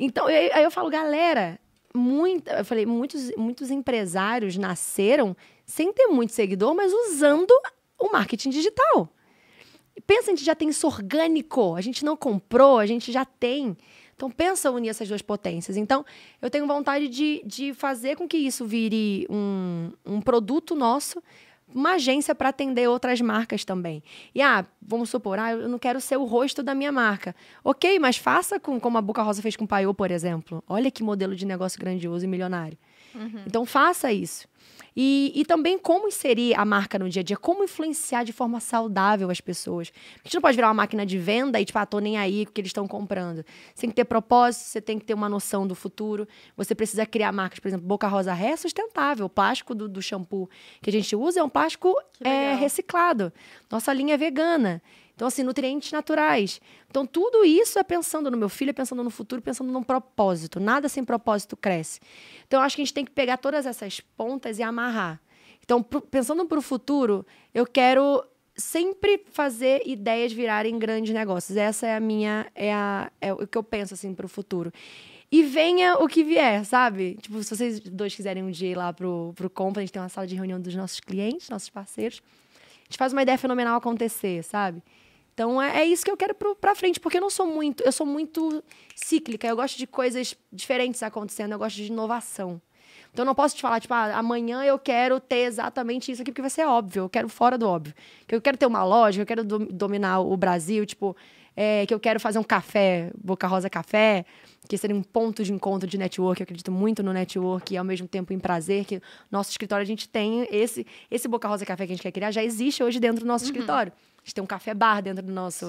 Speaker 3: Então, aí aí eu falo, galera, muita, eu falei, muitos, muitos empresários nasceram sem ter muito seguidor, mas usando o marketing digital. Pensa, a gente já tem isso orgânico, a gente não comprou, a gente já tem. Então, pensa unir essas duas potências. Então, eu tenho vontade de, de fazer com que isso vire um, um produto nosso, uma agência para atender outras marcas também. E, ah, vamos supor, ah, eu não quero ser o rosto da minha marca. Ok, mas faça com, como a Boca Rosa fez com o Paiô, por exemplo. Olha que modelo de negócio grandioso e milionário. Uhum. Então, faça isso. E, e também como inserir a marca no dia a dia, como influenciar de forma saudável as pessoas. A gente não pode virar uma máquina de venda e, tipo, ah, tô nem aí com o que eles estão comprando. Você tem que ter propósito, você tem que ter uma noção do futuro. Você precisa criar marcas, por exemplo, Boca Rosa Hair é sustentável. O plástico do, do shampoo que a gente usa é um plástico é, reciclado. Nossa linha é vegana. Então, assim, nutrientes naturais. Então, tudo isso é pensando no meu filho, é pensando no futuro, pensando num propósito. Nada sem propósito cresce. Então, eu acho que a gente tem que pegar todas essas pontas e amarrar. Então, pro, pensando para o futuro, eu quero sempre fazer ideias virarem grandes negócios. Essa é a minha, é, a, é o que eu penso, assim, para o futuro. E venha o que vier, sabe? Tipo, se vocês dois quiserem um dia ir lá pro, pro Compra, a gente tem uma sala de reunião dos nossos clientes, nossos parceiros. A gente faz uma ideia fenomenal acontecer, sabe? Então, é, é isso que eu quero pro, pra frente, porque eu não sou muito... Eu sou muito cíclica, eu gosto de coisas diferentes acontecendo, eu gosto de inovação. Então, eu não posso te falar, tipo, ah, amanhã eu quero ter exatamente isso aqui, porque vai ser óbvio, eu quero fora do óbvio. Que eu quero ter uma loja, que eu quero do, dominar o Brasil, tipo, é, que eu quero fazer um café, Boca Rosa Café, que seria um ponto de encontro de network. Eu acredito muito no network e, ao mesmo tempo, em prazer, que nosso escritório, a gente tem esse, esse Boca Rosa Café que a gente quer criar, já existe hoje dentro do nosso uhum. escritório. A gente tem um café bar dentro do nosso,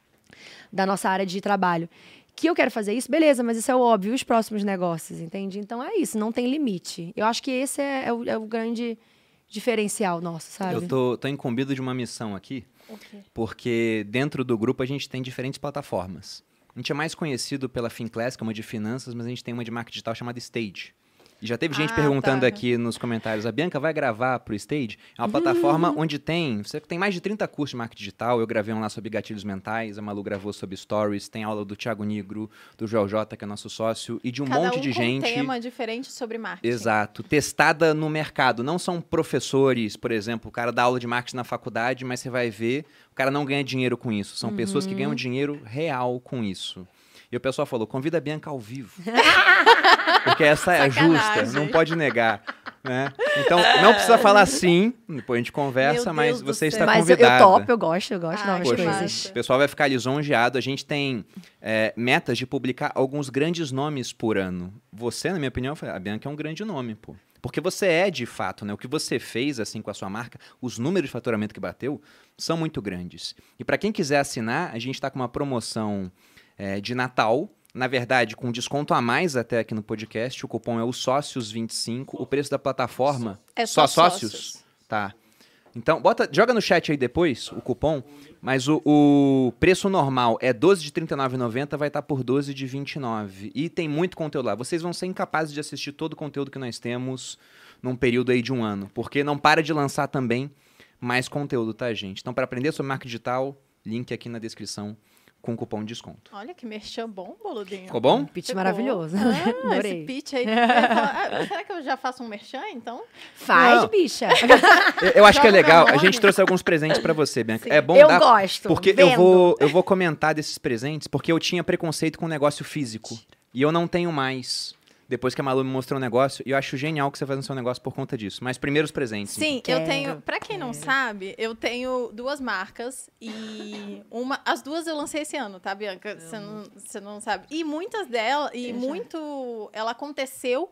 Speaker 3: da nossa área de trabalho. Que eu quero fazer isso, beleza, mas isso é o óbvio, e os próximos negócios, entende? Então, é isso, não tem limite. Eu acho que esse é, é, o, é o grande diferencial nosso, sabe?
Speaker 1: Eu tô, tô incumbido de uma missão aqui, okay. porque dentro do grupo a gente tem diferentes plataformas. A gente é mais conhecido pela Finclass, que é uma de finanças, mas a gente tem uma de marketing digital chamada Stage. E já teve gente ah, perguntando tá. aqui nos comentários, a Bianca vai gravar pro Stage? É uma uhum. plataforma onde tem, você tem mais de trinta cursos de marketing digital. Eu gravei um lá sobre gatilhos mentais, a Malu gravou sobre stories, tem aula do Thiago Nigro, do Joel J, que é nosso sócio, e de um
Speaker 4: Cada
Speaker 1: monte
Speaker 4: um
Speaker 1: de
Speaker 4: com
Speaker 1: gente.
Speaker 4: um tema diferente sobre marketing.
Speaker 1: Exato. Testada no mercado. Não são professores, por exemplo, o cara dá aula de marketing na faculdade, mas você vai ver, o cara não ganha dinheiro com isso. São uhum. pessoas que ganham dinheiro real com isso. E o pessoal falou, convida a Bianca ao vivo. Porque essa é justa, não pode negar. Né? Então, não precisa falar sim, depois a gente conversa, mas você está
Speaker 3: mas
Speaker 1: convidada.
Speaker 3: Mas eu topo, eu gosto, eu gosto de novas
Speaker 1: Poxa,
Speaker 3: coisas.
Speaker 1: O pessoal vai ficar lisonjeado. A gente tem é, metas de publicar alguns grandes nomes por ano. Você, na minha opinião, a Bianca é um grande nome, pô. Porque você é, de fato, né? O que você fez assim com a sua marca, os números de faturamento que bateu, são muito grandes. E para quem quiser assinar, a gente está com uma promoção é, de Natal, na verdade, com desconto a mais até aqui no podcast. O cupom é o sócios vinte e cinco. O preço da plataforma...
Speaker 4: É só,
Speaker 1: só
Speaker 4: sócios.
Speaker 1: sócios? Tá. Então, bota, joga no chat aí depois o cupom. Mas o, o preço normal é doze de trinta e nove reais e noventa centavos, vai estar por doze de vinte e nove reais. E tem muito conteúdo lá. Vocês vão ser incapazes de assistir todo o conteúdo que nós temos num período aí de um ano. Porque não para de lançar também mais conteúdo, tá, gente? Então, para aprender sobre marketing digital, link aqui na descrição com cupom de desconto.
Speaker 4: Olha que merchan bom, boludinho.
Speaker 1: Ficou bom?
Speaker 3: Pitch Ficou. Maravilhoso.
Speaker 4: Ah,
Speaker 3: Adorei.
Speaker 4: Esse pitch aí. Ah, será que eu já faço um merchan, então?
Speaker 3: Faz,
Speaker 1: Não.
Speaker 3: bicha.
Speaker 1: Eu, eu acho que é legal. A gente trouxe alguns presentes pra você, Bianca. Sim. É bom
Speaker 3: eu
Speaker 1: dar...
Speaker 3: gosto.
Speaker 1: Porque
Speaker 3: vendo.
Speaker 1: eu vou, eu vou comentar desses presentes, porque eu tinha preconceito com negócio físico. E eu não tenho mais. Depois que a Malu me mostrou um negócio, e eu acho genial que você faz no seu negócio por conta disso. Mas primeiro os presentes.
Speaker 4: Sim,
Speaker 1: então.
Speaker 4: eu tenho... Pra quem não sabe, eu tenho duas marcas e uma... As duas eu lancei esse ano, tá, Bianca? Você não, você não sabe. E muitas delas... E eu muito... Já. Ela aconteceu...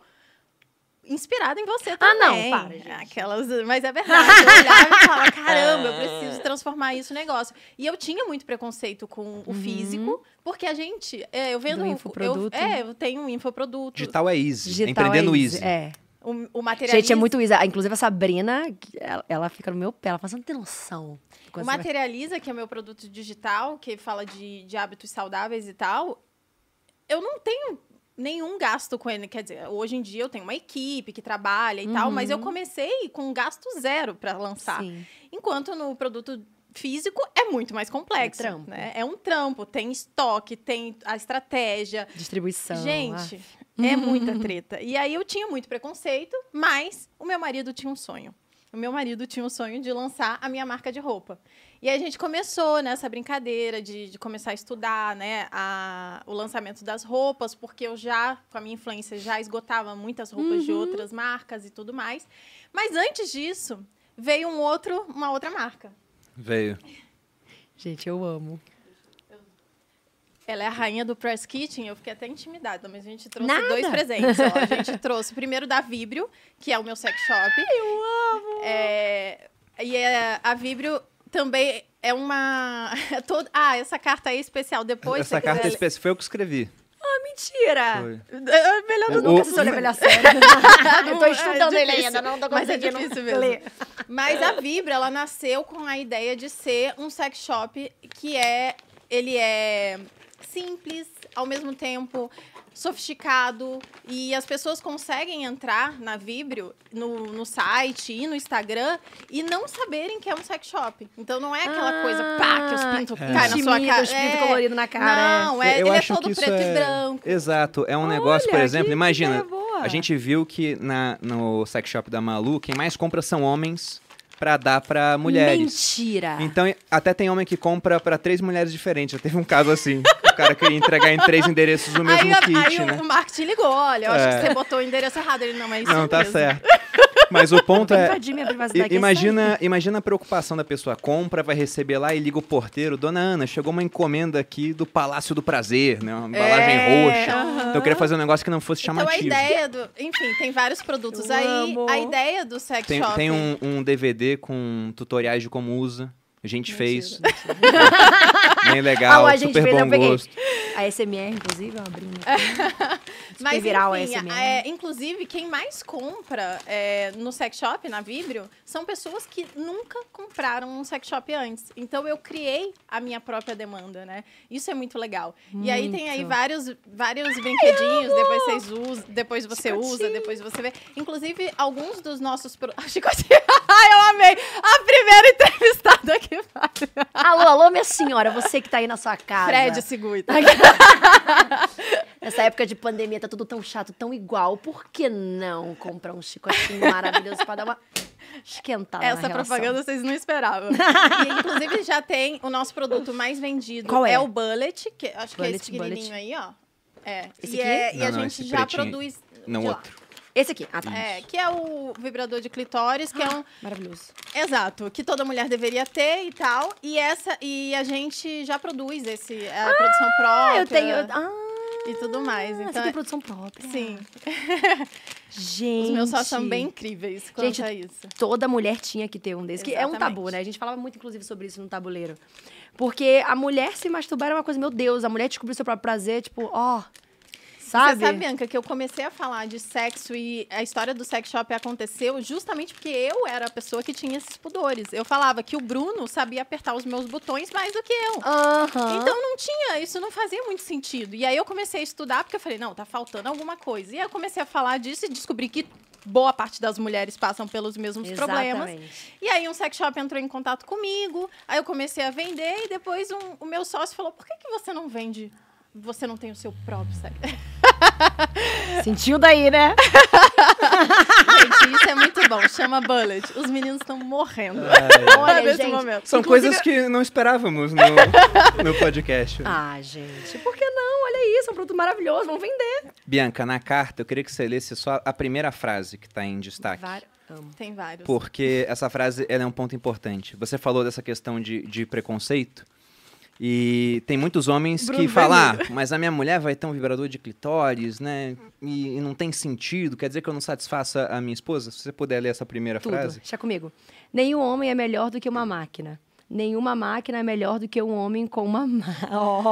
Speaker 4: Inspirada em você também.
Speaker 3: Ah, não, para, gente.
Speaker 4: Aquelas, mas é verdade. Eu olhava e falava, caramba, eu preciso transformar isso em negócio. E eu tinha muito preconceito com o uhum. físico, porque a gente... É, eu vendo...
Speaker 3: Do infoproduto.
Speaker 4: Eu, é, eu tenho um infoproduto.
Speaker 1: Digital é easy.
Speaker 3: Digital
Speaker 1: Empreender no
Speaker 3: é
Speaker 1: easy.
Speaker 3: É.
Speaker 4: O, o materialismo...
Speaker 3: Gente, é muito easy. Inclusive, a Sabrina, ela, ela fica no meu pé. Ela fala, você não tem noção.
Speaker 4: O Materializa, que é o meu produto digital, que fala de, de hábitos saudáveis e tal, eu não tenho... nenhum gasto com ele, quer dizer, hoje em dia eu tenho uma equipe que trabalha e uhum. tal, mas eu comecei com gasto zero para lançar. Sim. Enquanto no produto físico é muito mais complexo.
Speaker 3: É trampo.
Speaker 4: Né? É um trampo, tem estoque, tem a estratégia.
Speaker 3: Distribuição.
Speaker 4: Gente,
Speaker 3: ah.
Speaker 4: é muita treta. E aí eu tinha muito preconceito, mas o meu marido tinha um sonho. O meu marido tinha um sonho de lançar a minha marca de roupa. E aí a gente começou nessa brincadeira de, de começar a estudar, né, a, o lançamento das roupas, porque eu já, com a minha influência, já esgotava muitas roupas
Speaker 3: Uhum.
Speaker 4: de outras marcas e tudo mais. Mas antes disso, veio um outro, uma outra marca.
Speaker 1: Veio.
Speaker 3: Gente, eu amo.
Speaker 4: Ela é a rainha do Press Kitchen, eu fiquei até intimidada, mas a gente trouxe
Speaker 3: Nada.
Speaker 4: dois presentes. Ó. A gente trouxe o primeiro da Vibrio, que é o meu sex shop.
Speaker 3: Eu amo!
Speaker 4: É, e é, a Vibrio também é uma... é todo, ah, essa carta aí é especial. Depois,
Speaker 1: Essa
Speaker 4: se
Speaker 1: carta
Speaker 4: quiser-
Speaker 1: especial foi eu que escrevi.
Speaker 3: Mentira!
Speaker 1: Foi.
Speaker 4: É melhor
Speaker 3: Eu
Speaker 4: não
Speaker 3: nunca
Speaker 1: O-
Speaker 3: sou level a sério. Eu tô
Speaker 4: É
Speaker 3: estudando ele
Speaker 4: difícil,
Speaker 3: ainda, não tô
Speaker 4: mas é
Speaker 3: conseguindo
Speaker 4: difícil mesmo.
Speaker 3: ler.
Speaker 4: Mas a Vibra, ela nasceu com a ideia de ser um sex shop que é... Ele é simples, ao mesmo tempo sofisticado, e as pessoas conseguem entrar na Vibrio, no, no site e no Instagram, e não saberem que é um sex shop. Então não é aquela
Speaker 3: Ah,
Speaker 4: coisa, pá, que os pintos
Speaker 1: É.
Speaker 4: caem na sua cara.
Speaker 3: Os pintos
Speaker 4: É.
Speaker 3: coloridos na cara.
Speaker 4: Não, é,
Speaker 1: eu
Speaker 4: ele é
Speaker 1: acho
Speaker 4: todo
Speaker 1: que isso
Speaker 4: preto
Speaker 1: é...
Speaker 4: e branco.
Speaker 1: Exato. É um negócio, por
Speaker 3: Olha,
Speaker 1: exemplo,
Speaker 3: que
Speaker 1: imagina,
Speaker 3: ideia boa.
Speaker 1: a gente viu que na, no sex shop da Malu, quem mais compra são homens pra dar pra mulheres.
Speaker 3: Mentira!
Speaker 1: Então, até tem homem que compra pra três mulheres diferentes. Já teve um caso assim. O cara queria entregar em três endereços o mesmo
Speaker 4: aí, a-
Speaker 1: kit,
Speaker 4: aí
Speaker 1: né?
Speaker 4: o, o marketing ligou, olha, eu acho
Speaker 1: É.
Speaker 4: que você botou o endereço errado. Ele, não, mas é isso
Speaker 1: Não, tá
Speaker 4: mesmo.
Speaker 1: certo. Mas o ponto é...
Speaker 3: Invadir minha privacidade.
Speaker 1: I-
Speaker 3: que é
Speaker 1: Imagina, imagina a preocupação da pessoa. Compra, vai receber lá e liga o porteiro. Dona Ana, chegou uma encomenda aqui do Palácio do Prazer, né? Uma embalagem
Speaker 4: É,
Speaker 1: roxa.
Speaker 4: aham.
Speaker 1: Então eu queria fazer um negócio que não fosse
Speaker 4: Então
Speaker 1: chamativo.
Speaker 4: a ideia do... Enfim, tem vários produtos
Speaker 3: Eu
Speaker 4: aí.
Speaker 3: amo.
Speaker 4: A ideia do sex
Speaker 1: Tem,
Speaker 4: shop...
Speaker 1: tem um, um D V D com tutoriais de como usa. A gente fez.
Speaker 4: Mentira.
Speaker 1: Bem legal,
Speaker 3: Ah, a gente
Speaker 1: super
Speaker 3: fez, eu
Speaker 1: bom
Speaker 3: peguei.
Speaker 1: gosto.
Speaker 3: A S M R, inclusive, ó, abrindo.
Speaker 4: Mas,
Speaker 3: viral
Speaker 4: enfim,
Speaker 3: A S M R.
Speaker 4: é, inclusive, quem mais compra é, no sex shop, na Vibrio, são pessoas que nunca compraram um sex shop antes. Então, eu criei a minha própria demanda, né? Isso é muito legal. E aí, tem aí
Speaker 3: Muito.
Speaker 4: vários, vários brinquedinhos, depois vocês usam, depois você usa, depois você vê. Inclusive, alguns dos nossos... Pro... Chicotinho! Ai, eu amei! A primeira entrevistada que faz.
Speaker 3: Alô, alô, minha senhora, você que tá aí na sua casa.
Speaker 4: Fred Seguita.
Speaker 3: Nessa época de pandemia, tá tudo tão chato, tão igual. Por que não comprar um chicotinho maravilhoso pra dar uma esquentada na
Speaker 4: Essa
Speaker 3: relação?
Speaker 4: propaganda vocês não esperavam. E, inclusive, já tem o nosso produto mais vendido.
Speaker 3: Qual é?
Speaker 4: o Bullet, que acho que é esse
Speaker 3: Bullet,
Speaker 4: pequenininho aí, ó. É.
Speaker 3: Esse
Speaker 4: e
Speaker 3: aqui?
Speaker 4: é- e
Speaker 1: Não,
Speaker 4: a
Speaker 1: não,
Speaker 4: gente
Speaker 1: esse
Speaker 4: já
Speaker 1: pretinho.
Speaker 4: produz...
Speaker 1: Não,
Speaker 4: de lá.
Speaker 1: outro.
Speaker 3: Esse aqui. Ah, tá.
Speaker 4: É, que é o vibrador de clitóris, que é um...
Speaker 3: Maravilhoso.
Speaker 4: Exato, que toda mulher deveria ter e tal. E, essa, e a gente já produz esse, a produção própria.
Speaker 3: Ah, eu tenho... Ah,
Speaker 4: E tudo mais.
Speaker 3: você
Speaker 4: Então,
Speaker 3: tem
Speaker 4: é-
Speaker 3: produção própria.
Speaker 4: sim.
Speaker 3: Gente.
Speaker 4: Os meus sócios são bem incríveis quanto
Speaker 3: Gente,
Speaker 4: a isso.
Speaker 3: Toda mulher tinha que ter um desses. Que é um
Speaker 4: Exatamente.
Speaker 3: tabu, né? A gente falava muito, inclusive, sobre isso no tabuleiro. Porque a mulher se masturbar era uma coisa, meu Deus, a mulher descobriu seu próprio prazer, tipo, ó... Sabe?
Speaker 4: Você sabe, Bianca, que eu comecei a falar de sexo e a história do sex shop aconteceu justamente porque eu era a pessoa que tinha esses pudores. Eu falava que o Bruno sabia apertar os meus botões mais do que eu.
Speaker 3: Aham.
Speaker 4: Então não tinha, isso não fazia muito sentido. E aí eu comecei a estudar porque eu falei, não, tá faltando alguma coisa. E aí eu comecei a falar disso e descobri que boa parte das mulheres passam pelos mesmos problemas.
Speaker 3: Exatamente.
Speaker 4: E aí um sex shop entrou em contato comigo, aí eu comecei a vender e depois um- o meu sócio falou, por que, que você não vende, você não tem o seu próprio sex?
Speaker 3: Sentiu daí, né?
Speaker 4: Gente, isso é muito bom. Chama Bullet. Os meninos estão morrendo.
Speaker 3: Olha,
Speaker 4: nesse
Speaker 3: gente,
Speaker 4: momento.
Speaker 1: São
Speaker 3: Inclusive-
Speaker 1: coisas que não esperávamos no, no podcast.
Speaker 3: Ah, gente, por que não? Olha isso, é um produto maravilhoso, vamos vender.
Speaker 1: Bianca, na carta, eu queria que você lesse só a primeira frase que está em destaque.
Speaker 3: Var- Amo.
Speaker 4: Tem vários.
Speaker 1: Porque essa frase ela é um ponto importante. Você falou dessa questão de, de preconceito. E tem muitos homens
Speaker 4: Bruno
Speaker 1: que falam, ah,
Speaker 4: vermelho.
Speaker 1: mas a minha mulher vai ter um vibrador de clitóris, né? E, e não tem sentido, quer dizer que eu não satisfaça a minha esposa? Se você puder ler essa primeira
Speaker 3: Tudo.
Speaker 1: frase.
Speaker 3: Deixa comigo. Nenhum homem é melhor do que uma máquina. Nenhuma máquina é melhor do que um homem com uma máquina.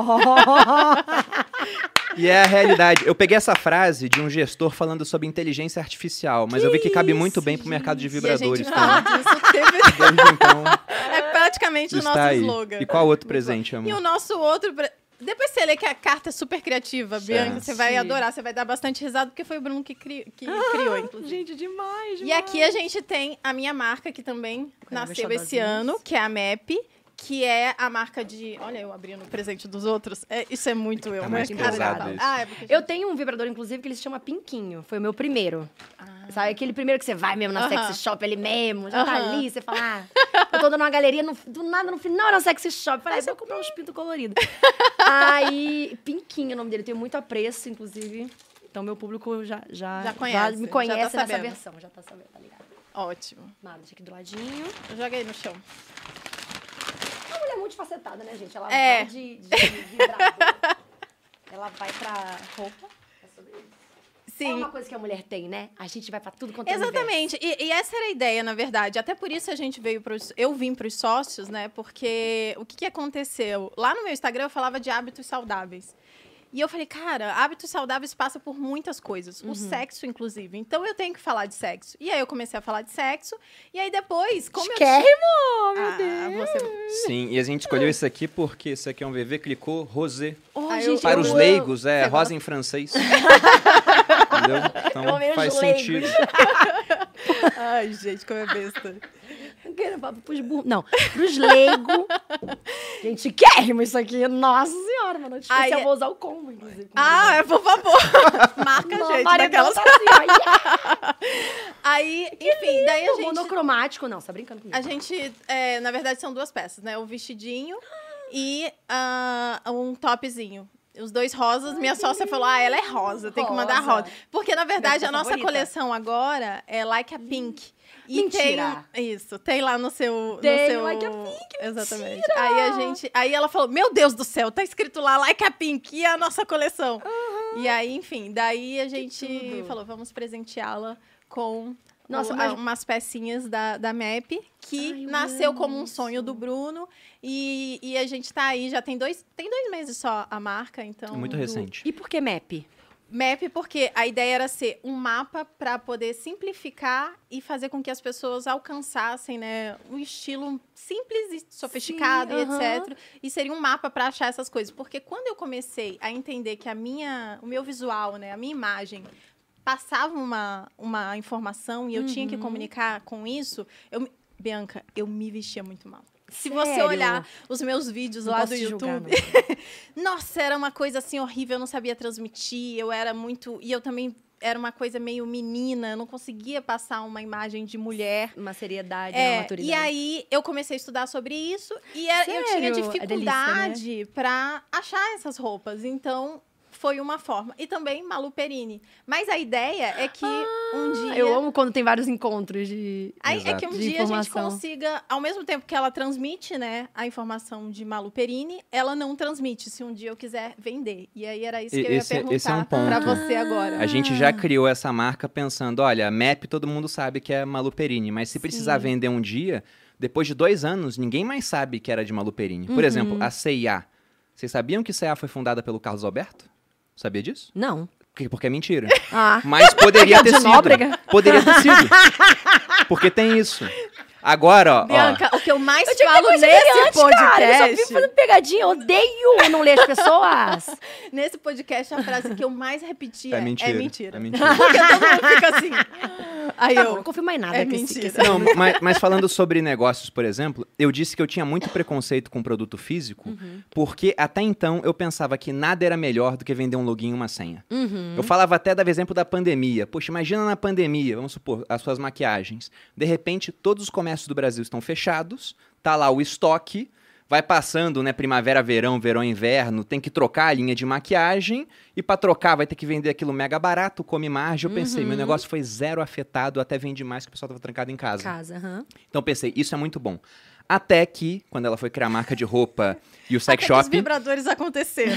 Speaker 1: E é a realidade. Eu peguei essa frase de um gestor falando sobre inteligência artificial, mas eu vi que cabe muito bem pro mercado de
Speaker 4: E a gente
Speaker 1: vibradores
Speaker 4: fala
Speaker 1: também.
Speaker 4: disso o tempo
Speaker 1: Desde então,
Speaker 4: É praticamente o
Speaker 1: está
Speaker 4: nosso
Speaker 1: aí.
Speaker 4: slogan.
Speaker 1: E qual outro presente,
Speaker 4: E
Speaker 1: amor?
Speaker 4: o nosso outro... pre- Depois você lê que a carta é super criativa, Bianca. Você vai
Speaker 3: Sim.
Speaker 4: adorar, você vai dar bastante risada, porque foi o Bruno que, cri... que criou, inclusive.
Speaker 3: Gente, demais,
Speaker 4: E aqui a gente tem a minha marca, que também
Speaker 3: Quero
Speaker 4: nasceu
Speaker 3: ver
Speaker 4: esse
Speaker 3: xodózinhos.
Speaker 4: ano, que é a M A P, que é a marca de... Olha, eu abrindo o presente dos outros. É, isso é muito eu,
Speaker 1: Tá
Speaker 4: né?
Speaker 1: muito
Speaker 4: Cara,
Speaker 1: pesado isso.
Speaker 4: ah, é porque...
Speaker 3: Eu tenho um vibrador, inclusive, que ele se chama Pinquinho. Foi o meu primeiro.
Speaker 4: Ah.
Speaker 3: Sabe, aquele primeiro que você vai mesmo na
Speaker 4: Aham.
Speaker 3: sexy shop ali mesmo, já tá
Speaker 4: Aham.
Speaker 3: ali, você fala, ah, eu tô dando uma galeria, no- do nada, no final era uma sexy shop. Falei, ah, vou comprar uns pintos coloridos. Aí, Pinquinho é o nome dele, eu tenho muito apreço, inclusive. Então, meu público já, já,
Speaker 4: Já conhece,
Speaker 3: me
Speaker 4: já
Speaker 3: conhece
Speaker 4: tá
Speaker 3: nessa
Speaker 4: sabendo.
Speaker 3: versão, já tá sabendo, tá ligado?
Speaker 4: Ótimo.
Speaker 3: Nada, deixa aqui do ladinho.
Speaker 4: Joga aí no chão.
Speaker 3: Uma mulher multifacetada, né, gente? Ela
Speaker 4: É.
Speaker 3: vai de, de vibrador, ela vai pra roupa. É sobre isso. É
Speaker 4: Sim.
Speaker 3: uma coisa que a mulher tem, né? A gente vai pra tudo quanto é universo.
Speaker 4: Exatamente. E, e essa era a ideia, na verdade. Até por isso a gente veio pros... Eu vim para os sócios, né? Porque o que, que aconteceu? Lá no meu Instagram eu falava de hábitos saudáveis. E eu falei, cara, hábitos saudáveis passa por muitas coisas. O sexo, inclusive. Então eu tenho que falar de sexo. E aí eu comecei a falar de sexo. E aí depois, como eu...
Speaker 3: Chiquérrimo, meu
Speaker 4: Ah,
Speaker 3: Deus.
Speaker 4: você...
Speaker 1: Sim, e a gente escolheu esse aqui porque esse aqui é um V V clicou rosé.
Speaker 3: Oh,
Speaker 4: Aí eu-
Speaker 3: gente,
Speaker 1: Para
Speaker 3: eu
Speaker 1: os
Speaker 3: amo.
Speaker 1: leigos, é
Speaker 4: Você
Speaker 1: rosa em francês. Entendeu?
Speaker 3: Eu
Speaker 1: Então
Speaker 3: amei os
Speaker 1: faz
Speaker 3: leigos.
Speaker 1: sentido.
Speaker 4: Ai, gente, como é besta.
Speaker 3: Pros burros. Não, pros leigos. Gente, chiquérrimo isso aqui. Nossa senhora, mano. Especial,
Speaker 4: Ai, é-
Speaker 3: eu vou usar o combo, inclusive.
Speaker 4: Ah, é, por favor. Marca a
Speaker 3: Não,
Speaker 4: gente
Speaker 3: Maria
Speaker 4: daquelas...
Speaker 3: tá assim, ó. Yeah.
Speaker 4: Aí, enfim, daí a gente...
Speaker 3: Monocromático, não, você tá brincando comigo.
Speaker 4: A gente, é, na verdade, são duas peças, né? O vestidinho e ah, um topzinho. Os dois rosas. Minha sócia falou, ah, ela é rosa, tem que mandar
Speaker 3: Rosa.
Speaker 4: rosa. Porque, na verdade,
Speaker 3: Minha
Speaker 4: a nossa
Speaker 3: favorita.
Speaker 4: coleção agora é Like a Pink. E
Speaker 3: Mentira.
Speaker 4: tem... Isso, tem lá no seu...
Speaker 3: Tem
Speaker 4: no seu...
Speaker 3: Like a Pink,
Speaker 4: Exatamente.
Speaker 3: mentira.
Speaker 4: Aí a gente... Aí ela falou, meu Deus do céu, tá escrito lá Like a Pink e é a nossa coleção. E aí, enfim, daí a gente
Speaker 3: tudo.
Speaker 4: falou, vamos presenteá-la com...
Speaker 3: Nossa,
Speaker 4: o-
Speaker 3: mas-
Speaker 4: a- umas pecinhas da, da M A P, que
Speaker 3: Ai, eu
Speaker 4: nasceu
Speaker 3: amo
Speaker 4: como um
Speaker 3: isso.
Speaker 4: sonho do Bruno. E, e a gente tá aí, já tem dois, tem dois meses só a marca, então...
Speaker 1: Muito
Speaker 4: do-
Speaker 1: recente.
Speaker 3: E por que M A P?
Speaker 4: M A P, porque a ideia era ser um mapa para poder simplificar e fazer com que as pessoas alcançassem, né, um estilo simples e sofisticado
Speaker 3: Sim,
Speaker 4: e
Speaker 3: aham.
Speaker 4: etcétera. E seria um mapa para achar essas coisas. Porque quando eu comecei a entender que a minha, o meu visual, né, a minha imagem passava uma, uma informação e eu tinha que
Speaker 3: Uhum.
Speaker 4: comunicar com isso, eu, me- Bianca, eu me vestia muito mal. Se você
Speaker 3: Sério?
Speaker 4: olhar os meus vídeos
Speaker 3: Não
Speaker 4: lá
Speaker 3: posso
Speaker 4: do
Speaker 3: te julgar,
Speaker 4: YouTube,
Speaker 3: não.
Speaker 4: nossa, era uma coisa assim horrível, eu não sabia transmitir, eu era muito... E eu também era uma coisa meio menina, eu não conseguia passar uma imagem de mulher.
Speaker 3: Uma seriedade, uma
Speaker 4: É,
Speaker 3: maturidade.
Speaker 4: e aí eu comecei a estudar sobre isso e era- eu tinha
Speaker 3: Sério? É
Speaker 4: dificuldade para achar essas roupas. Então, foi uma forma. E também Malu Perini. Mas a ideia é que um dia...
Speaker 3: Ah, Eu amo quando tem vários encontros de...
Speaker 4: Aí é
Speaker 1: Exato.
Speaker 4: que um
Speaker 3: De
Speaker 4: dia a gente
Speaker 3: informação.
Speaker 4: consiga, ao mesmo tempo que ela transmite, né, a informação de Malu Perini, ela não transmite, se um dia eu quiser vender. E aí era isso que
Speaker 1: E-
Speaker 4: eu ia
Speaker 1: esse-
Speaker 4: perguntar
Speaker 1: esse é um
Speaker 4: pra
Speaker 1: ponto.
Speaker 4: você agora.
Speaker 1: A gente já criou essa marca pensando, olha, a M A P todo mundo sabe que é Malu Perini, mas se precisar
Speaker 3: Sim.
Speaker 1: vender um dia, depois de dois anos, ninguém mais sabe que era de Malu Perini. Por
Speaker 3: Uhum.
Speaker 1: exemplo, a C e A. Vocês sabiam que C e A foi fundada pelo Carlos Alberto? Sabia disso?
Speaker 3: Não.
Speaker 1: Porque, porque é mentira.
Speaker 3: Ah.
Speaker 1: Mas poderia ter
Speaker 3: De
Speaker 1: sido.
Speaker 3: Nóbrega?
Speaker 1: Poderia ter sido. Porque tem isso. Agora, ó, ó.
Speaker 4: Bianca, o que eu mais
Speaker 3: Eu tinha que
Speaker 4: falo
Speaker 3: ter
Speaker 4: nesse
Speaker 3: antes, cara. Eu só
Speaker 4: podcast,
Speaker 3: fico fazendo pegadinha. Eu odeio não ler as pessoas.
Speaker 4: nesse podcast, a frase que eu mais repeti é,
Speaker 1: É mentira.
Speaker 4: é mentira.
Speaker 1: É mentira.
Speaker 4: Porque todo mundo fica assim. Aí
Speaker 3: Tá
Speaker 4: eu...
Speaker 3: bom, não confio mais nada.
Speaker 4: É
Speaker 3: que esse- que
Speaker 4: mentira.
Speaker 3: esse-
Speaker 1: Não, mas, mas falando sobre negócios, por exemplo, eu disse que eu tinha muito preconceito com produto físico,
Speaker 3: Uhum.
Speaker 1: porque até então eu pensava que nada era melhor do que vender um login e uma senha.
Speaker 3: Uhum.
Speaker 1: Eu falava até, dava exemplo da pandemia. Poxa, imagina na pandemia, vamos supor, as suas maquiagens. De repente, todos os comércios do Brasil estão fechados, tá lá o estoque, vai passando, né, primavera, verão, verão, inverno, tem que trocar a linha de maquiagem e para trocar vai ter que vender aquilo mega barato, come margem. Eu pensei,
Speaker 3: Uhum.
Speaker 1: meu negócio foi zero afetado, até vendi mais que o pessoal tava trancado em casa.
Speaker 3: Casa, aham.
Speaker 1: Então eu pensei, isso é muito bom. Até que, quando ela foi criar a marca de roupa e o sex
Speaker 4: Até que os
Speaker 1: shop,
Speaker 4: vibradores aconteceram.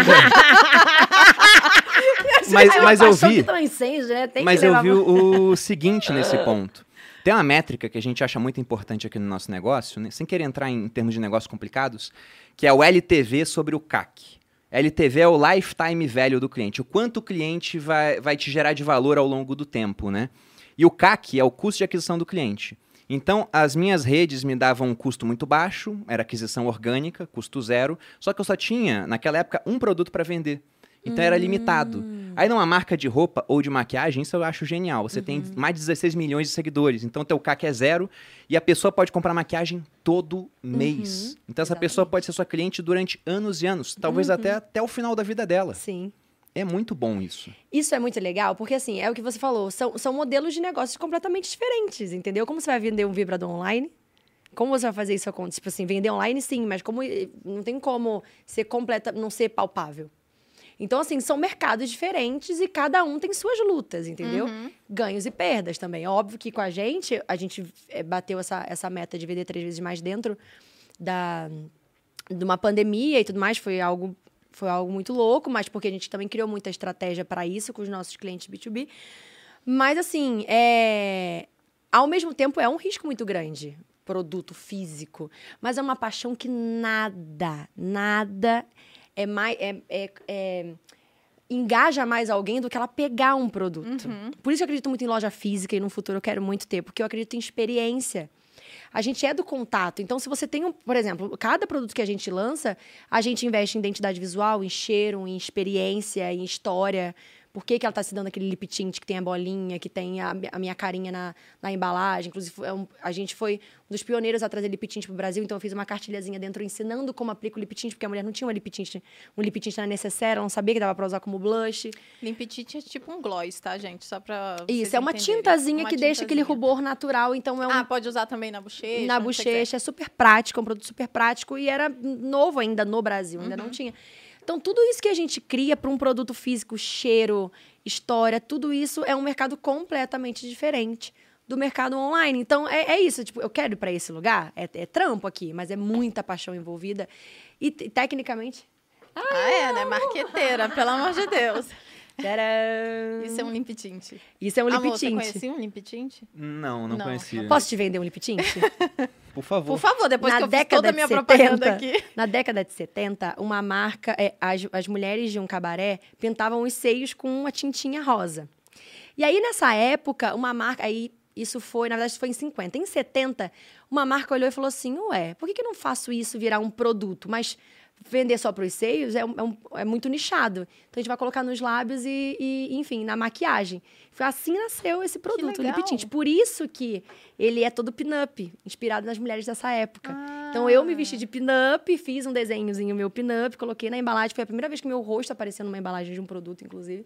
Speaker 1: mas,
Speaker 3: Aí
Speaker 1: mas
Speaker 3: uma
Speaker 1: eu
Speaker 3: paixão
Speaker 1: vi,
Speaker 3: que transcende, né? Tem
Speaker 1: mas
Speaker 3: que
Speaker 1: eu
Speaker 3: levar
Speaker 1: vi o, o seguinte nesse ponto. Tem uma métrica que a gente acha muito importante aqui no nosso negócio, né, sem querer entrar em termos de negócios complicados, que é o L T V sobre o C A C. L T V é o lifetime value do cliente, o quanto o cliente vai, vai te gerar de valor ao longo do tempo, né? E o C A C é o custo de aquisição do cliente. Então, as minhas redes me davam um custo muito baixo, era aquisição orgânica, custo zero, só que eu só tinha, naquela época, um produto para vender. Então, era limitado. Aí numa marca de roupa ou de maquiagem, isso eu acho genial. Você
Speaker 3: Uhum.
Speaker 1: tem mais de dezesseis milhões de seguidores, então teu C A C é zero e a pessoa pode comprar maquiagem todo mês. Então essa pessoa
Speaker 3: exatamente.
Speaker 1: pode ser sua cliente durante anos e anos, talvez até, até o final da vida dela.
Speaker 3: Sim.
Speaker 1: É muito bom isso.
Speaker 3: Isso é muito legal, porque assim, é o que você falou, são, são modelos de negócios completamente diferentes, entendeu? Como você vai vender um vibrador online? Como você vai fazer isso acontecer? Tipo assim, vender online sim, mas como não tem como ser completa, não ser palpável. Então, assim, são mercados diferentes e cada um tem suas lutas, entendeu?
Speaker 4: Uhum.
Speaker 3: Ganhos e perdas também. Óbvio que com a gente, a gente é, bateu essa, essa meta de vender três vezes mais dentro da, de uma pandemia e tudo mais, foi algo... Foi algo muito louco, mas porque a gente também criou muita estratégia para isso com os nossos clientes B dois B. Mas, assim, é... ao mesmo tempo, é um risco muito grande, produto físico. Mas é uma paixão que nada, nada é mais... É, é, é... engaja mais alguém do que ela pegar um produto.
Speaker 4: Uhum.
Speaker 3: Por isso eu acredito muito em loja física e no futuro eu quero muito ter, porque eu acredito em experiência. A gente é do contato. Então, se você tem, um, por exemplo, cada produto que a gente lança, a gente investe em identidade visual, em cheiro, em experiência, em história. Por que, que ela está se dando aquele lip tint que tem a bolinha, que tem a, a minha carinha na, na embalagem. Inclusive, é um, a gente foi um dos pioneiros a trazer lip tint para o Brasil, então eu fiz uma cartilhazinha dentro ensinando como aplica o lip tint, porque a mulher não tinha uma lip tint, um lip tint na necessaire, ela não sabia que dava para usar como blush.
Speaker 4: Limp tint é tipo um gloss, tá, gente? Só pra
Speaker 3: Isso,
Speaker 4: vocês
Speaker 3: é uma
Speaker 4: entenderem.
Speaker 3: tintazinha
Speaker 4: Uma
Speaker 3: que deixa aquele
Speaker 4: tintazinha.
Speaker 3: rubor natural, então é um...
Speaker 4: Ah, pode usar também na bochecha?
Speaker 3: na
Speaker 4: onde você quiser.
Speaker 3: bochecha, é super prático, é um produto super prático e era novo ainda no Brasil, ainda não tinha. Então, tudo isso que a gente cria para um produto físico, cheiro, história, tudo isso é um mercado completamente diferente do mercado online. Então, é, é isso. Tipo, eu quero ir para esse lugar, é, é trampo aqui, mas é muita paixão envolvida. E, te- tecnicamente...
Speaker 4: Ah, é, né? Marqueteira, pelo amor de Deus.
Speaker 3: Tcharam!
Speaker 4: Isso é um limp tint.
Speaker 3: Isso é um lip
Speaker 4: Amor, você
Speaker 3: tint.
Speaker 4: conhecia um limp tint?
Speaker 1: Não, não,
Speaker 4: Não.
Speaker 1: conhecia.
Speaker 3: Posso te vender um lip tint?
Speaker 1: Por favor.
Speaker 4: Por favor, depois
Speaker 3: Na
Speaker 4: que eu fiz
Speaker 3: década
Speaker 4: toda a
Speaker 3: de
Speaker 4: minha
Speaker 3: setenta,
Speaker 4: propaganda aqui.
Speaker 3: Na década de setenta, uma marca... é, as, as mulheres de um cabaré pintavam os seios com uma tintinha rosa. E aí, nessa época, uma marca... Aí, isso foi... Na verdade, isso foi em cinquenta. Em setenta, uma marca olhou e falou assim, ué, por que, que eu não faço isso virar um produto? Mas vender só para os seios é, um- é um- é muito nichado. Então, a gente vai colocar nos lábios e, e, enfim, na maquiagem. Foi assim que nasceu esse produto, o
Speaker 4: legal.
Speaker 3: lip tint. Por isso que ele é todo pin-up, inspirado nas mulheres dessa época.
Speaker 4: Ah.
Speaker 3: Então, eu me vesti de pin-up, fiz um desenhozinho meu pin-up, coloquei na embalagem. Foi a primeira vez que meu rosto apareceu numa embalagem de um produto, inclusive.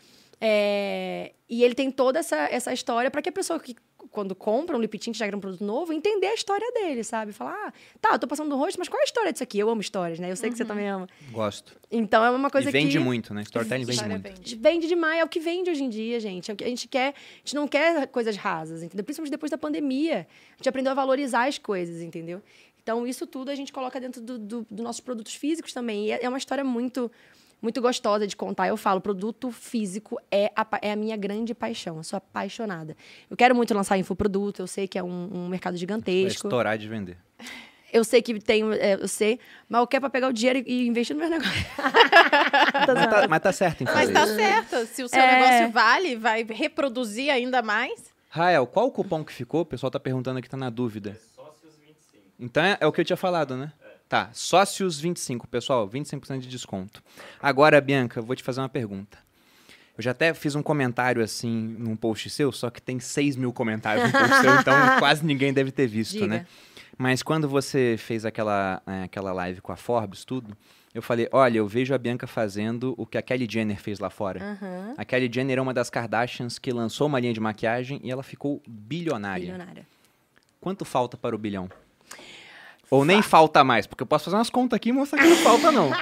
Speaker 3: É, e ele tem toda essa, essa história para que a pessoa que, quando compra um lip tint, já era um produto novo, entender a história dele, sabe? Falar, ah, tá, eu tô passando no rosto, mas qual é a história disso aqui? Eu amo histórias, né? Eu sei que você também ama.
Speaker 1: Gosto.
Speaker 3: Então, é uma coisa
Speaker 1: E vende
Speaker 3: que...
Speaker 1: muito, né? Storytelling vende
Speaker 4: História
Speaker 1: muito.
Speaker 4: vende.
Speaker 3: Vende demais, é o que vende hoje em dia, gente. É o que a gente quer. A gente não quer coisas rasas, entendeu? Principalmente depois da pandemia. A gente aprendeu a valorizar as coisas, entendeu? Então, isso tudo a gente coloca dentro dos do, do nossos produtos físicos também. E é é uma história muito, muito gostosa de contar. Eu falo, produto físico é a, pa- é a minha grande paixão. Eu sou apaixonada. Eu quero muito lançar infoproduto, eu sei que é um, um mercado
Speaker 1: Vai
Speaker 3: gigantesco.
Speaker 1: estourar de vender.
Speaker 3: Eu sei que tem, é, eu sei, mas eu quero para pegar o dinheiro e, e investir no meu negócio. Tô
Speaker 1: Mas
Speaker 3: zoando.
Speaker 1: tá, mas tá certo em
Speaker 4: Mas
Speaker 1: fazer
Speaker 4: tá
Speaker 1: isso.
Speaker 4: certo. Se o seu
Speaker 3: É.
Speaker 4: negócio vale, vai reproduzir ainda mais.
Speaker 1: Rael, qual o cupom que ficou? O pessoal tá perguntando aqui, tá na dúvida. Sócios vinte e cinco. Então é, é o que eu tinha falado, né? Tá, Sócios vinte e cinco, pessoal, vinte e cinco por cento de desconto. Agora, Bianca, eu vou te fazer uma pergunta. Eu já até fiz um comentário assim num post seu, só que tem seis mil comentários no post seu, então quase ninguém deve ter visto,
Speaker 3: Diga.
Speaker 1: né? Mas quando você fez aquela, eh, aquela live com a Forbes, tudo, eu falei, olha, eu vejo a Bianca fazendo o que a Kylie Jenner fez lá fora.
Speaker 3: Aham.
Speaker 1: A Kylie Jenner é uma das Kardashians que lançou uma linha de maquiagem e ela ficou bilionária.
Speaker 3: Bilionária.
Speaker 1: Quanto falta para o bilhão? Ou nem falta mais, porque eu posso fazer umas contas aqui e mostrar que não falta, não.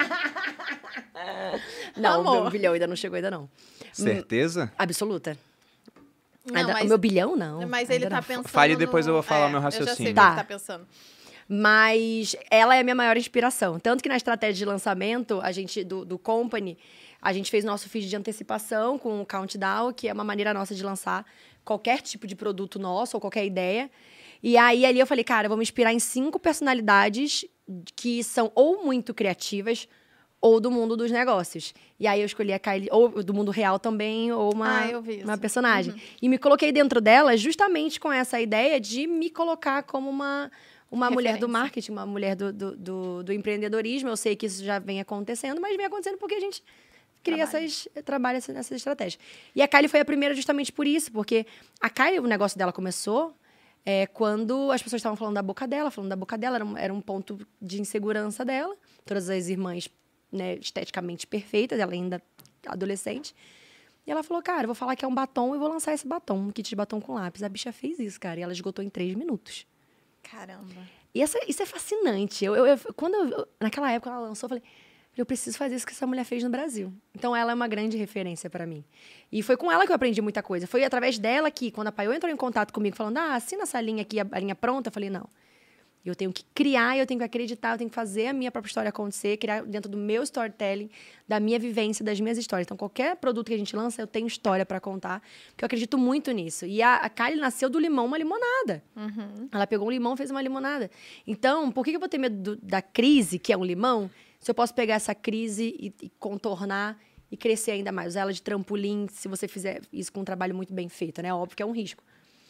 Speaker 3: Não, o
Speaker 4: Amor.
Speaker 3: meu bilhão ainda não chegou, ainda não.
Speaker 1: Certeza?
Speaker 3: Absoluta.
Speaker 4: Não,
Speaker 3: Ainda-
Speaker 4: mas,
Speaker 3: O meu bilhão, não.
Speaker 4: mas ele
Speaker 3: ainda
Speaker 4: tá
Speaker 3: não.
Speaker 4: pensando
Speaker 1: Fale e depois
Speaker 4: no-
Speaker 1: eu vou falar o meu
Speaker 4: É, Eu já sei
Speaker 1: raciocínio.
Speaker 4: o que
Speaker 3: Tá.
Speaker 4: ele tá pensando.
Speaker 3: Mas ela é a minha maior inspiração. Tanto que na estratégia de lançamento, a gente, do, do Company, a gente fez nosso feed de antecipação com o Countdown, que é uma maneira nossa de lançar qualquer tipo de produto nosso ou qualquer ideia. E aí, ali eu falei, cara, eu vou me inspirar em cinco personalidades que são ou muito criativas ou do mundo dos negócios. E aí eu escolhi a Kylie, ou do mundo real também, ou uma,
Speaker 4: Ah, eu vi isso.
Speaker 3: uma personagem. E me coloquei dentro dela justamente com essa ideia de me colocar como uma, uma mulher do
Speaker 4: Referência.
Speaker 3: marketing, uma mulher do, do, do, do empreendedorismo. Eu sei que isso já vem acontecendo, mas vem acontecendo porque a gente cria
Speaker 4: Trabalha.
Speaker 3: essas, trabalha essa- nessas estratégias. E a Kylie foi a primeira justamente por isso, porque a Kylie, o negócio dela começou é, quando as pessoas estavam falando da boca dela, falando da boca dela, era um, era um ponto de insegurança dela. Todas as irmãs, né, esteticamente perfeitas, ela ainda adolescente. E ela falou, cara, eu vou falar que é um batom e vou lançar esse batom, um kit de batom com lápis. A bicha fez isso, cara, e ela esgotou em três minutos.
Speaker 4: Caramba.
Speaker 3: E essa, isso é fascinante. Eu, eu, eu- quando eu- naquela época ela lançou, eu falei, eu preciso fazer isso que essa mulher fez no Brasil. Então ela é uma grande referência para mim. E foi com ela que eu aprendi muita coisa. Foi através dela que, quando a Paiô entrou em contato comigo, falando, ah, assina essa linha aqui, a, a linha pronta, eu falei, não. Eu tenho que criar, eu tenho que acreditar, eu tenho que fazer a minha própria história acontecer, criar dentro do meu storytelling, da minha vivência, das minhas histórias. Então, qualquer produto que a gente lança, eu tenho história para contar, porque eu acredito muito nisso. E a, a Kylie nasceu do limão uma limonada.
Speaker 4: Uhum.
Speaker 3: Ela pegou um limão e fez uma limonada. Então, por que que eu vou ter medo do- da crise, que é um limão, se eu posso pegar essa crise e, e contornar e crescer ainda mais? Usar ela de trampolim, se você fizer isso com um trabalho muito bem feito, né? Óbvio que é um risco.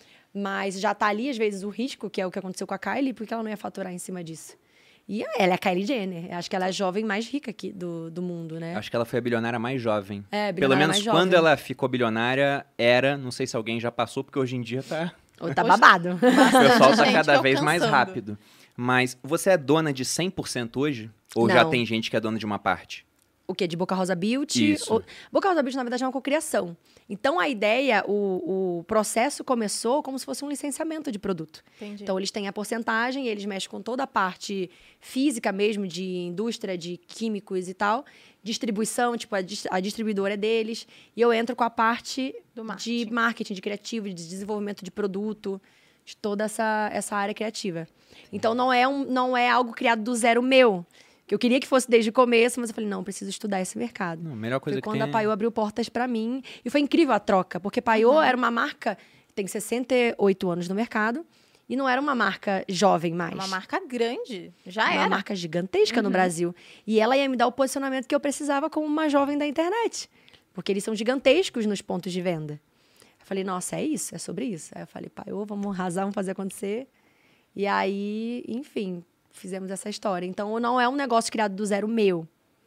Speaker 3: Mas já tá ali, às vezes, o risco, que é o que aconteceu com a Kylie, porque ela não ia faturar em cima disso. E ela é a Kylie Jenner. Acho que ela é a jovem mais rica aqui do, do mundo, né?
Speaker 1: Acho que ela foi a bilionária mais jovem.
Speaker 3: É,
Speaker 1: Pelo
Speaker 3: bilionária
Speaker 1: menos
Speaker 3: mais
Speaker 1: quando
Speaker 3: jovem.
Speaker 1: ela ficou bilionária, era, não sei se alguém já passou, porque hoje em dia tá,
Speaker 3: Ou tá
Speaker 4: Hoje-
Speaker 3: babado.
Speaker 1: o pessoal tá
Speaker 4: gente
Speaker 1: cada vez mais
Speaker 4: alcançando.
Speaker 1: rápido. Mas você é dona de cem por cento hoje? Ou já
Speaker 3: Não.
Speaker 1: tem gente que é dona de uma parte?
Speaker 3: O quê? De Boca Rosa Beauty?
Speaker 1: Isso.
Speaker 3: O- Boca Rosa Beauty, na verdade, é uma cocriação. Então, a ideia, o, o processo começou como se fosse um licenciamento de produto.
Speaker 4: Entendi.
Speaker 3: Então, eles têm a porcentagem, eles mexem com toda a parte física mesmo, de indústria, de químicos e tal. Distribuição, tipo, a, dis- a distribuidora é deles. E eu entro com a parte
Speaker 4: Do
Speaker 3: de
Speaker 4: marketing.
Speaker 3: marketing, de criativo, de desenvolvimento de produto, de toda essa, essa área criativa. Então, não é, um, não é algo criado do zero meu. Que eu queria que fosse desde o começo, mas eu falei, não, preciso estudar esse mercado.
Speaker 1: Não, a melhor coisa
Speaker 3: Foi
Speaker 1: que
Speaker 3: quando
Speaker 1: tem
Speaker 3: a Paiô abriu portas pra mim. E foi incrível a troca, porque Paiô era uma marca, tem sessenta e oito anos no mercado, e não era uma marca jovem mais.
Speaker 4: Uma marca grande. Já
Speaker 3: Uma
Speaker 4: era.
Speaker 3: marca gigantesca no Brasil. E ela ia me dar o posicionamento que eu precisava como uma jovem da internet. Porque eles são gigantescos nos pontos de venda. Eu falei, nossa, é isso, é sobre isso. Aí eu falei, Paiô, vamos arrasar, vamos fazer acontecer. E aí, enfim, fizemos essa história. Então, não é um negócio criado do zero meu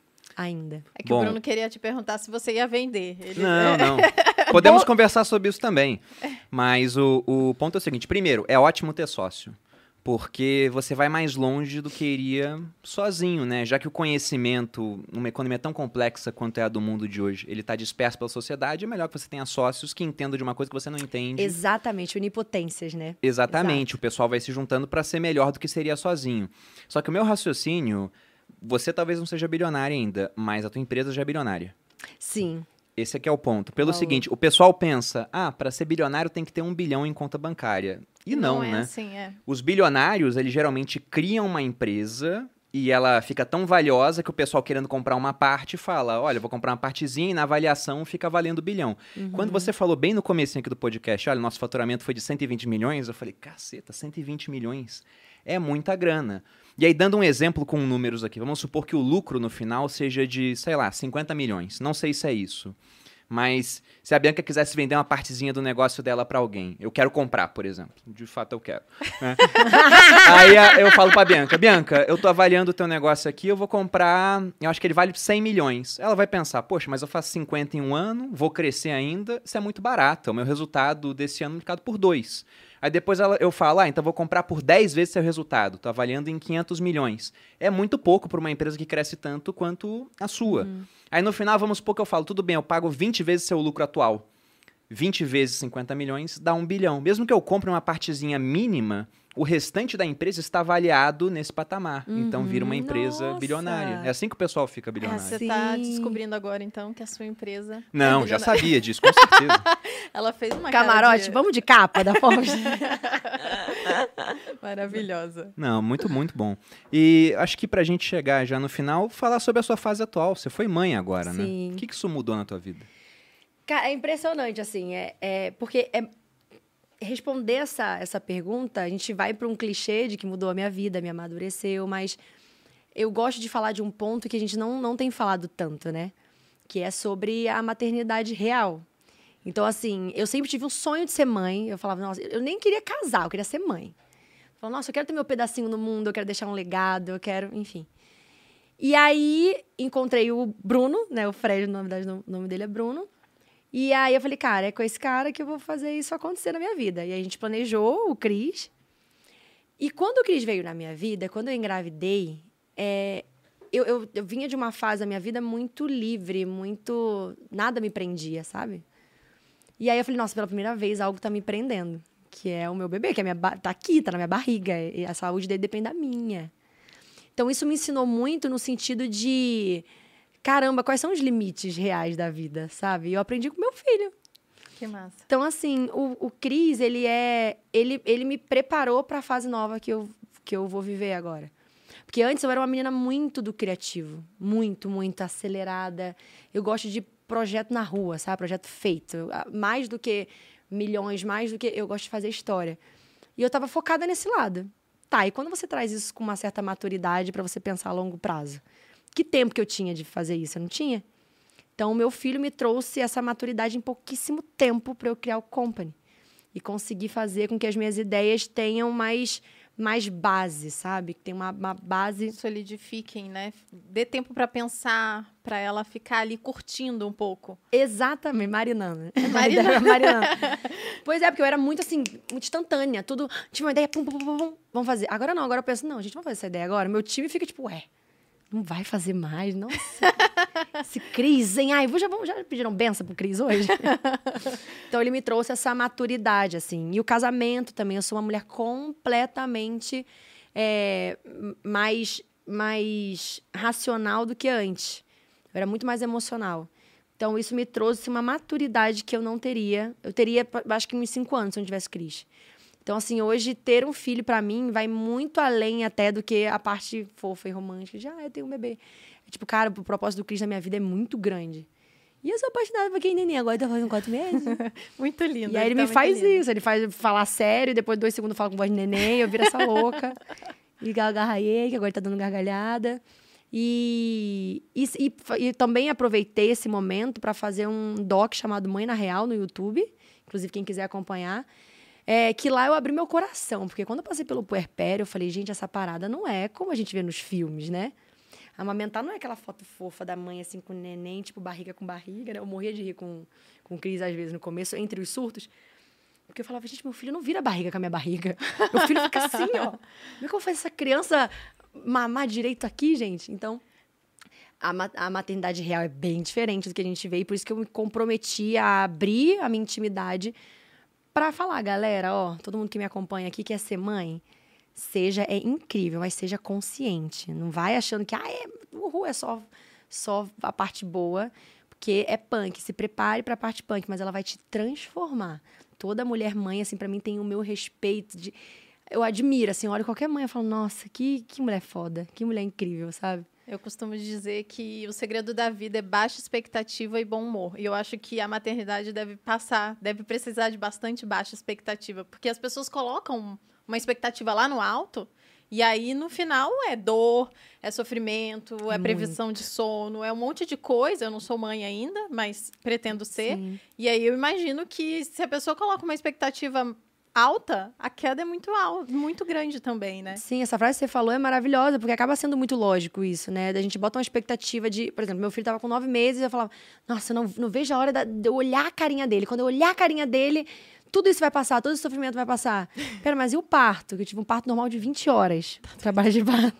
Speaker 3: ainda.
Speaker 4: É que
Speaker 1: Bom.
Speaker 4: o Bruno queria te perguntar se você ia vender. Ele-
Speaker 1: Não, não. Podemos conversar sobre isso também. Mas o, o ponto é o seguinte: primeiro, é ótimo ter sócio. Porque você vai mais longe do que iria sozinho, né? Já que o conhecimento, numa economia tão complexa quanto é a do mundo de hoje, ele está disperso pela sociedade, é melhor que você tenha sócios que entendam de uma coisa que você não entende.
Speaker 3: Exatamente, unipotências, né?
Speaker 1: Exatamente, o pessoal vai se juntando para ser melhor do que seria sozinho. Só que o meu raciocínio, você talvez não seja bilionária ainda, mas a tua empresa já é bilionária.
Speaker 3: Sim.
Speaker 1: Esse aqui é o ponto. Pelo
Speaker 3: Valor.
Speaker 1: seguinte, o pessoal pensa, ah, para ser bilionário tem que ter um bilhão em conta bancária. E não,
Speaker 4: é
Speaker 1: né?
Speaker 4: assim, é.
Speaker 1: Os bilionários, eles geralmente criam uma empresa e ela fica tão valiosa que o pessoal querendo comprar uma parte fala, olha, eu vou comprar uma partezinha e na avaliação fica valendo bilhão. Quando você falou bem no comecinho aqui do podcast, olha, nosso faturamento foi de cento e vinte milhões, eu falei, caceta, cento e vinte milhões é muita grana. E aí, dando um exemplo com números aqui, vamos supor que o lucro no final seja de, sei lá, cinquenta milhões. Não sei se é isso. Mas se a Bianca quisesse vender uma partezinha do negócio dela pra alguém, eu quero comprar, por exemplo. De fato, eu quero. Né? Aí a- eu falo pra Bianca, Bianca, eu tô avaliando o teu negócio aqui, eu vou comprar, eu acho que ele vale cem milhões. Ela vai pensar, poxa, mas eu faço cinquenta em um ano, vou crescer ainda, isso é muito barato. O meu resultado desse ano é multiplicado por dois. Aí depois ela, eu falo, ah, então vou comprar por dez vezes seu resultado. Tô avaliando em quinhentos milhões. É muito pouco para uma empresa que cresce tanto quanto a sua. Aí no final, vamos supor que eu falo, tudo bem, eu pago vinte vezes seu lucro atual. vinte vezes cinquenta milhões dá um bilhão. Mesmo que eu compre uma partezinha mínima, o restante da empresa está avaliado nesse patamar. Então vira uma empresa
Speaker 3: Nossa.
Speaker 1: bilionária. É assim que o pessoal fica
Speaker 4: É,
Speaker 1: bilionário.
Speaker 4: você está
Speaker 3: Sim.
Speaker 4: descobrindo agora, então, que a sua empresa...
Speaker 1: Não,
Speaker 4: é
Speaker 1: já
Speaker 4: bilionária.
Speaker 1: sabia disso, com certeza.
Speaker 4: Ela fez uma cara
Speaker 3: Camarote,
Speaker 4: de-
Speaker 3: vamos de capa da Forbes.
Speaker 4: Maravilhosa.
Speaker 1: Não, muito, muito bom. E acho que pra gente chegar já no final, falar sobre a sua fase atual. Você foi mãe agora, né?
Speaker 3: Sim.
Speaker 1: O que, que isso mudou na tua vida?
Speaker 3: Cara, é impressionante, assim, é, é porque é, responder essa, essa pergunta, a gente vai para um clichê de que mudou a minha vida, me amadureceu, mas eu gosto de falar de um ponto que a gente não, não tem falado tanto, né? Que é sobre a maternidade real. Então, assim, eu sempre tive um sonho de ser mãe. Eu falava, nossa, eu nem queria casar, eu queria ser mãe. Eu falava, nossa, eu quero ter meu pedacinho no mundo, eu quero deixar um legado, eu quero, enfim. E aí, encontrei o Bruno, né? O Fred, na verdade, o nome dele é Bruno. E aí, eu falei, cara, é com esse cara que eu vou fazer isso acontecer na minha vida. E aí, a gente planejou o Cris. E quando o Cris veio na minha vida, quando eu engravidei, é, eu, eu, eu vinha de uma fase da minha vida muito livre, muito... Nada me prendia, sabe? E aí, eu falei, nossa, pela primeira vez, algo tá me prendendo. Que é o meu bebê, que é minha ba... tá aqui, tá na minha barriga. E a saúde dele depende da minha. Então, isso me ensinou muito no sentido de... Caramba, quais são os limites reais da vida, sabe? E eu aprendi com meu filho.
Speaker 4: Que massa.
Speaker 3: Então, assim, o, o Cris, ele é... Ele, ele me preparou para a fase nova que eu, que eu vou viver agora. Porque antes eu era uma menina muito do criativo. Muito, muito acelerada. Eu gosto de projeto na rua, sabe? Projeto feito. Eu, mais do que milhões, mais do que... Eu gosto de fazer história. E eu tava focada nesse lado. Tá, e quando você traz isso com uma certa maturidade para você pensar a longo prazo? Que tempo que eu tinha de fazer isso? Eu não tinha. Então, o meu filho me trouxe essa maturidade em pouquíssimo tempo para eu criar o Company. E conseguir fazer com que as minhas ideias tenham mais, mais base, sabe? Que tem uma, uma base...
Speaker 4: Solidifiquem, né? Dê tempo para pensar, para ela ficar ali curtindo um pouco.
Speaker 3: Exatamente, marinando.
Speaker 4: Marinando.
Speaker 3: marinando. Pois é, porque eu era muito assim, muito instantânea. Tudo, tive uma ideia, pum, pum, pum, pum, vamos fazer. Agora não, agora eu penso, não, gente, vamos fazer essa ideia agora. Meu time fica tipo, ué, não vai fazer mais, nossa. Esse Cris, hein? Ai, já, já pediram benção pro Cris hoje? Então, ele me trouxe essa maturidade, assim. E o casamento também, eu sou uma mulher completamente é, mais, mais racional do que antes. Eu era muito mais emocional. Então, isso me trouxe uma maturidade que eu não teria. Eu teria, acho que uns cinco anos, se eu não tivesse Cris. Então, assim, hoje, ter um filho, pra mim, vai muito além até do que a parte fofa e romântica. De, ah, eu tenho um bebê. É, tipo, cara, o propósito do Cris na minha vida é muito grande. E eu sou apaixonada por quem neném. Agora tá fazendo quatro meses.
Speaker 4: Muito lindo.
Speaker 3: E aí, ele, ele me tá faz isso. Ele faz falar sério, depois de dois segundos fala com voz de neném, eu viro essa louca. E gargarraiei, que agora ele tá dando gargalhada. E, e, e, e também aproveitei esse momento para fazer um doc chamado Mãe na Real no YouTube. Inclusive, quem quiser acompanhar. É, que lá eu abri meu coração. Porque quando eu passei pelo puerpério, eu falei, gente, essa parada não é como a gente vê nos filmes, né? Amamentar não é aquela foto fofa da mãe, assim, com o neném, tipo, barriga com barriga, né? Eu morria de rir com, com o Cris, às vezes, no começo, entre os surtos. Porque eu falava, gente, meu filho não vira barriga com a minha barriga. Meu filho fica assim, ó. Como é que eu faço essa criança mamar direito aqui, gente? Então, a, ma- a maternidade real é bem diferente do que a gente vê. E por isso que eu me comprometi a abrir a minha intimidade pra falar, galera, ó, todo mundo que me acompanha aqui quer ser mãe, seja, é incrível, mas seja consciente. Não vai achando que, ah, é, uhul, é só, só a parte boa, porque é punk. Se prepare pra parte punk, mas ela vai te transformar. Toda mulher mãe, assim, pra mim, tem o meu respeito. De... Eu admiro, assim, eu olho qualquer mãe e falo, nossa, que, que mulher foda, que mulher incrível, sabe?
Speaker 4: Eu costumo dizer que o segredo da vida é baixa expectativa e bom humor. E eu acho que a maternidade deve passar, deve precisar de bastante baixa expectativa, porque as pessoas colocam uma expectativa lá no alto e aí, no final, é dor, é sofrimento, é
Speaker 3: Muito.
Speaker 4: previsão de sono, é um monte de coisa. Eu não sou mãe ainda, mas pretendo ser.
Speaker 3: Sim.
Speaker 4: E aí, eu imagino que se a pessoa coloca uma expectativa alta, a queda é muito alta, muito grande também, né?
Speaker 3: Sim, essa frase que você falou é maravilhosa, porque acaba sendo muito lógico isso, né? A gente bota uma expectativa de... Por exemplo, meu filho tava com nove meses e eu falava, nossa, não, não vejo a hora da- de eu olhar a carinha dele. Quando eu olhar a carinha dele, tudo isso vai passar, todo esse sofrimento vai passar. Pera, mas e o parto? Que eu tive um parto normal de vinte horas. Trabalho de parto.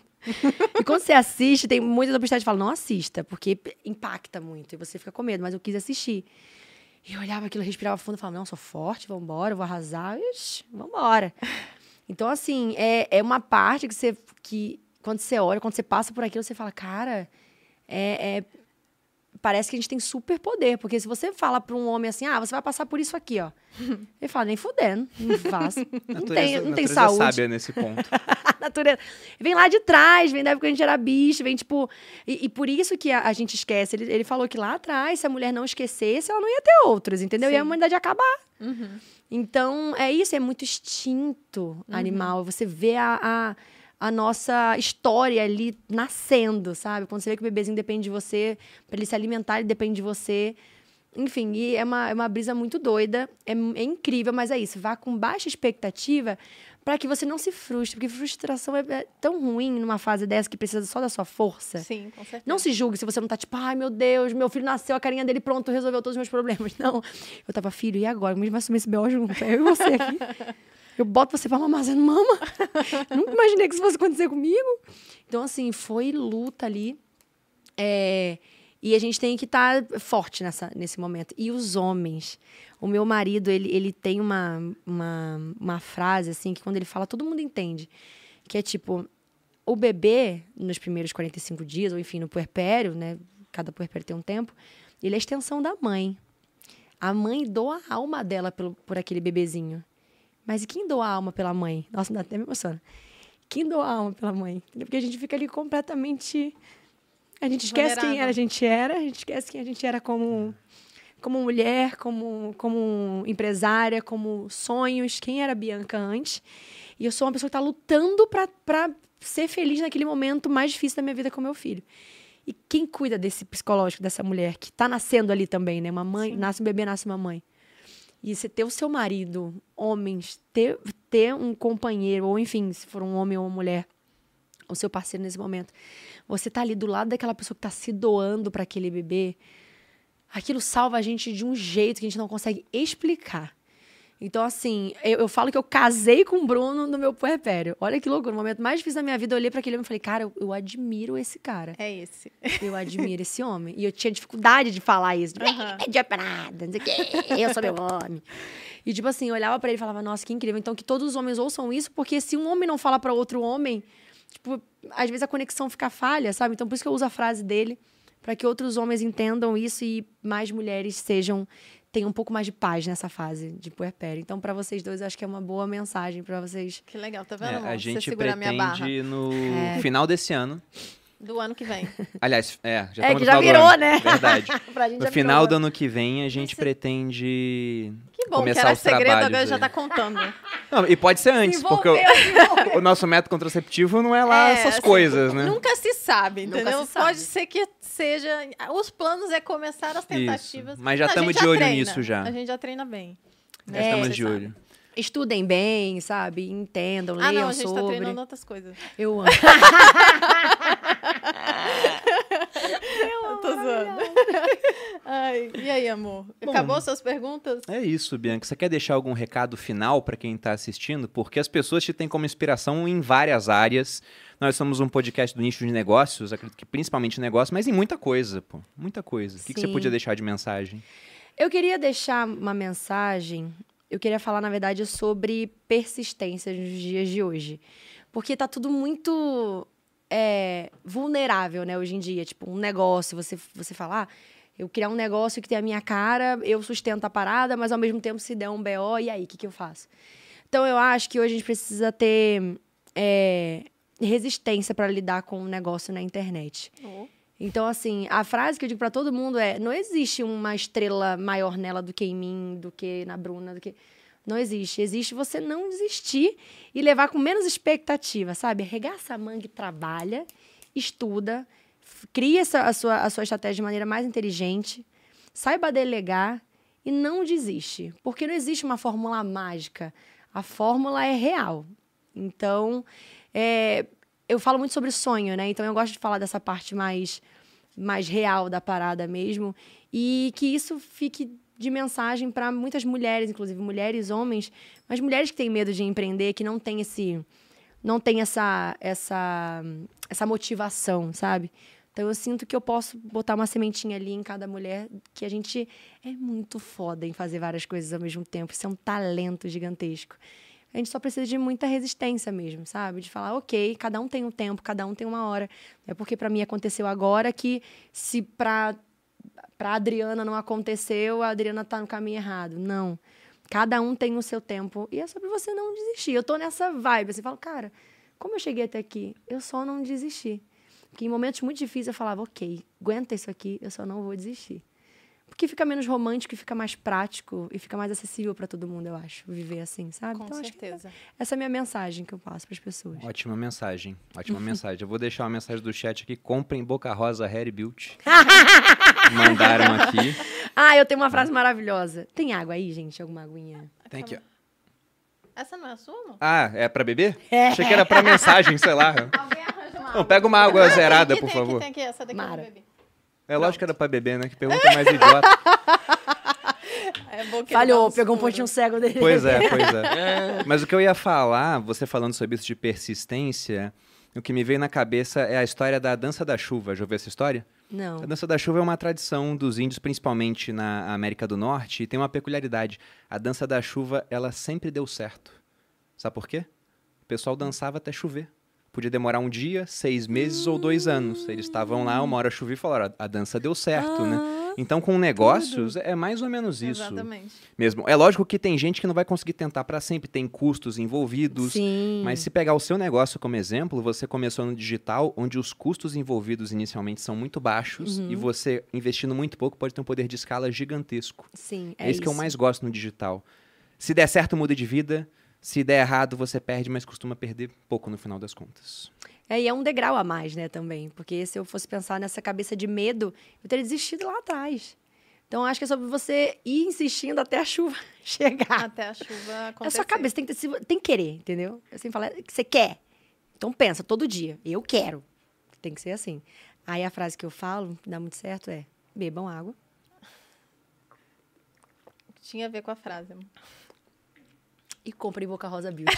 Speaker 3: E quando você assiste, tem muitas oportunidades que falam, não assista, porque impacta muito. E você fica com medo, mas eu quis assistir. E eu olhava aquilo, respirava fundo e falava, não, sou forte, vambora, eu vou arrasar. Ixi, vambora. Então, assim, é, é uma parte que você... Que, quando você olha, quando você passa por aquilo, você fala, cara, é... é parece que a gente tem super poder. Porque se você fala para um homem assim, ah, você vai passar por isso aqui, ó. Ele fala, nem fudendo, não faço. Não
Speaker 1: Natureza-
Speaker 3: tem, não tem
Speaker 1: natureza
Speaker 3: saúde.
Speaker 1: sábia nesse ponto.
Speaker 3: A natureza. Vem lá de trás, vem da época que a gente era bicho, vem tipo... E, e por isso que a, a gente esquece. Ele, ele falou que lá atrás, se a mulher não esquecesse, ela não ia ter outros, entendeu?
Speaker 4: Sim.
Speaker 3: E a humanidade ia acabar.
Speaker 4: Uhum.
Speaker 3: Então, é isso, é muito instinto animal. Você vê a, a, a nossa história ali nascendo, sabe? Quando você vê que o bebezinho depende de você, para ele se alimentar, ele depende de você. Enfim, e é uma, é uma brisa muito doida, é, é incrível, mas é isso. Vá com baixa expectativa para que você não se frustre, porque frustração é, é tão ruim numa fase dessa que precisa só da sua força.
Speaker 4: Sim, com certeza.
Speaker 3: Não se julgue se você não tá tipo, ai meu Deus, meu filho nasceu, a carinha dele pronto, resolveu todos os meus problemas. Não, eu tava, filho, e agora? Como a gente vai assumir esse B O junto? É eu e você aqui. Eu boto você pra mamar, você não mama. Nunca imaginei que isso fosse acontecer comigo. Então, assim, foi luta ali. É... E a gente tem que estar tá forte nessa, nesse momento. E os homens... O meu marido, ele, ele tem uma, uma, uma frase, assim, que quando ele fala, todo mundo entende. Que é tipo, o bebê, nos primeiros quarenta e cinco dias, ou enfim, no puerpério, né? Cada puerpério tem um tempo, ele é a extensão da mãe. A mãe doa a alma dela pelo, por aquele bebezinho. Mas e quem doa a alma pela mãe? Nossa, ainda até me emociona. Quem doa a alma pela mãe? Porque a gente fica ali completamente... A gente esquece quem era, a gente era. A gente esquece quem a gente era como... como mulher, como, como empresária, como sonhos, quem era a Bianca antes. E eu sou uma pessoa que está lutando para ser feliz naquele momento mais difícil da minha vida com meu filho. E quem cuida desse psicológico dessa mulher que está nascendo ali também, né? Uma mãe, Sim. nasce um bebê, nasce uma mãe. E você ter o seu marido, homens, ter, ter um companheiro, ou enfim, se for um homem ou uma mulher, o seu parceiro nesse momento, você tá ali do lado daquela pessoa que está se doando para aquele bebê, aquilo salva a gente de um jeito que a gente não consegue explicar. Então, assim, eu, eu falo que eu casei com o Bruno no meu puerpério. Olha que loucura. No momento mais difícil da minha vida, eu olhei para aquele homem e falei, cara, eu, eu admiro esse cara.
Speaker 4: É esse.
Speaker 3: Eu admiro esse homem. E eu tinha dificuldade de falar isso. Uhum. É de nada, não sei o quê. Eu sou meu homem. E, tipo assim, eu olhava para ele e falava, nossa, que incrível. Então, que todos os homens ouçam isso, porque se um homem não fala para outro homem, tipo, às vezes a conexão fica falha, sabe? Então, por isso que eu uso a frase dele, para que outros homens entendam isso e mais mulheres sejam tenham um pouco mais de paz nessa fase de puerpério. Então, para vocês dois, eu acho que é uma boa mensagem para vocês.
Speaker 4: Que legal, tá vendo?
Speaker 1: É, a
Speaker 4: Você
Speaker 1: gente
Speaker 4: segura
Speaker 1: pretende
Speaker 4: minha barra.
Speaker 1: no
Speaker 3: É.
Speaker 1: final desse ano.
Speaker 4: Do ano que vem.
Speaker 1: Aliás, é, já
Speaker 3: É,
Speaker 1: estamos
Speaker 3: que
Speaker 1: no
Speaker 3: já
Speaker 1: final do
Speaker 3: virou,
Speaker 1: ano.
Speaker 3: né?
Speaker 1: Verdade.
Speaker 3: Pra gente
Speaker 1: No
Speaker 3: já
Speaker 1: final
Speaker 3: virou.
Speaker 1: do ano que vem, a gente
Speaker 4: Esse-
Speaker 1: pretende
Speaker 4: Que bom, que
Speaker 1: começar
Speaker 4: era
Speaker 1: os
Speaker 4: segredo,
Speaker 1: trabalhos
Speaker 4: agora já
Speaker 1: aí.
Speaker 4: tá contando.
Speaker 1: Não, e pode ser antes,
Speaker 3: Se
Speaker 1: porque o,
Speaker 3: envolveu, se envolveu.
Speaker 1: o nosso método contraceptivo não é lá
Speaker 4: É,
Speaker 1: essas
Speaker 4: assim,
Speaker 1: coisas, né?
Speaker 4: Nunca se sabe,
Speaker 3: Nunca
Speaker 4: entendeu?
Speaker 3: se sabe.
Speaker 4: Pode ser que seja... Os planos é começar as tentativas.
Speaker 1: Isso, mas já
Speaker 4: Não, a
Speaker 1: tamo
Speaker 4: gente
Speaker 1: de olho
Speaker 4: treina.
Speaker 1: nisso já.
Speaker 4: A gente já treina bem.
Speaker 1: Já
Speaker 3: É,
Speaker 1: estamos
Speaker 4: você
Speaker 1: de
Speaker 4: sabe.
Speaker 1: olho.
Speaker 3: Estudem bem, sabe? Entendam,
Speaker 4: Ah,
Speaker 3: leiam
Speaker 4: não, a gente
Speaker 3: sobre.
Speaker 4: tá treinando outras coisas.
Speaker 3: Eu amo.
Speaker 4: Eu tô zoando. Ai, e aí, amor?
Speaker 1: Bom.
Speaker 4: Acabou suas perguntas?
Speaker 1: É isso, Bianca. Você quer deixar algum recado final para quem está assistindo? Porque as pessoas te têm como inspiração em várias áreas. Nós somos um podcast do nicho de negócios, acredito que principalmente negócios, mas em muita coisa, pô. Muita coisa. O que, que você
Speaker 3: Sim.
Speaker 1: podia deixar de mensagem?
Speaker 3: Eu queria deixar uma mensagem. Eu queria falar, na verdade, sobre persistência nos dias de hoje. Porque tá tudo muito é, vulnerável, né, hoje em dia. Tipo, um negócio, você, você fala, ah, eu criar um negócio que tem a minha cara, eu sustento a parada, mas ao mesmo tempo se der um B O, e aí, o que, que eu faço? Então, eu acho que hoje a gente precisa ter é, resistência para lidar com o negócio na internet.
Speaker 4: Oh.
Speaker 3: Então, assim, a frase que eu digo pra todo mundo é: não existe uma estrela maior nela do que em mim, do que na Bruna, do que... Não existe. Existe você não desistir e levar com menos expectativa, sabe? Arregaça a manga e trabalha, estuda, f- cria essa, a, sua, a sua estratégia de maneira mais inteligente, saiba delegar e não desiste. Porque não existe uma fórmula mágica. A fórmula é real. Então, é, eu falo muito sobre sonho, né? Então, eu gosto de falar dessa parte mais, mais real da parada mesmo. E que isso fique de mensagem para muitas mulheres, inclusive mulheres, homens, mas mulheres que têm medo de empreender, que não têm esse, não têm essa, essa, essa motivação, sabe? Então, eu sinto que eu posso botar uma sementinha ali em cada mulher, que a gente é muito foda em fazer várias coisas ao mesmo tempo. Isso é um talento gigantesco. A gente só precisa de muita resistência mesmo, sabe? De falar, ok, cada um tem um tempo, cada um tem uma hora. É porque para mim aconteceu agora que se para para Adriana não aconteceu, a Adriana tá no caminho errado. Não. Cada um tem o seu tempo. E é sobre você não desistir. Eu tô nessa vibe. Você fala, cara, como eu cheguei até aqui? Eu só não desisti. Porque em momentos muito difíceis eu falava, ok, aguenta isso aqui, eu só não vou desistir. Porque fica menos romântico e fica mais prático e fica mais acessível para todo mundo, eu acho, viver assim, sabe?
Speaker 4: Com
Speaker 3: Então, acho que
Speaker 4: certeza.
Speaker 3: essa é a minha mensagem que eu passo para as pessoas.
Speaker 1: Ótima mensagem, ótima mensagem. Eu vou deixar uma mensagem do chat aqui. Comprem Boca Rosa Hair Beauty. Mandaram aqui.
Speaker 3: Ah, eu tenho uma frase maravilhosa. Tem água aí, gente? Alguma aguinha?
Speaker 1: Tem aqui, ó.
Speaker 4: Essa não é a sua, amor?
Speaker 1: Ah, é pra beber?
Speaker 3: É.
Speaker 1: Achei que era pra mensagem, sei lá.
Speaker 4: Alguém arranja uma
Speaker 1: Não, pega uma água zerada,
Speaker 4: aqui,
Speaker 1: por
Speaker 4: tem,
Speaker 1: favor.
Speaker 4: Aqui, tem aqui, essa daqui
Speaker 3: Mara.
Speaker 4: eu vou beber.
Speaker 1: É lógico que era pra beber, né? Que pergunta mais idiota.
Speaker 4: É bom que ele
Speaker 3: Falhou,
Speaker 4: tá
Speaker 3: pegou um
Speaker 4: escuro.
Speaker 3: pontinho cego dele.
Speaker 1: Pois é, pois é. Mas o que eu ia falar, você falando sobre isso de persistência, o que me veio na cabeça é a história da dança da chuva. Já ouviu essa história?
Speaker 3: Não.
Speaker 1: A dança da chuva é uma tradição dos índios, principalmente na América do Norte, e tem uma peculiaridade. A dança da chuva, ela sempre deu certo. Sabe por quê? O pessoal dançava até chover. Podia demorar um dia, seis meses ou dois anos. Eles estavam lá, uma hora chovia e falaram, a dança deu certo,
Speaker 3: Ah,
Speaker 1: né? Então, com negócios, é mais ou menos isso.
Speaker 4: Exatamente.
Speaker 1: Mesmo. É lógico que tem gente que não vai conseguir tentar para sempre, tem custos envolvidos.
Speaker 3: Sim.
Speaker 1: Mas se pegar o seu negócio como exemplo, você começou no digital, onde os custos envolvidos inicialmente são muito baixos
Speaker 3: Uhum.
Speaker 1: e você, investindo muito pouco, pode ter um poder de escala gigantesco.
Speaker 3: Sim,
Speaker 1: É,
Speaker 3: é
Speaker 1: isso que eu mais gosto no digital. Se der certo, muda de vida. Se der errado, você perde, mas costuma perder pouco no final das contas.
Speaker 3: É, e é um degrau a mais, né, também. Porque se eu fosse pensar nessa cabeça de medo, eu teria desistido lá atrás. Então, acho que é sobre você ir insistindo até a chuva chegar.
Speaker 4: Até a chuva
Speaker 3: É a
Speaker 4: acontecer.
Speaker 3: sua cabeça, tem que, ter, tem que querer, entendeu? Eu sempre falo que você quer. Então, pensa, todo dia, eu quero. Tem que ser assim. Aí, a frase que eu falo, que dá muito certo, é, bebam água.
Speaker 4: Tinha a ver com a frase, amor.
Speaker 3: E comprem Boca Rosa Beauty.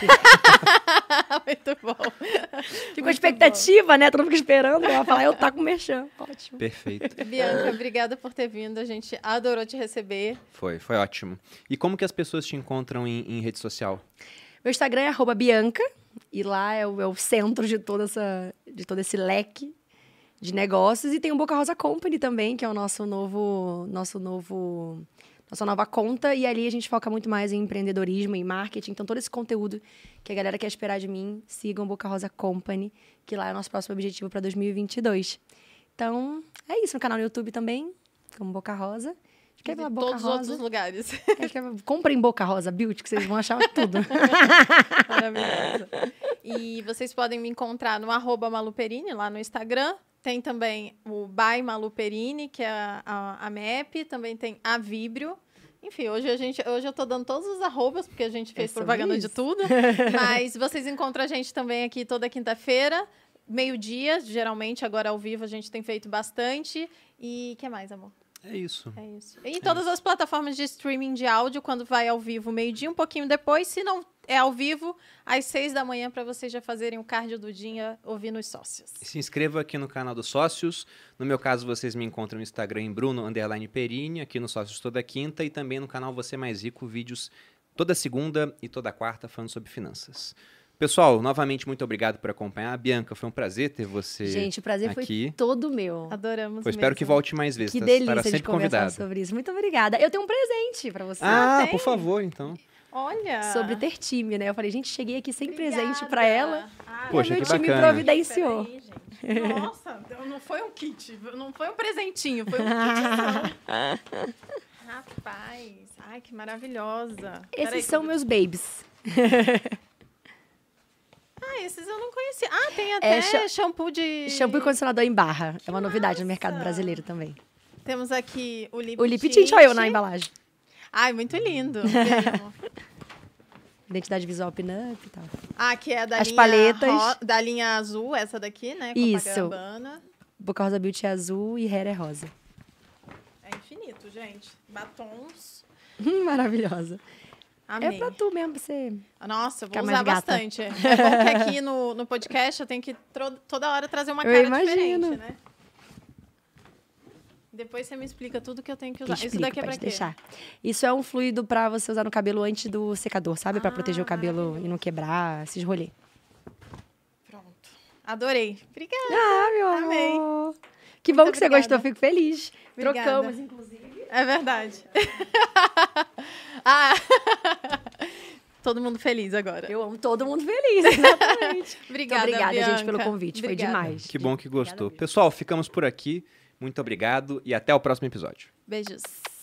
Speaker 4: Muito bom.
Speaker 3: Fica com expectativa, né? Todo mundo fica esperando. Ela falar, eu tá com merchan. Ótimo.
Speaker 1: Perfeito.
Speaker 4: Bianca, obrigada por ter vindo. A gente adorou te receber.
Speaker 1: Foi, foi ótimo. E como que as pessoas te encontram em, em rede social?
Speaker 3: Meu Instagram é arroba Bianca. E lá é o, é o centro de, toda essa, de todo esse leque de negócios. E tem o Boca Rosa Company também, que é o nosso novo... Nosso novo nossa nova conta, e ali a gente foca muito mais em empreendedorismo, em marketing. Então, todo esse conteúdo que a galera quer esperar de mim, sigam Boca Rosa Company, que lá é o nosso próximo objetivo para dois mil e vinte e dois. Então, é isso. No canal no YouTube também, como Boca Rosa. Escreve lá
Speaker 4: Em
Speaker 3: Boca
Speaker 4: todos os
Speaker 3: Rosa.
Speaker 4: outros lugares.
Speaker 3: É, escreve, comprem Boca Rosa Beauty, que vocês vão achar tudo.
Speaker 4: Maravilhoso. E vocês podem me encontrar no arroba Maluperini, lá no Instagram. Tem também o By Maluperini, que é a, a, a M E P. Também tem a Vibrio. Enfim, hoje, a gente, hoje eu tô dando todos os arrobas, porque a gente fez
Speaker 3: É sobre
Speaker 4: propaganda de
Speaker 3: isso.
Speaker 4: tudo. Mas vocês encontram a gente também aqui toda quinta-feira, meio-dia. Geralmente, agora ao vivo, a gente tem feito bastante. E o que mais, amor?
Speaker 1: É isso.
Speaker 4: É isso. E em todas as plataformas de streaming de áudio, quando vai ao vivo, meio-dia, um pouquinho depois. Se não é ao vivo, às seis da manhã, para vocês já fazerem o cardio do dia ouvindo os sócios.
Speaker 1: Se inscreva aqui no canal dos Sócios. No meu caso, vocês me encontram no Instagram em Bruno underline Perini, aqui no Sócios toda quinta e também no canal Você Mais Rico, vídeos toda segunda e toda quarta falando sobre finanças. Pessoal, novamente, muito obrigado por acompanhar. Bianca, foi um prazer ter você
Speaker 3: Gente, o prazer
Speaker 1: aqui.
Speaker 3: foi todo meu.
Speaker 4: Adoramos
Speaker 1: Pô, espero
Speaker 4: mesmo.
Speaker 1: que volte mais vezes.
Speaker 3: Que
Speaker 1: tá?
Speaker 3: delícia
Speaker 1: Estará
Speaker 3: de
Speaker 1: sempre
Speaker 3: conversar
Speaker 1: convidado.
Speaker 3: sobre isso. Muito obrigada. Eu tenho um presente pra você.
Speaker 1: Ah,
Speaker 4: tem?
Speaker 1: por favor, então.
Speaker 4: Olha!
Speaker 3: Sobre ter time, né? Eu falei, gente, cheguei aqui sem
Speaker 4: Obrigada.
Speaker 3: presente pra ela.
Speaker 4: Ah,
Speaker 1: Poxa,
Speaker 3: e
Speaker 1: que
Speaker 3: meu time
Speaker 1: bacana.
Speaker 3: providenciou.
Speaker 4: peraí, gente. Nossa, não foi um kit, não foi um presentinho, foi um kit. Rapaz, ai, que maravilhosa.
Speaker 3: Esses
Speaker 4: Peraí,
Speaker 3: são meus babies.
Speaker 4: Ah, esses eu não conhecia. Ah, tem até
Speaker 3: É, cha-
Speaker 4: shampoo de...
Speaker 3: Shampoo e condicionador em barra.
Speaker 4: Que
Speaker 3: é uma novidade no mercado
Speaker 4: massa.
Speaker 3: brasileiro também.
Speaker 4: Temos aqui o lip
Speaker 3: O lip
Speaker 4: tint.
Speaker 3: tint olha eu na embalagem.
Speaker 4: Ai, muito lindo. E aí, amor?
Speaker 3: Identidade visual pin-up e tal.
Speaker 4: Ah, que é da
Speaker 3: As
Speaker 4: linha
Speaker 3: paletas.
Speaker 4: ro- da linha azul, essa daqui, né?
Speaker 3: Isso.
Speaker 4: Copacabana.
Speaker 3: Boca Rosa Beauty é azul e Hair é rosa.
Speaker 4: É infinito, gente. Batons.
Speaker 3: Hum, maravilhosa.
Speaker 4: Amei.
Speaker 3: É pra tu mesmo, pra você...
Speaker 4: Nossa, eu vou
Speaker 3: Ficar
Speaker 4: usar
Speaker 3: mais gata.
Speaker 4: bastante. É é bom que aqui no, no podcast eu tenho que tro- toda hora trazer uma
Speaker 3: Eu
Speaker 4: cara
Speaker 3: imagino.
Speaker 4: diferente, né? Depois você me explica tudo que eu tenho que usar.
Speaker 3: Explico,
Speaker 4: Isso daqui é pra
Speaker 3: pode
Speaker 4: quê?
Speaker 3: deixar. Isso é um fluido pra você usar no cabelo antes do secador, sabe? Pra
Speaker 4: Ah,
Speaker 3: proteger o cabelo e não quebrar, se esrolher.
Speaker 4: Pronto. Adorei. Obrigada.
Speaker 3: Ah, meu
Speaker 4: Amei.
Speaker 3: amor. Que bom
Speaker 4: Muito
Speaker 3: que você
Speaker 4: obrigada.
Speaker 3: gostou, fico feliz.
Speaker 4: Obrigada.
Speaker 3: Trocamos, inclusive.
Speaker 4: É verdade. ah. Todo mundo feliz agora.
Speaker 3: Eu amo todo mundo feliz, exatamente.
Speaker 4: Obrigada,
Speaker 3: Muito obrigada, gente, pelo
Speaker 4: Bianca.
Speaker 3: convite.
Speaker 4: Obrigada.
Speaker 3: Foi demais.
Speaker 1: Que bom que gostou.
Speaker 3: Obrigada mesmo.
Speaker 1: Pessoal, ficamos por aqui. Muito obrigado e até o próximo episódio.
Speaker 4: Beijos.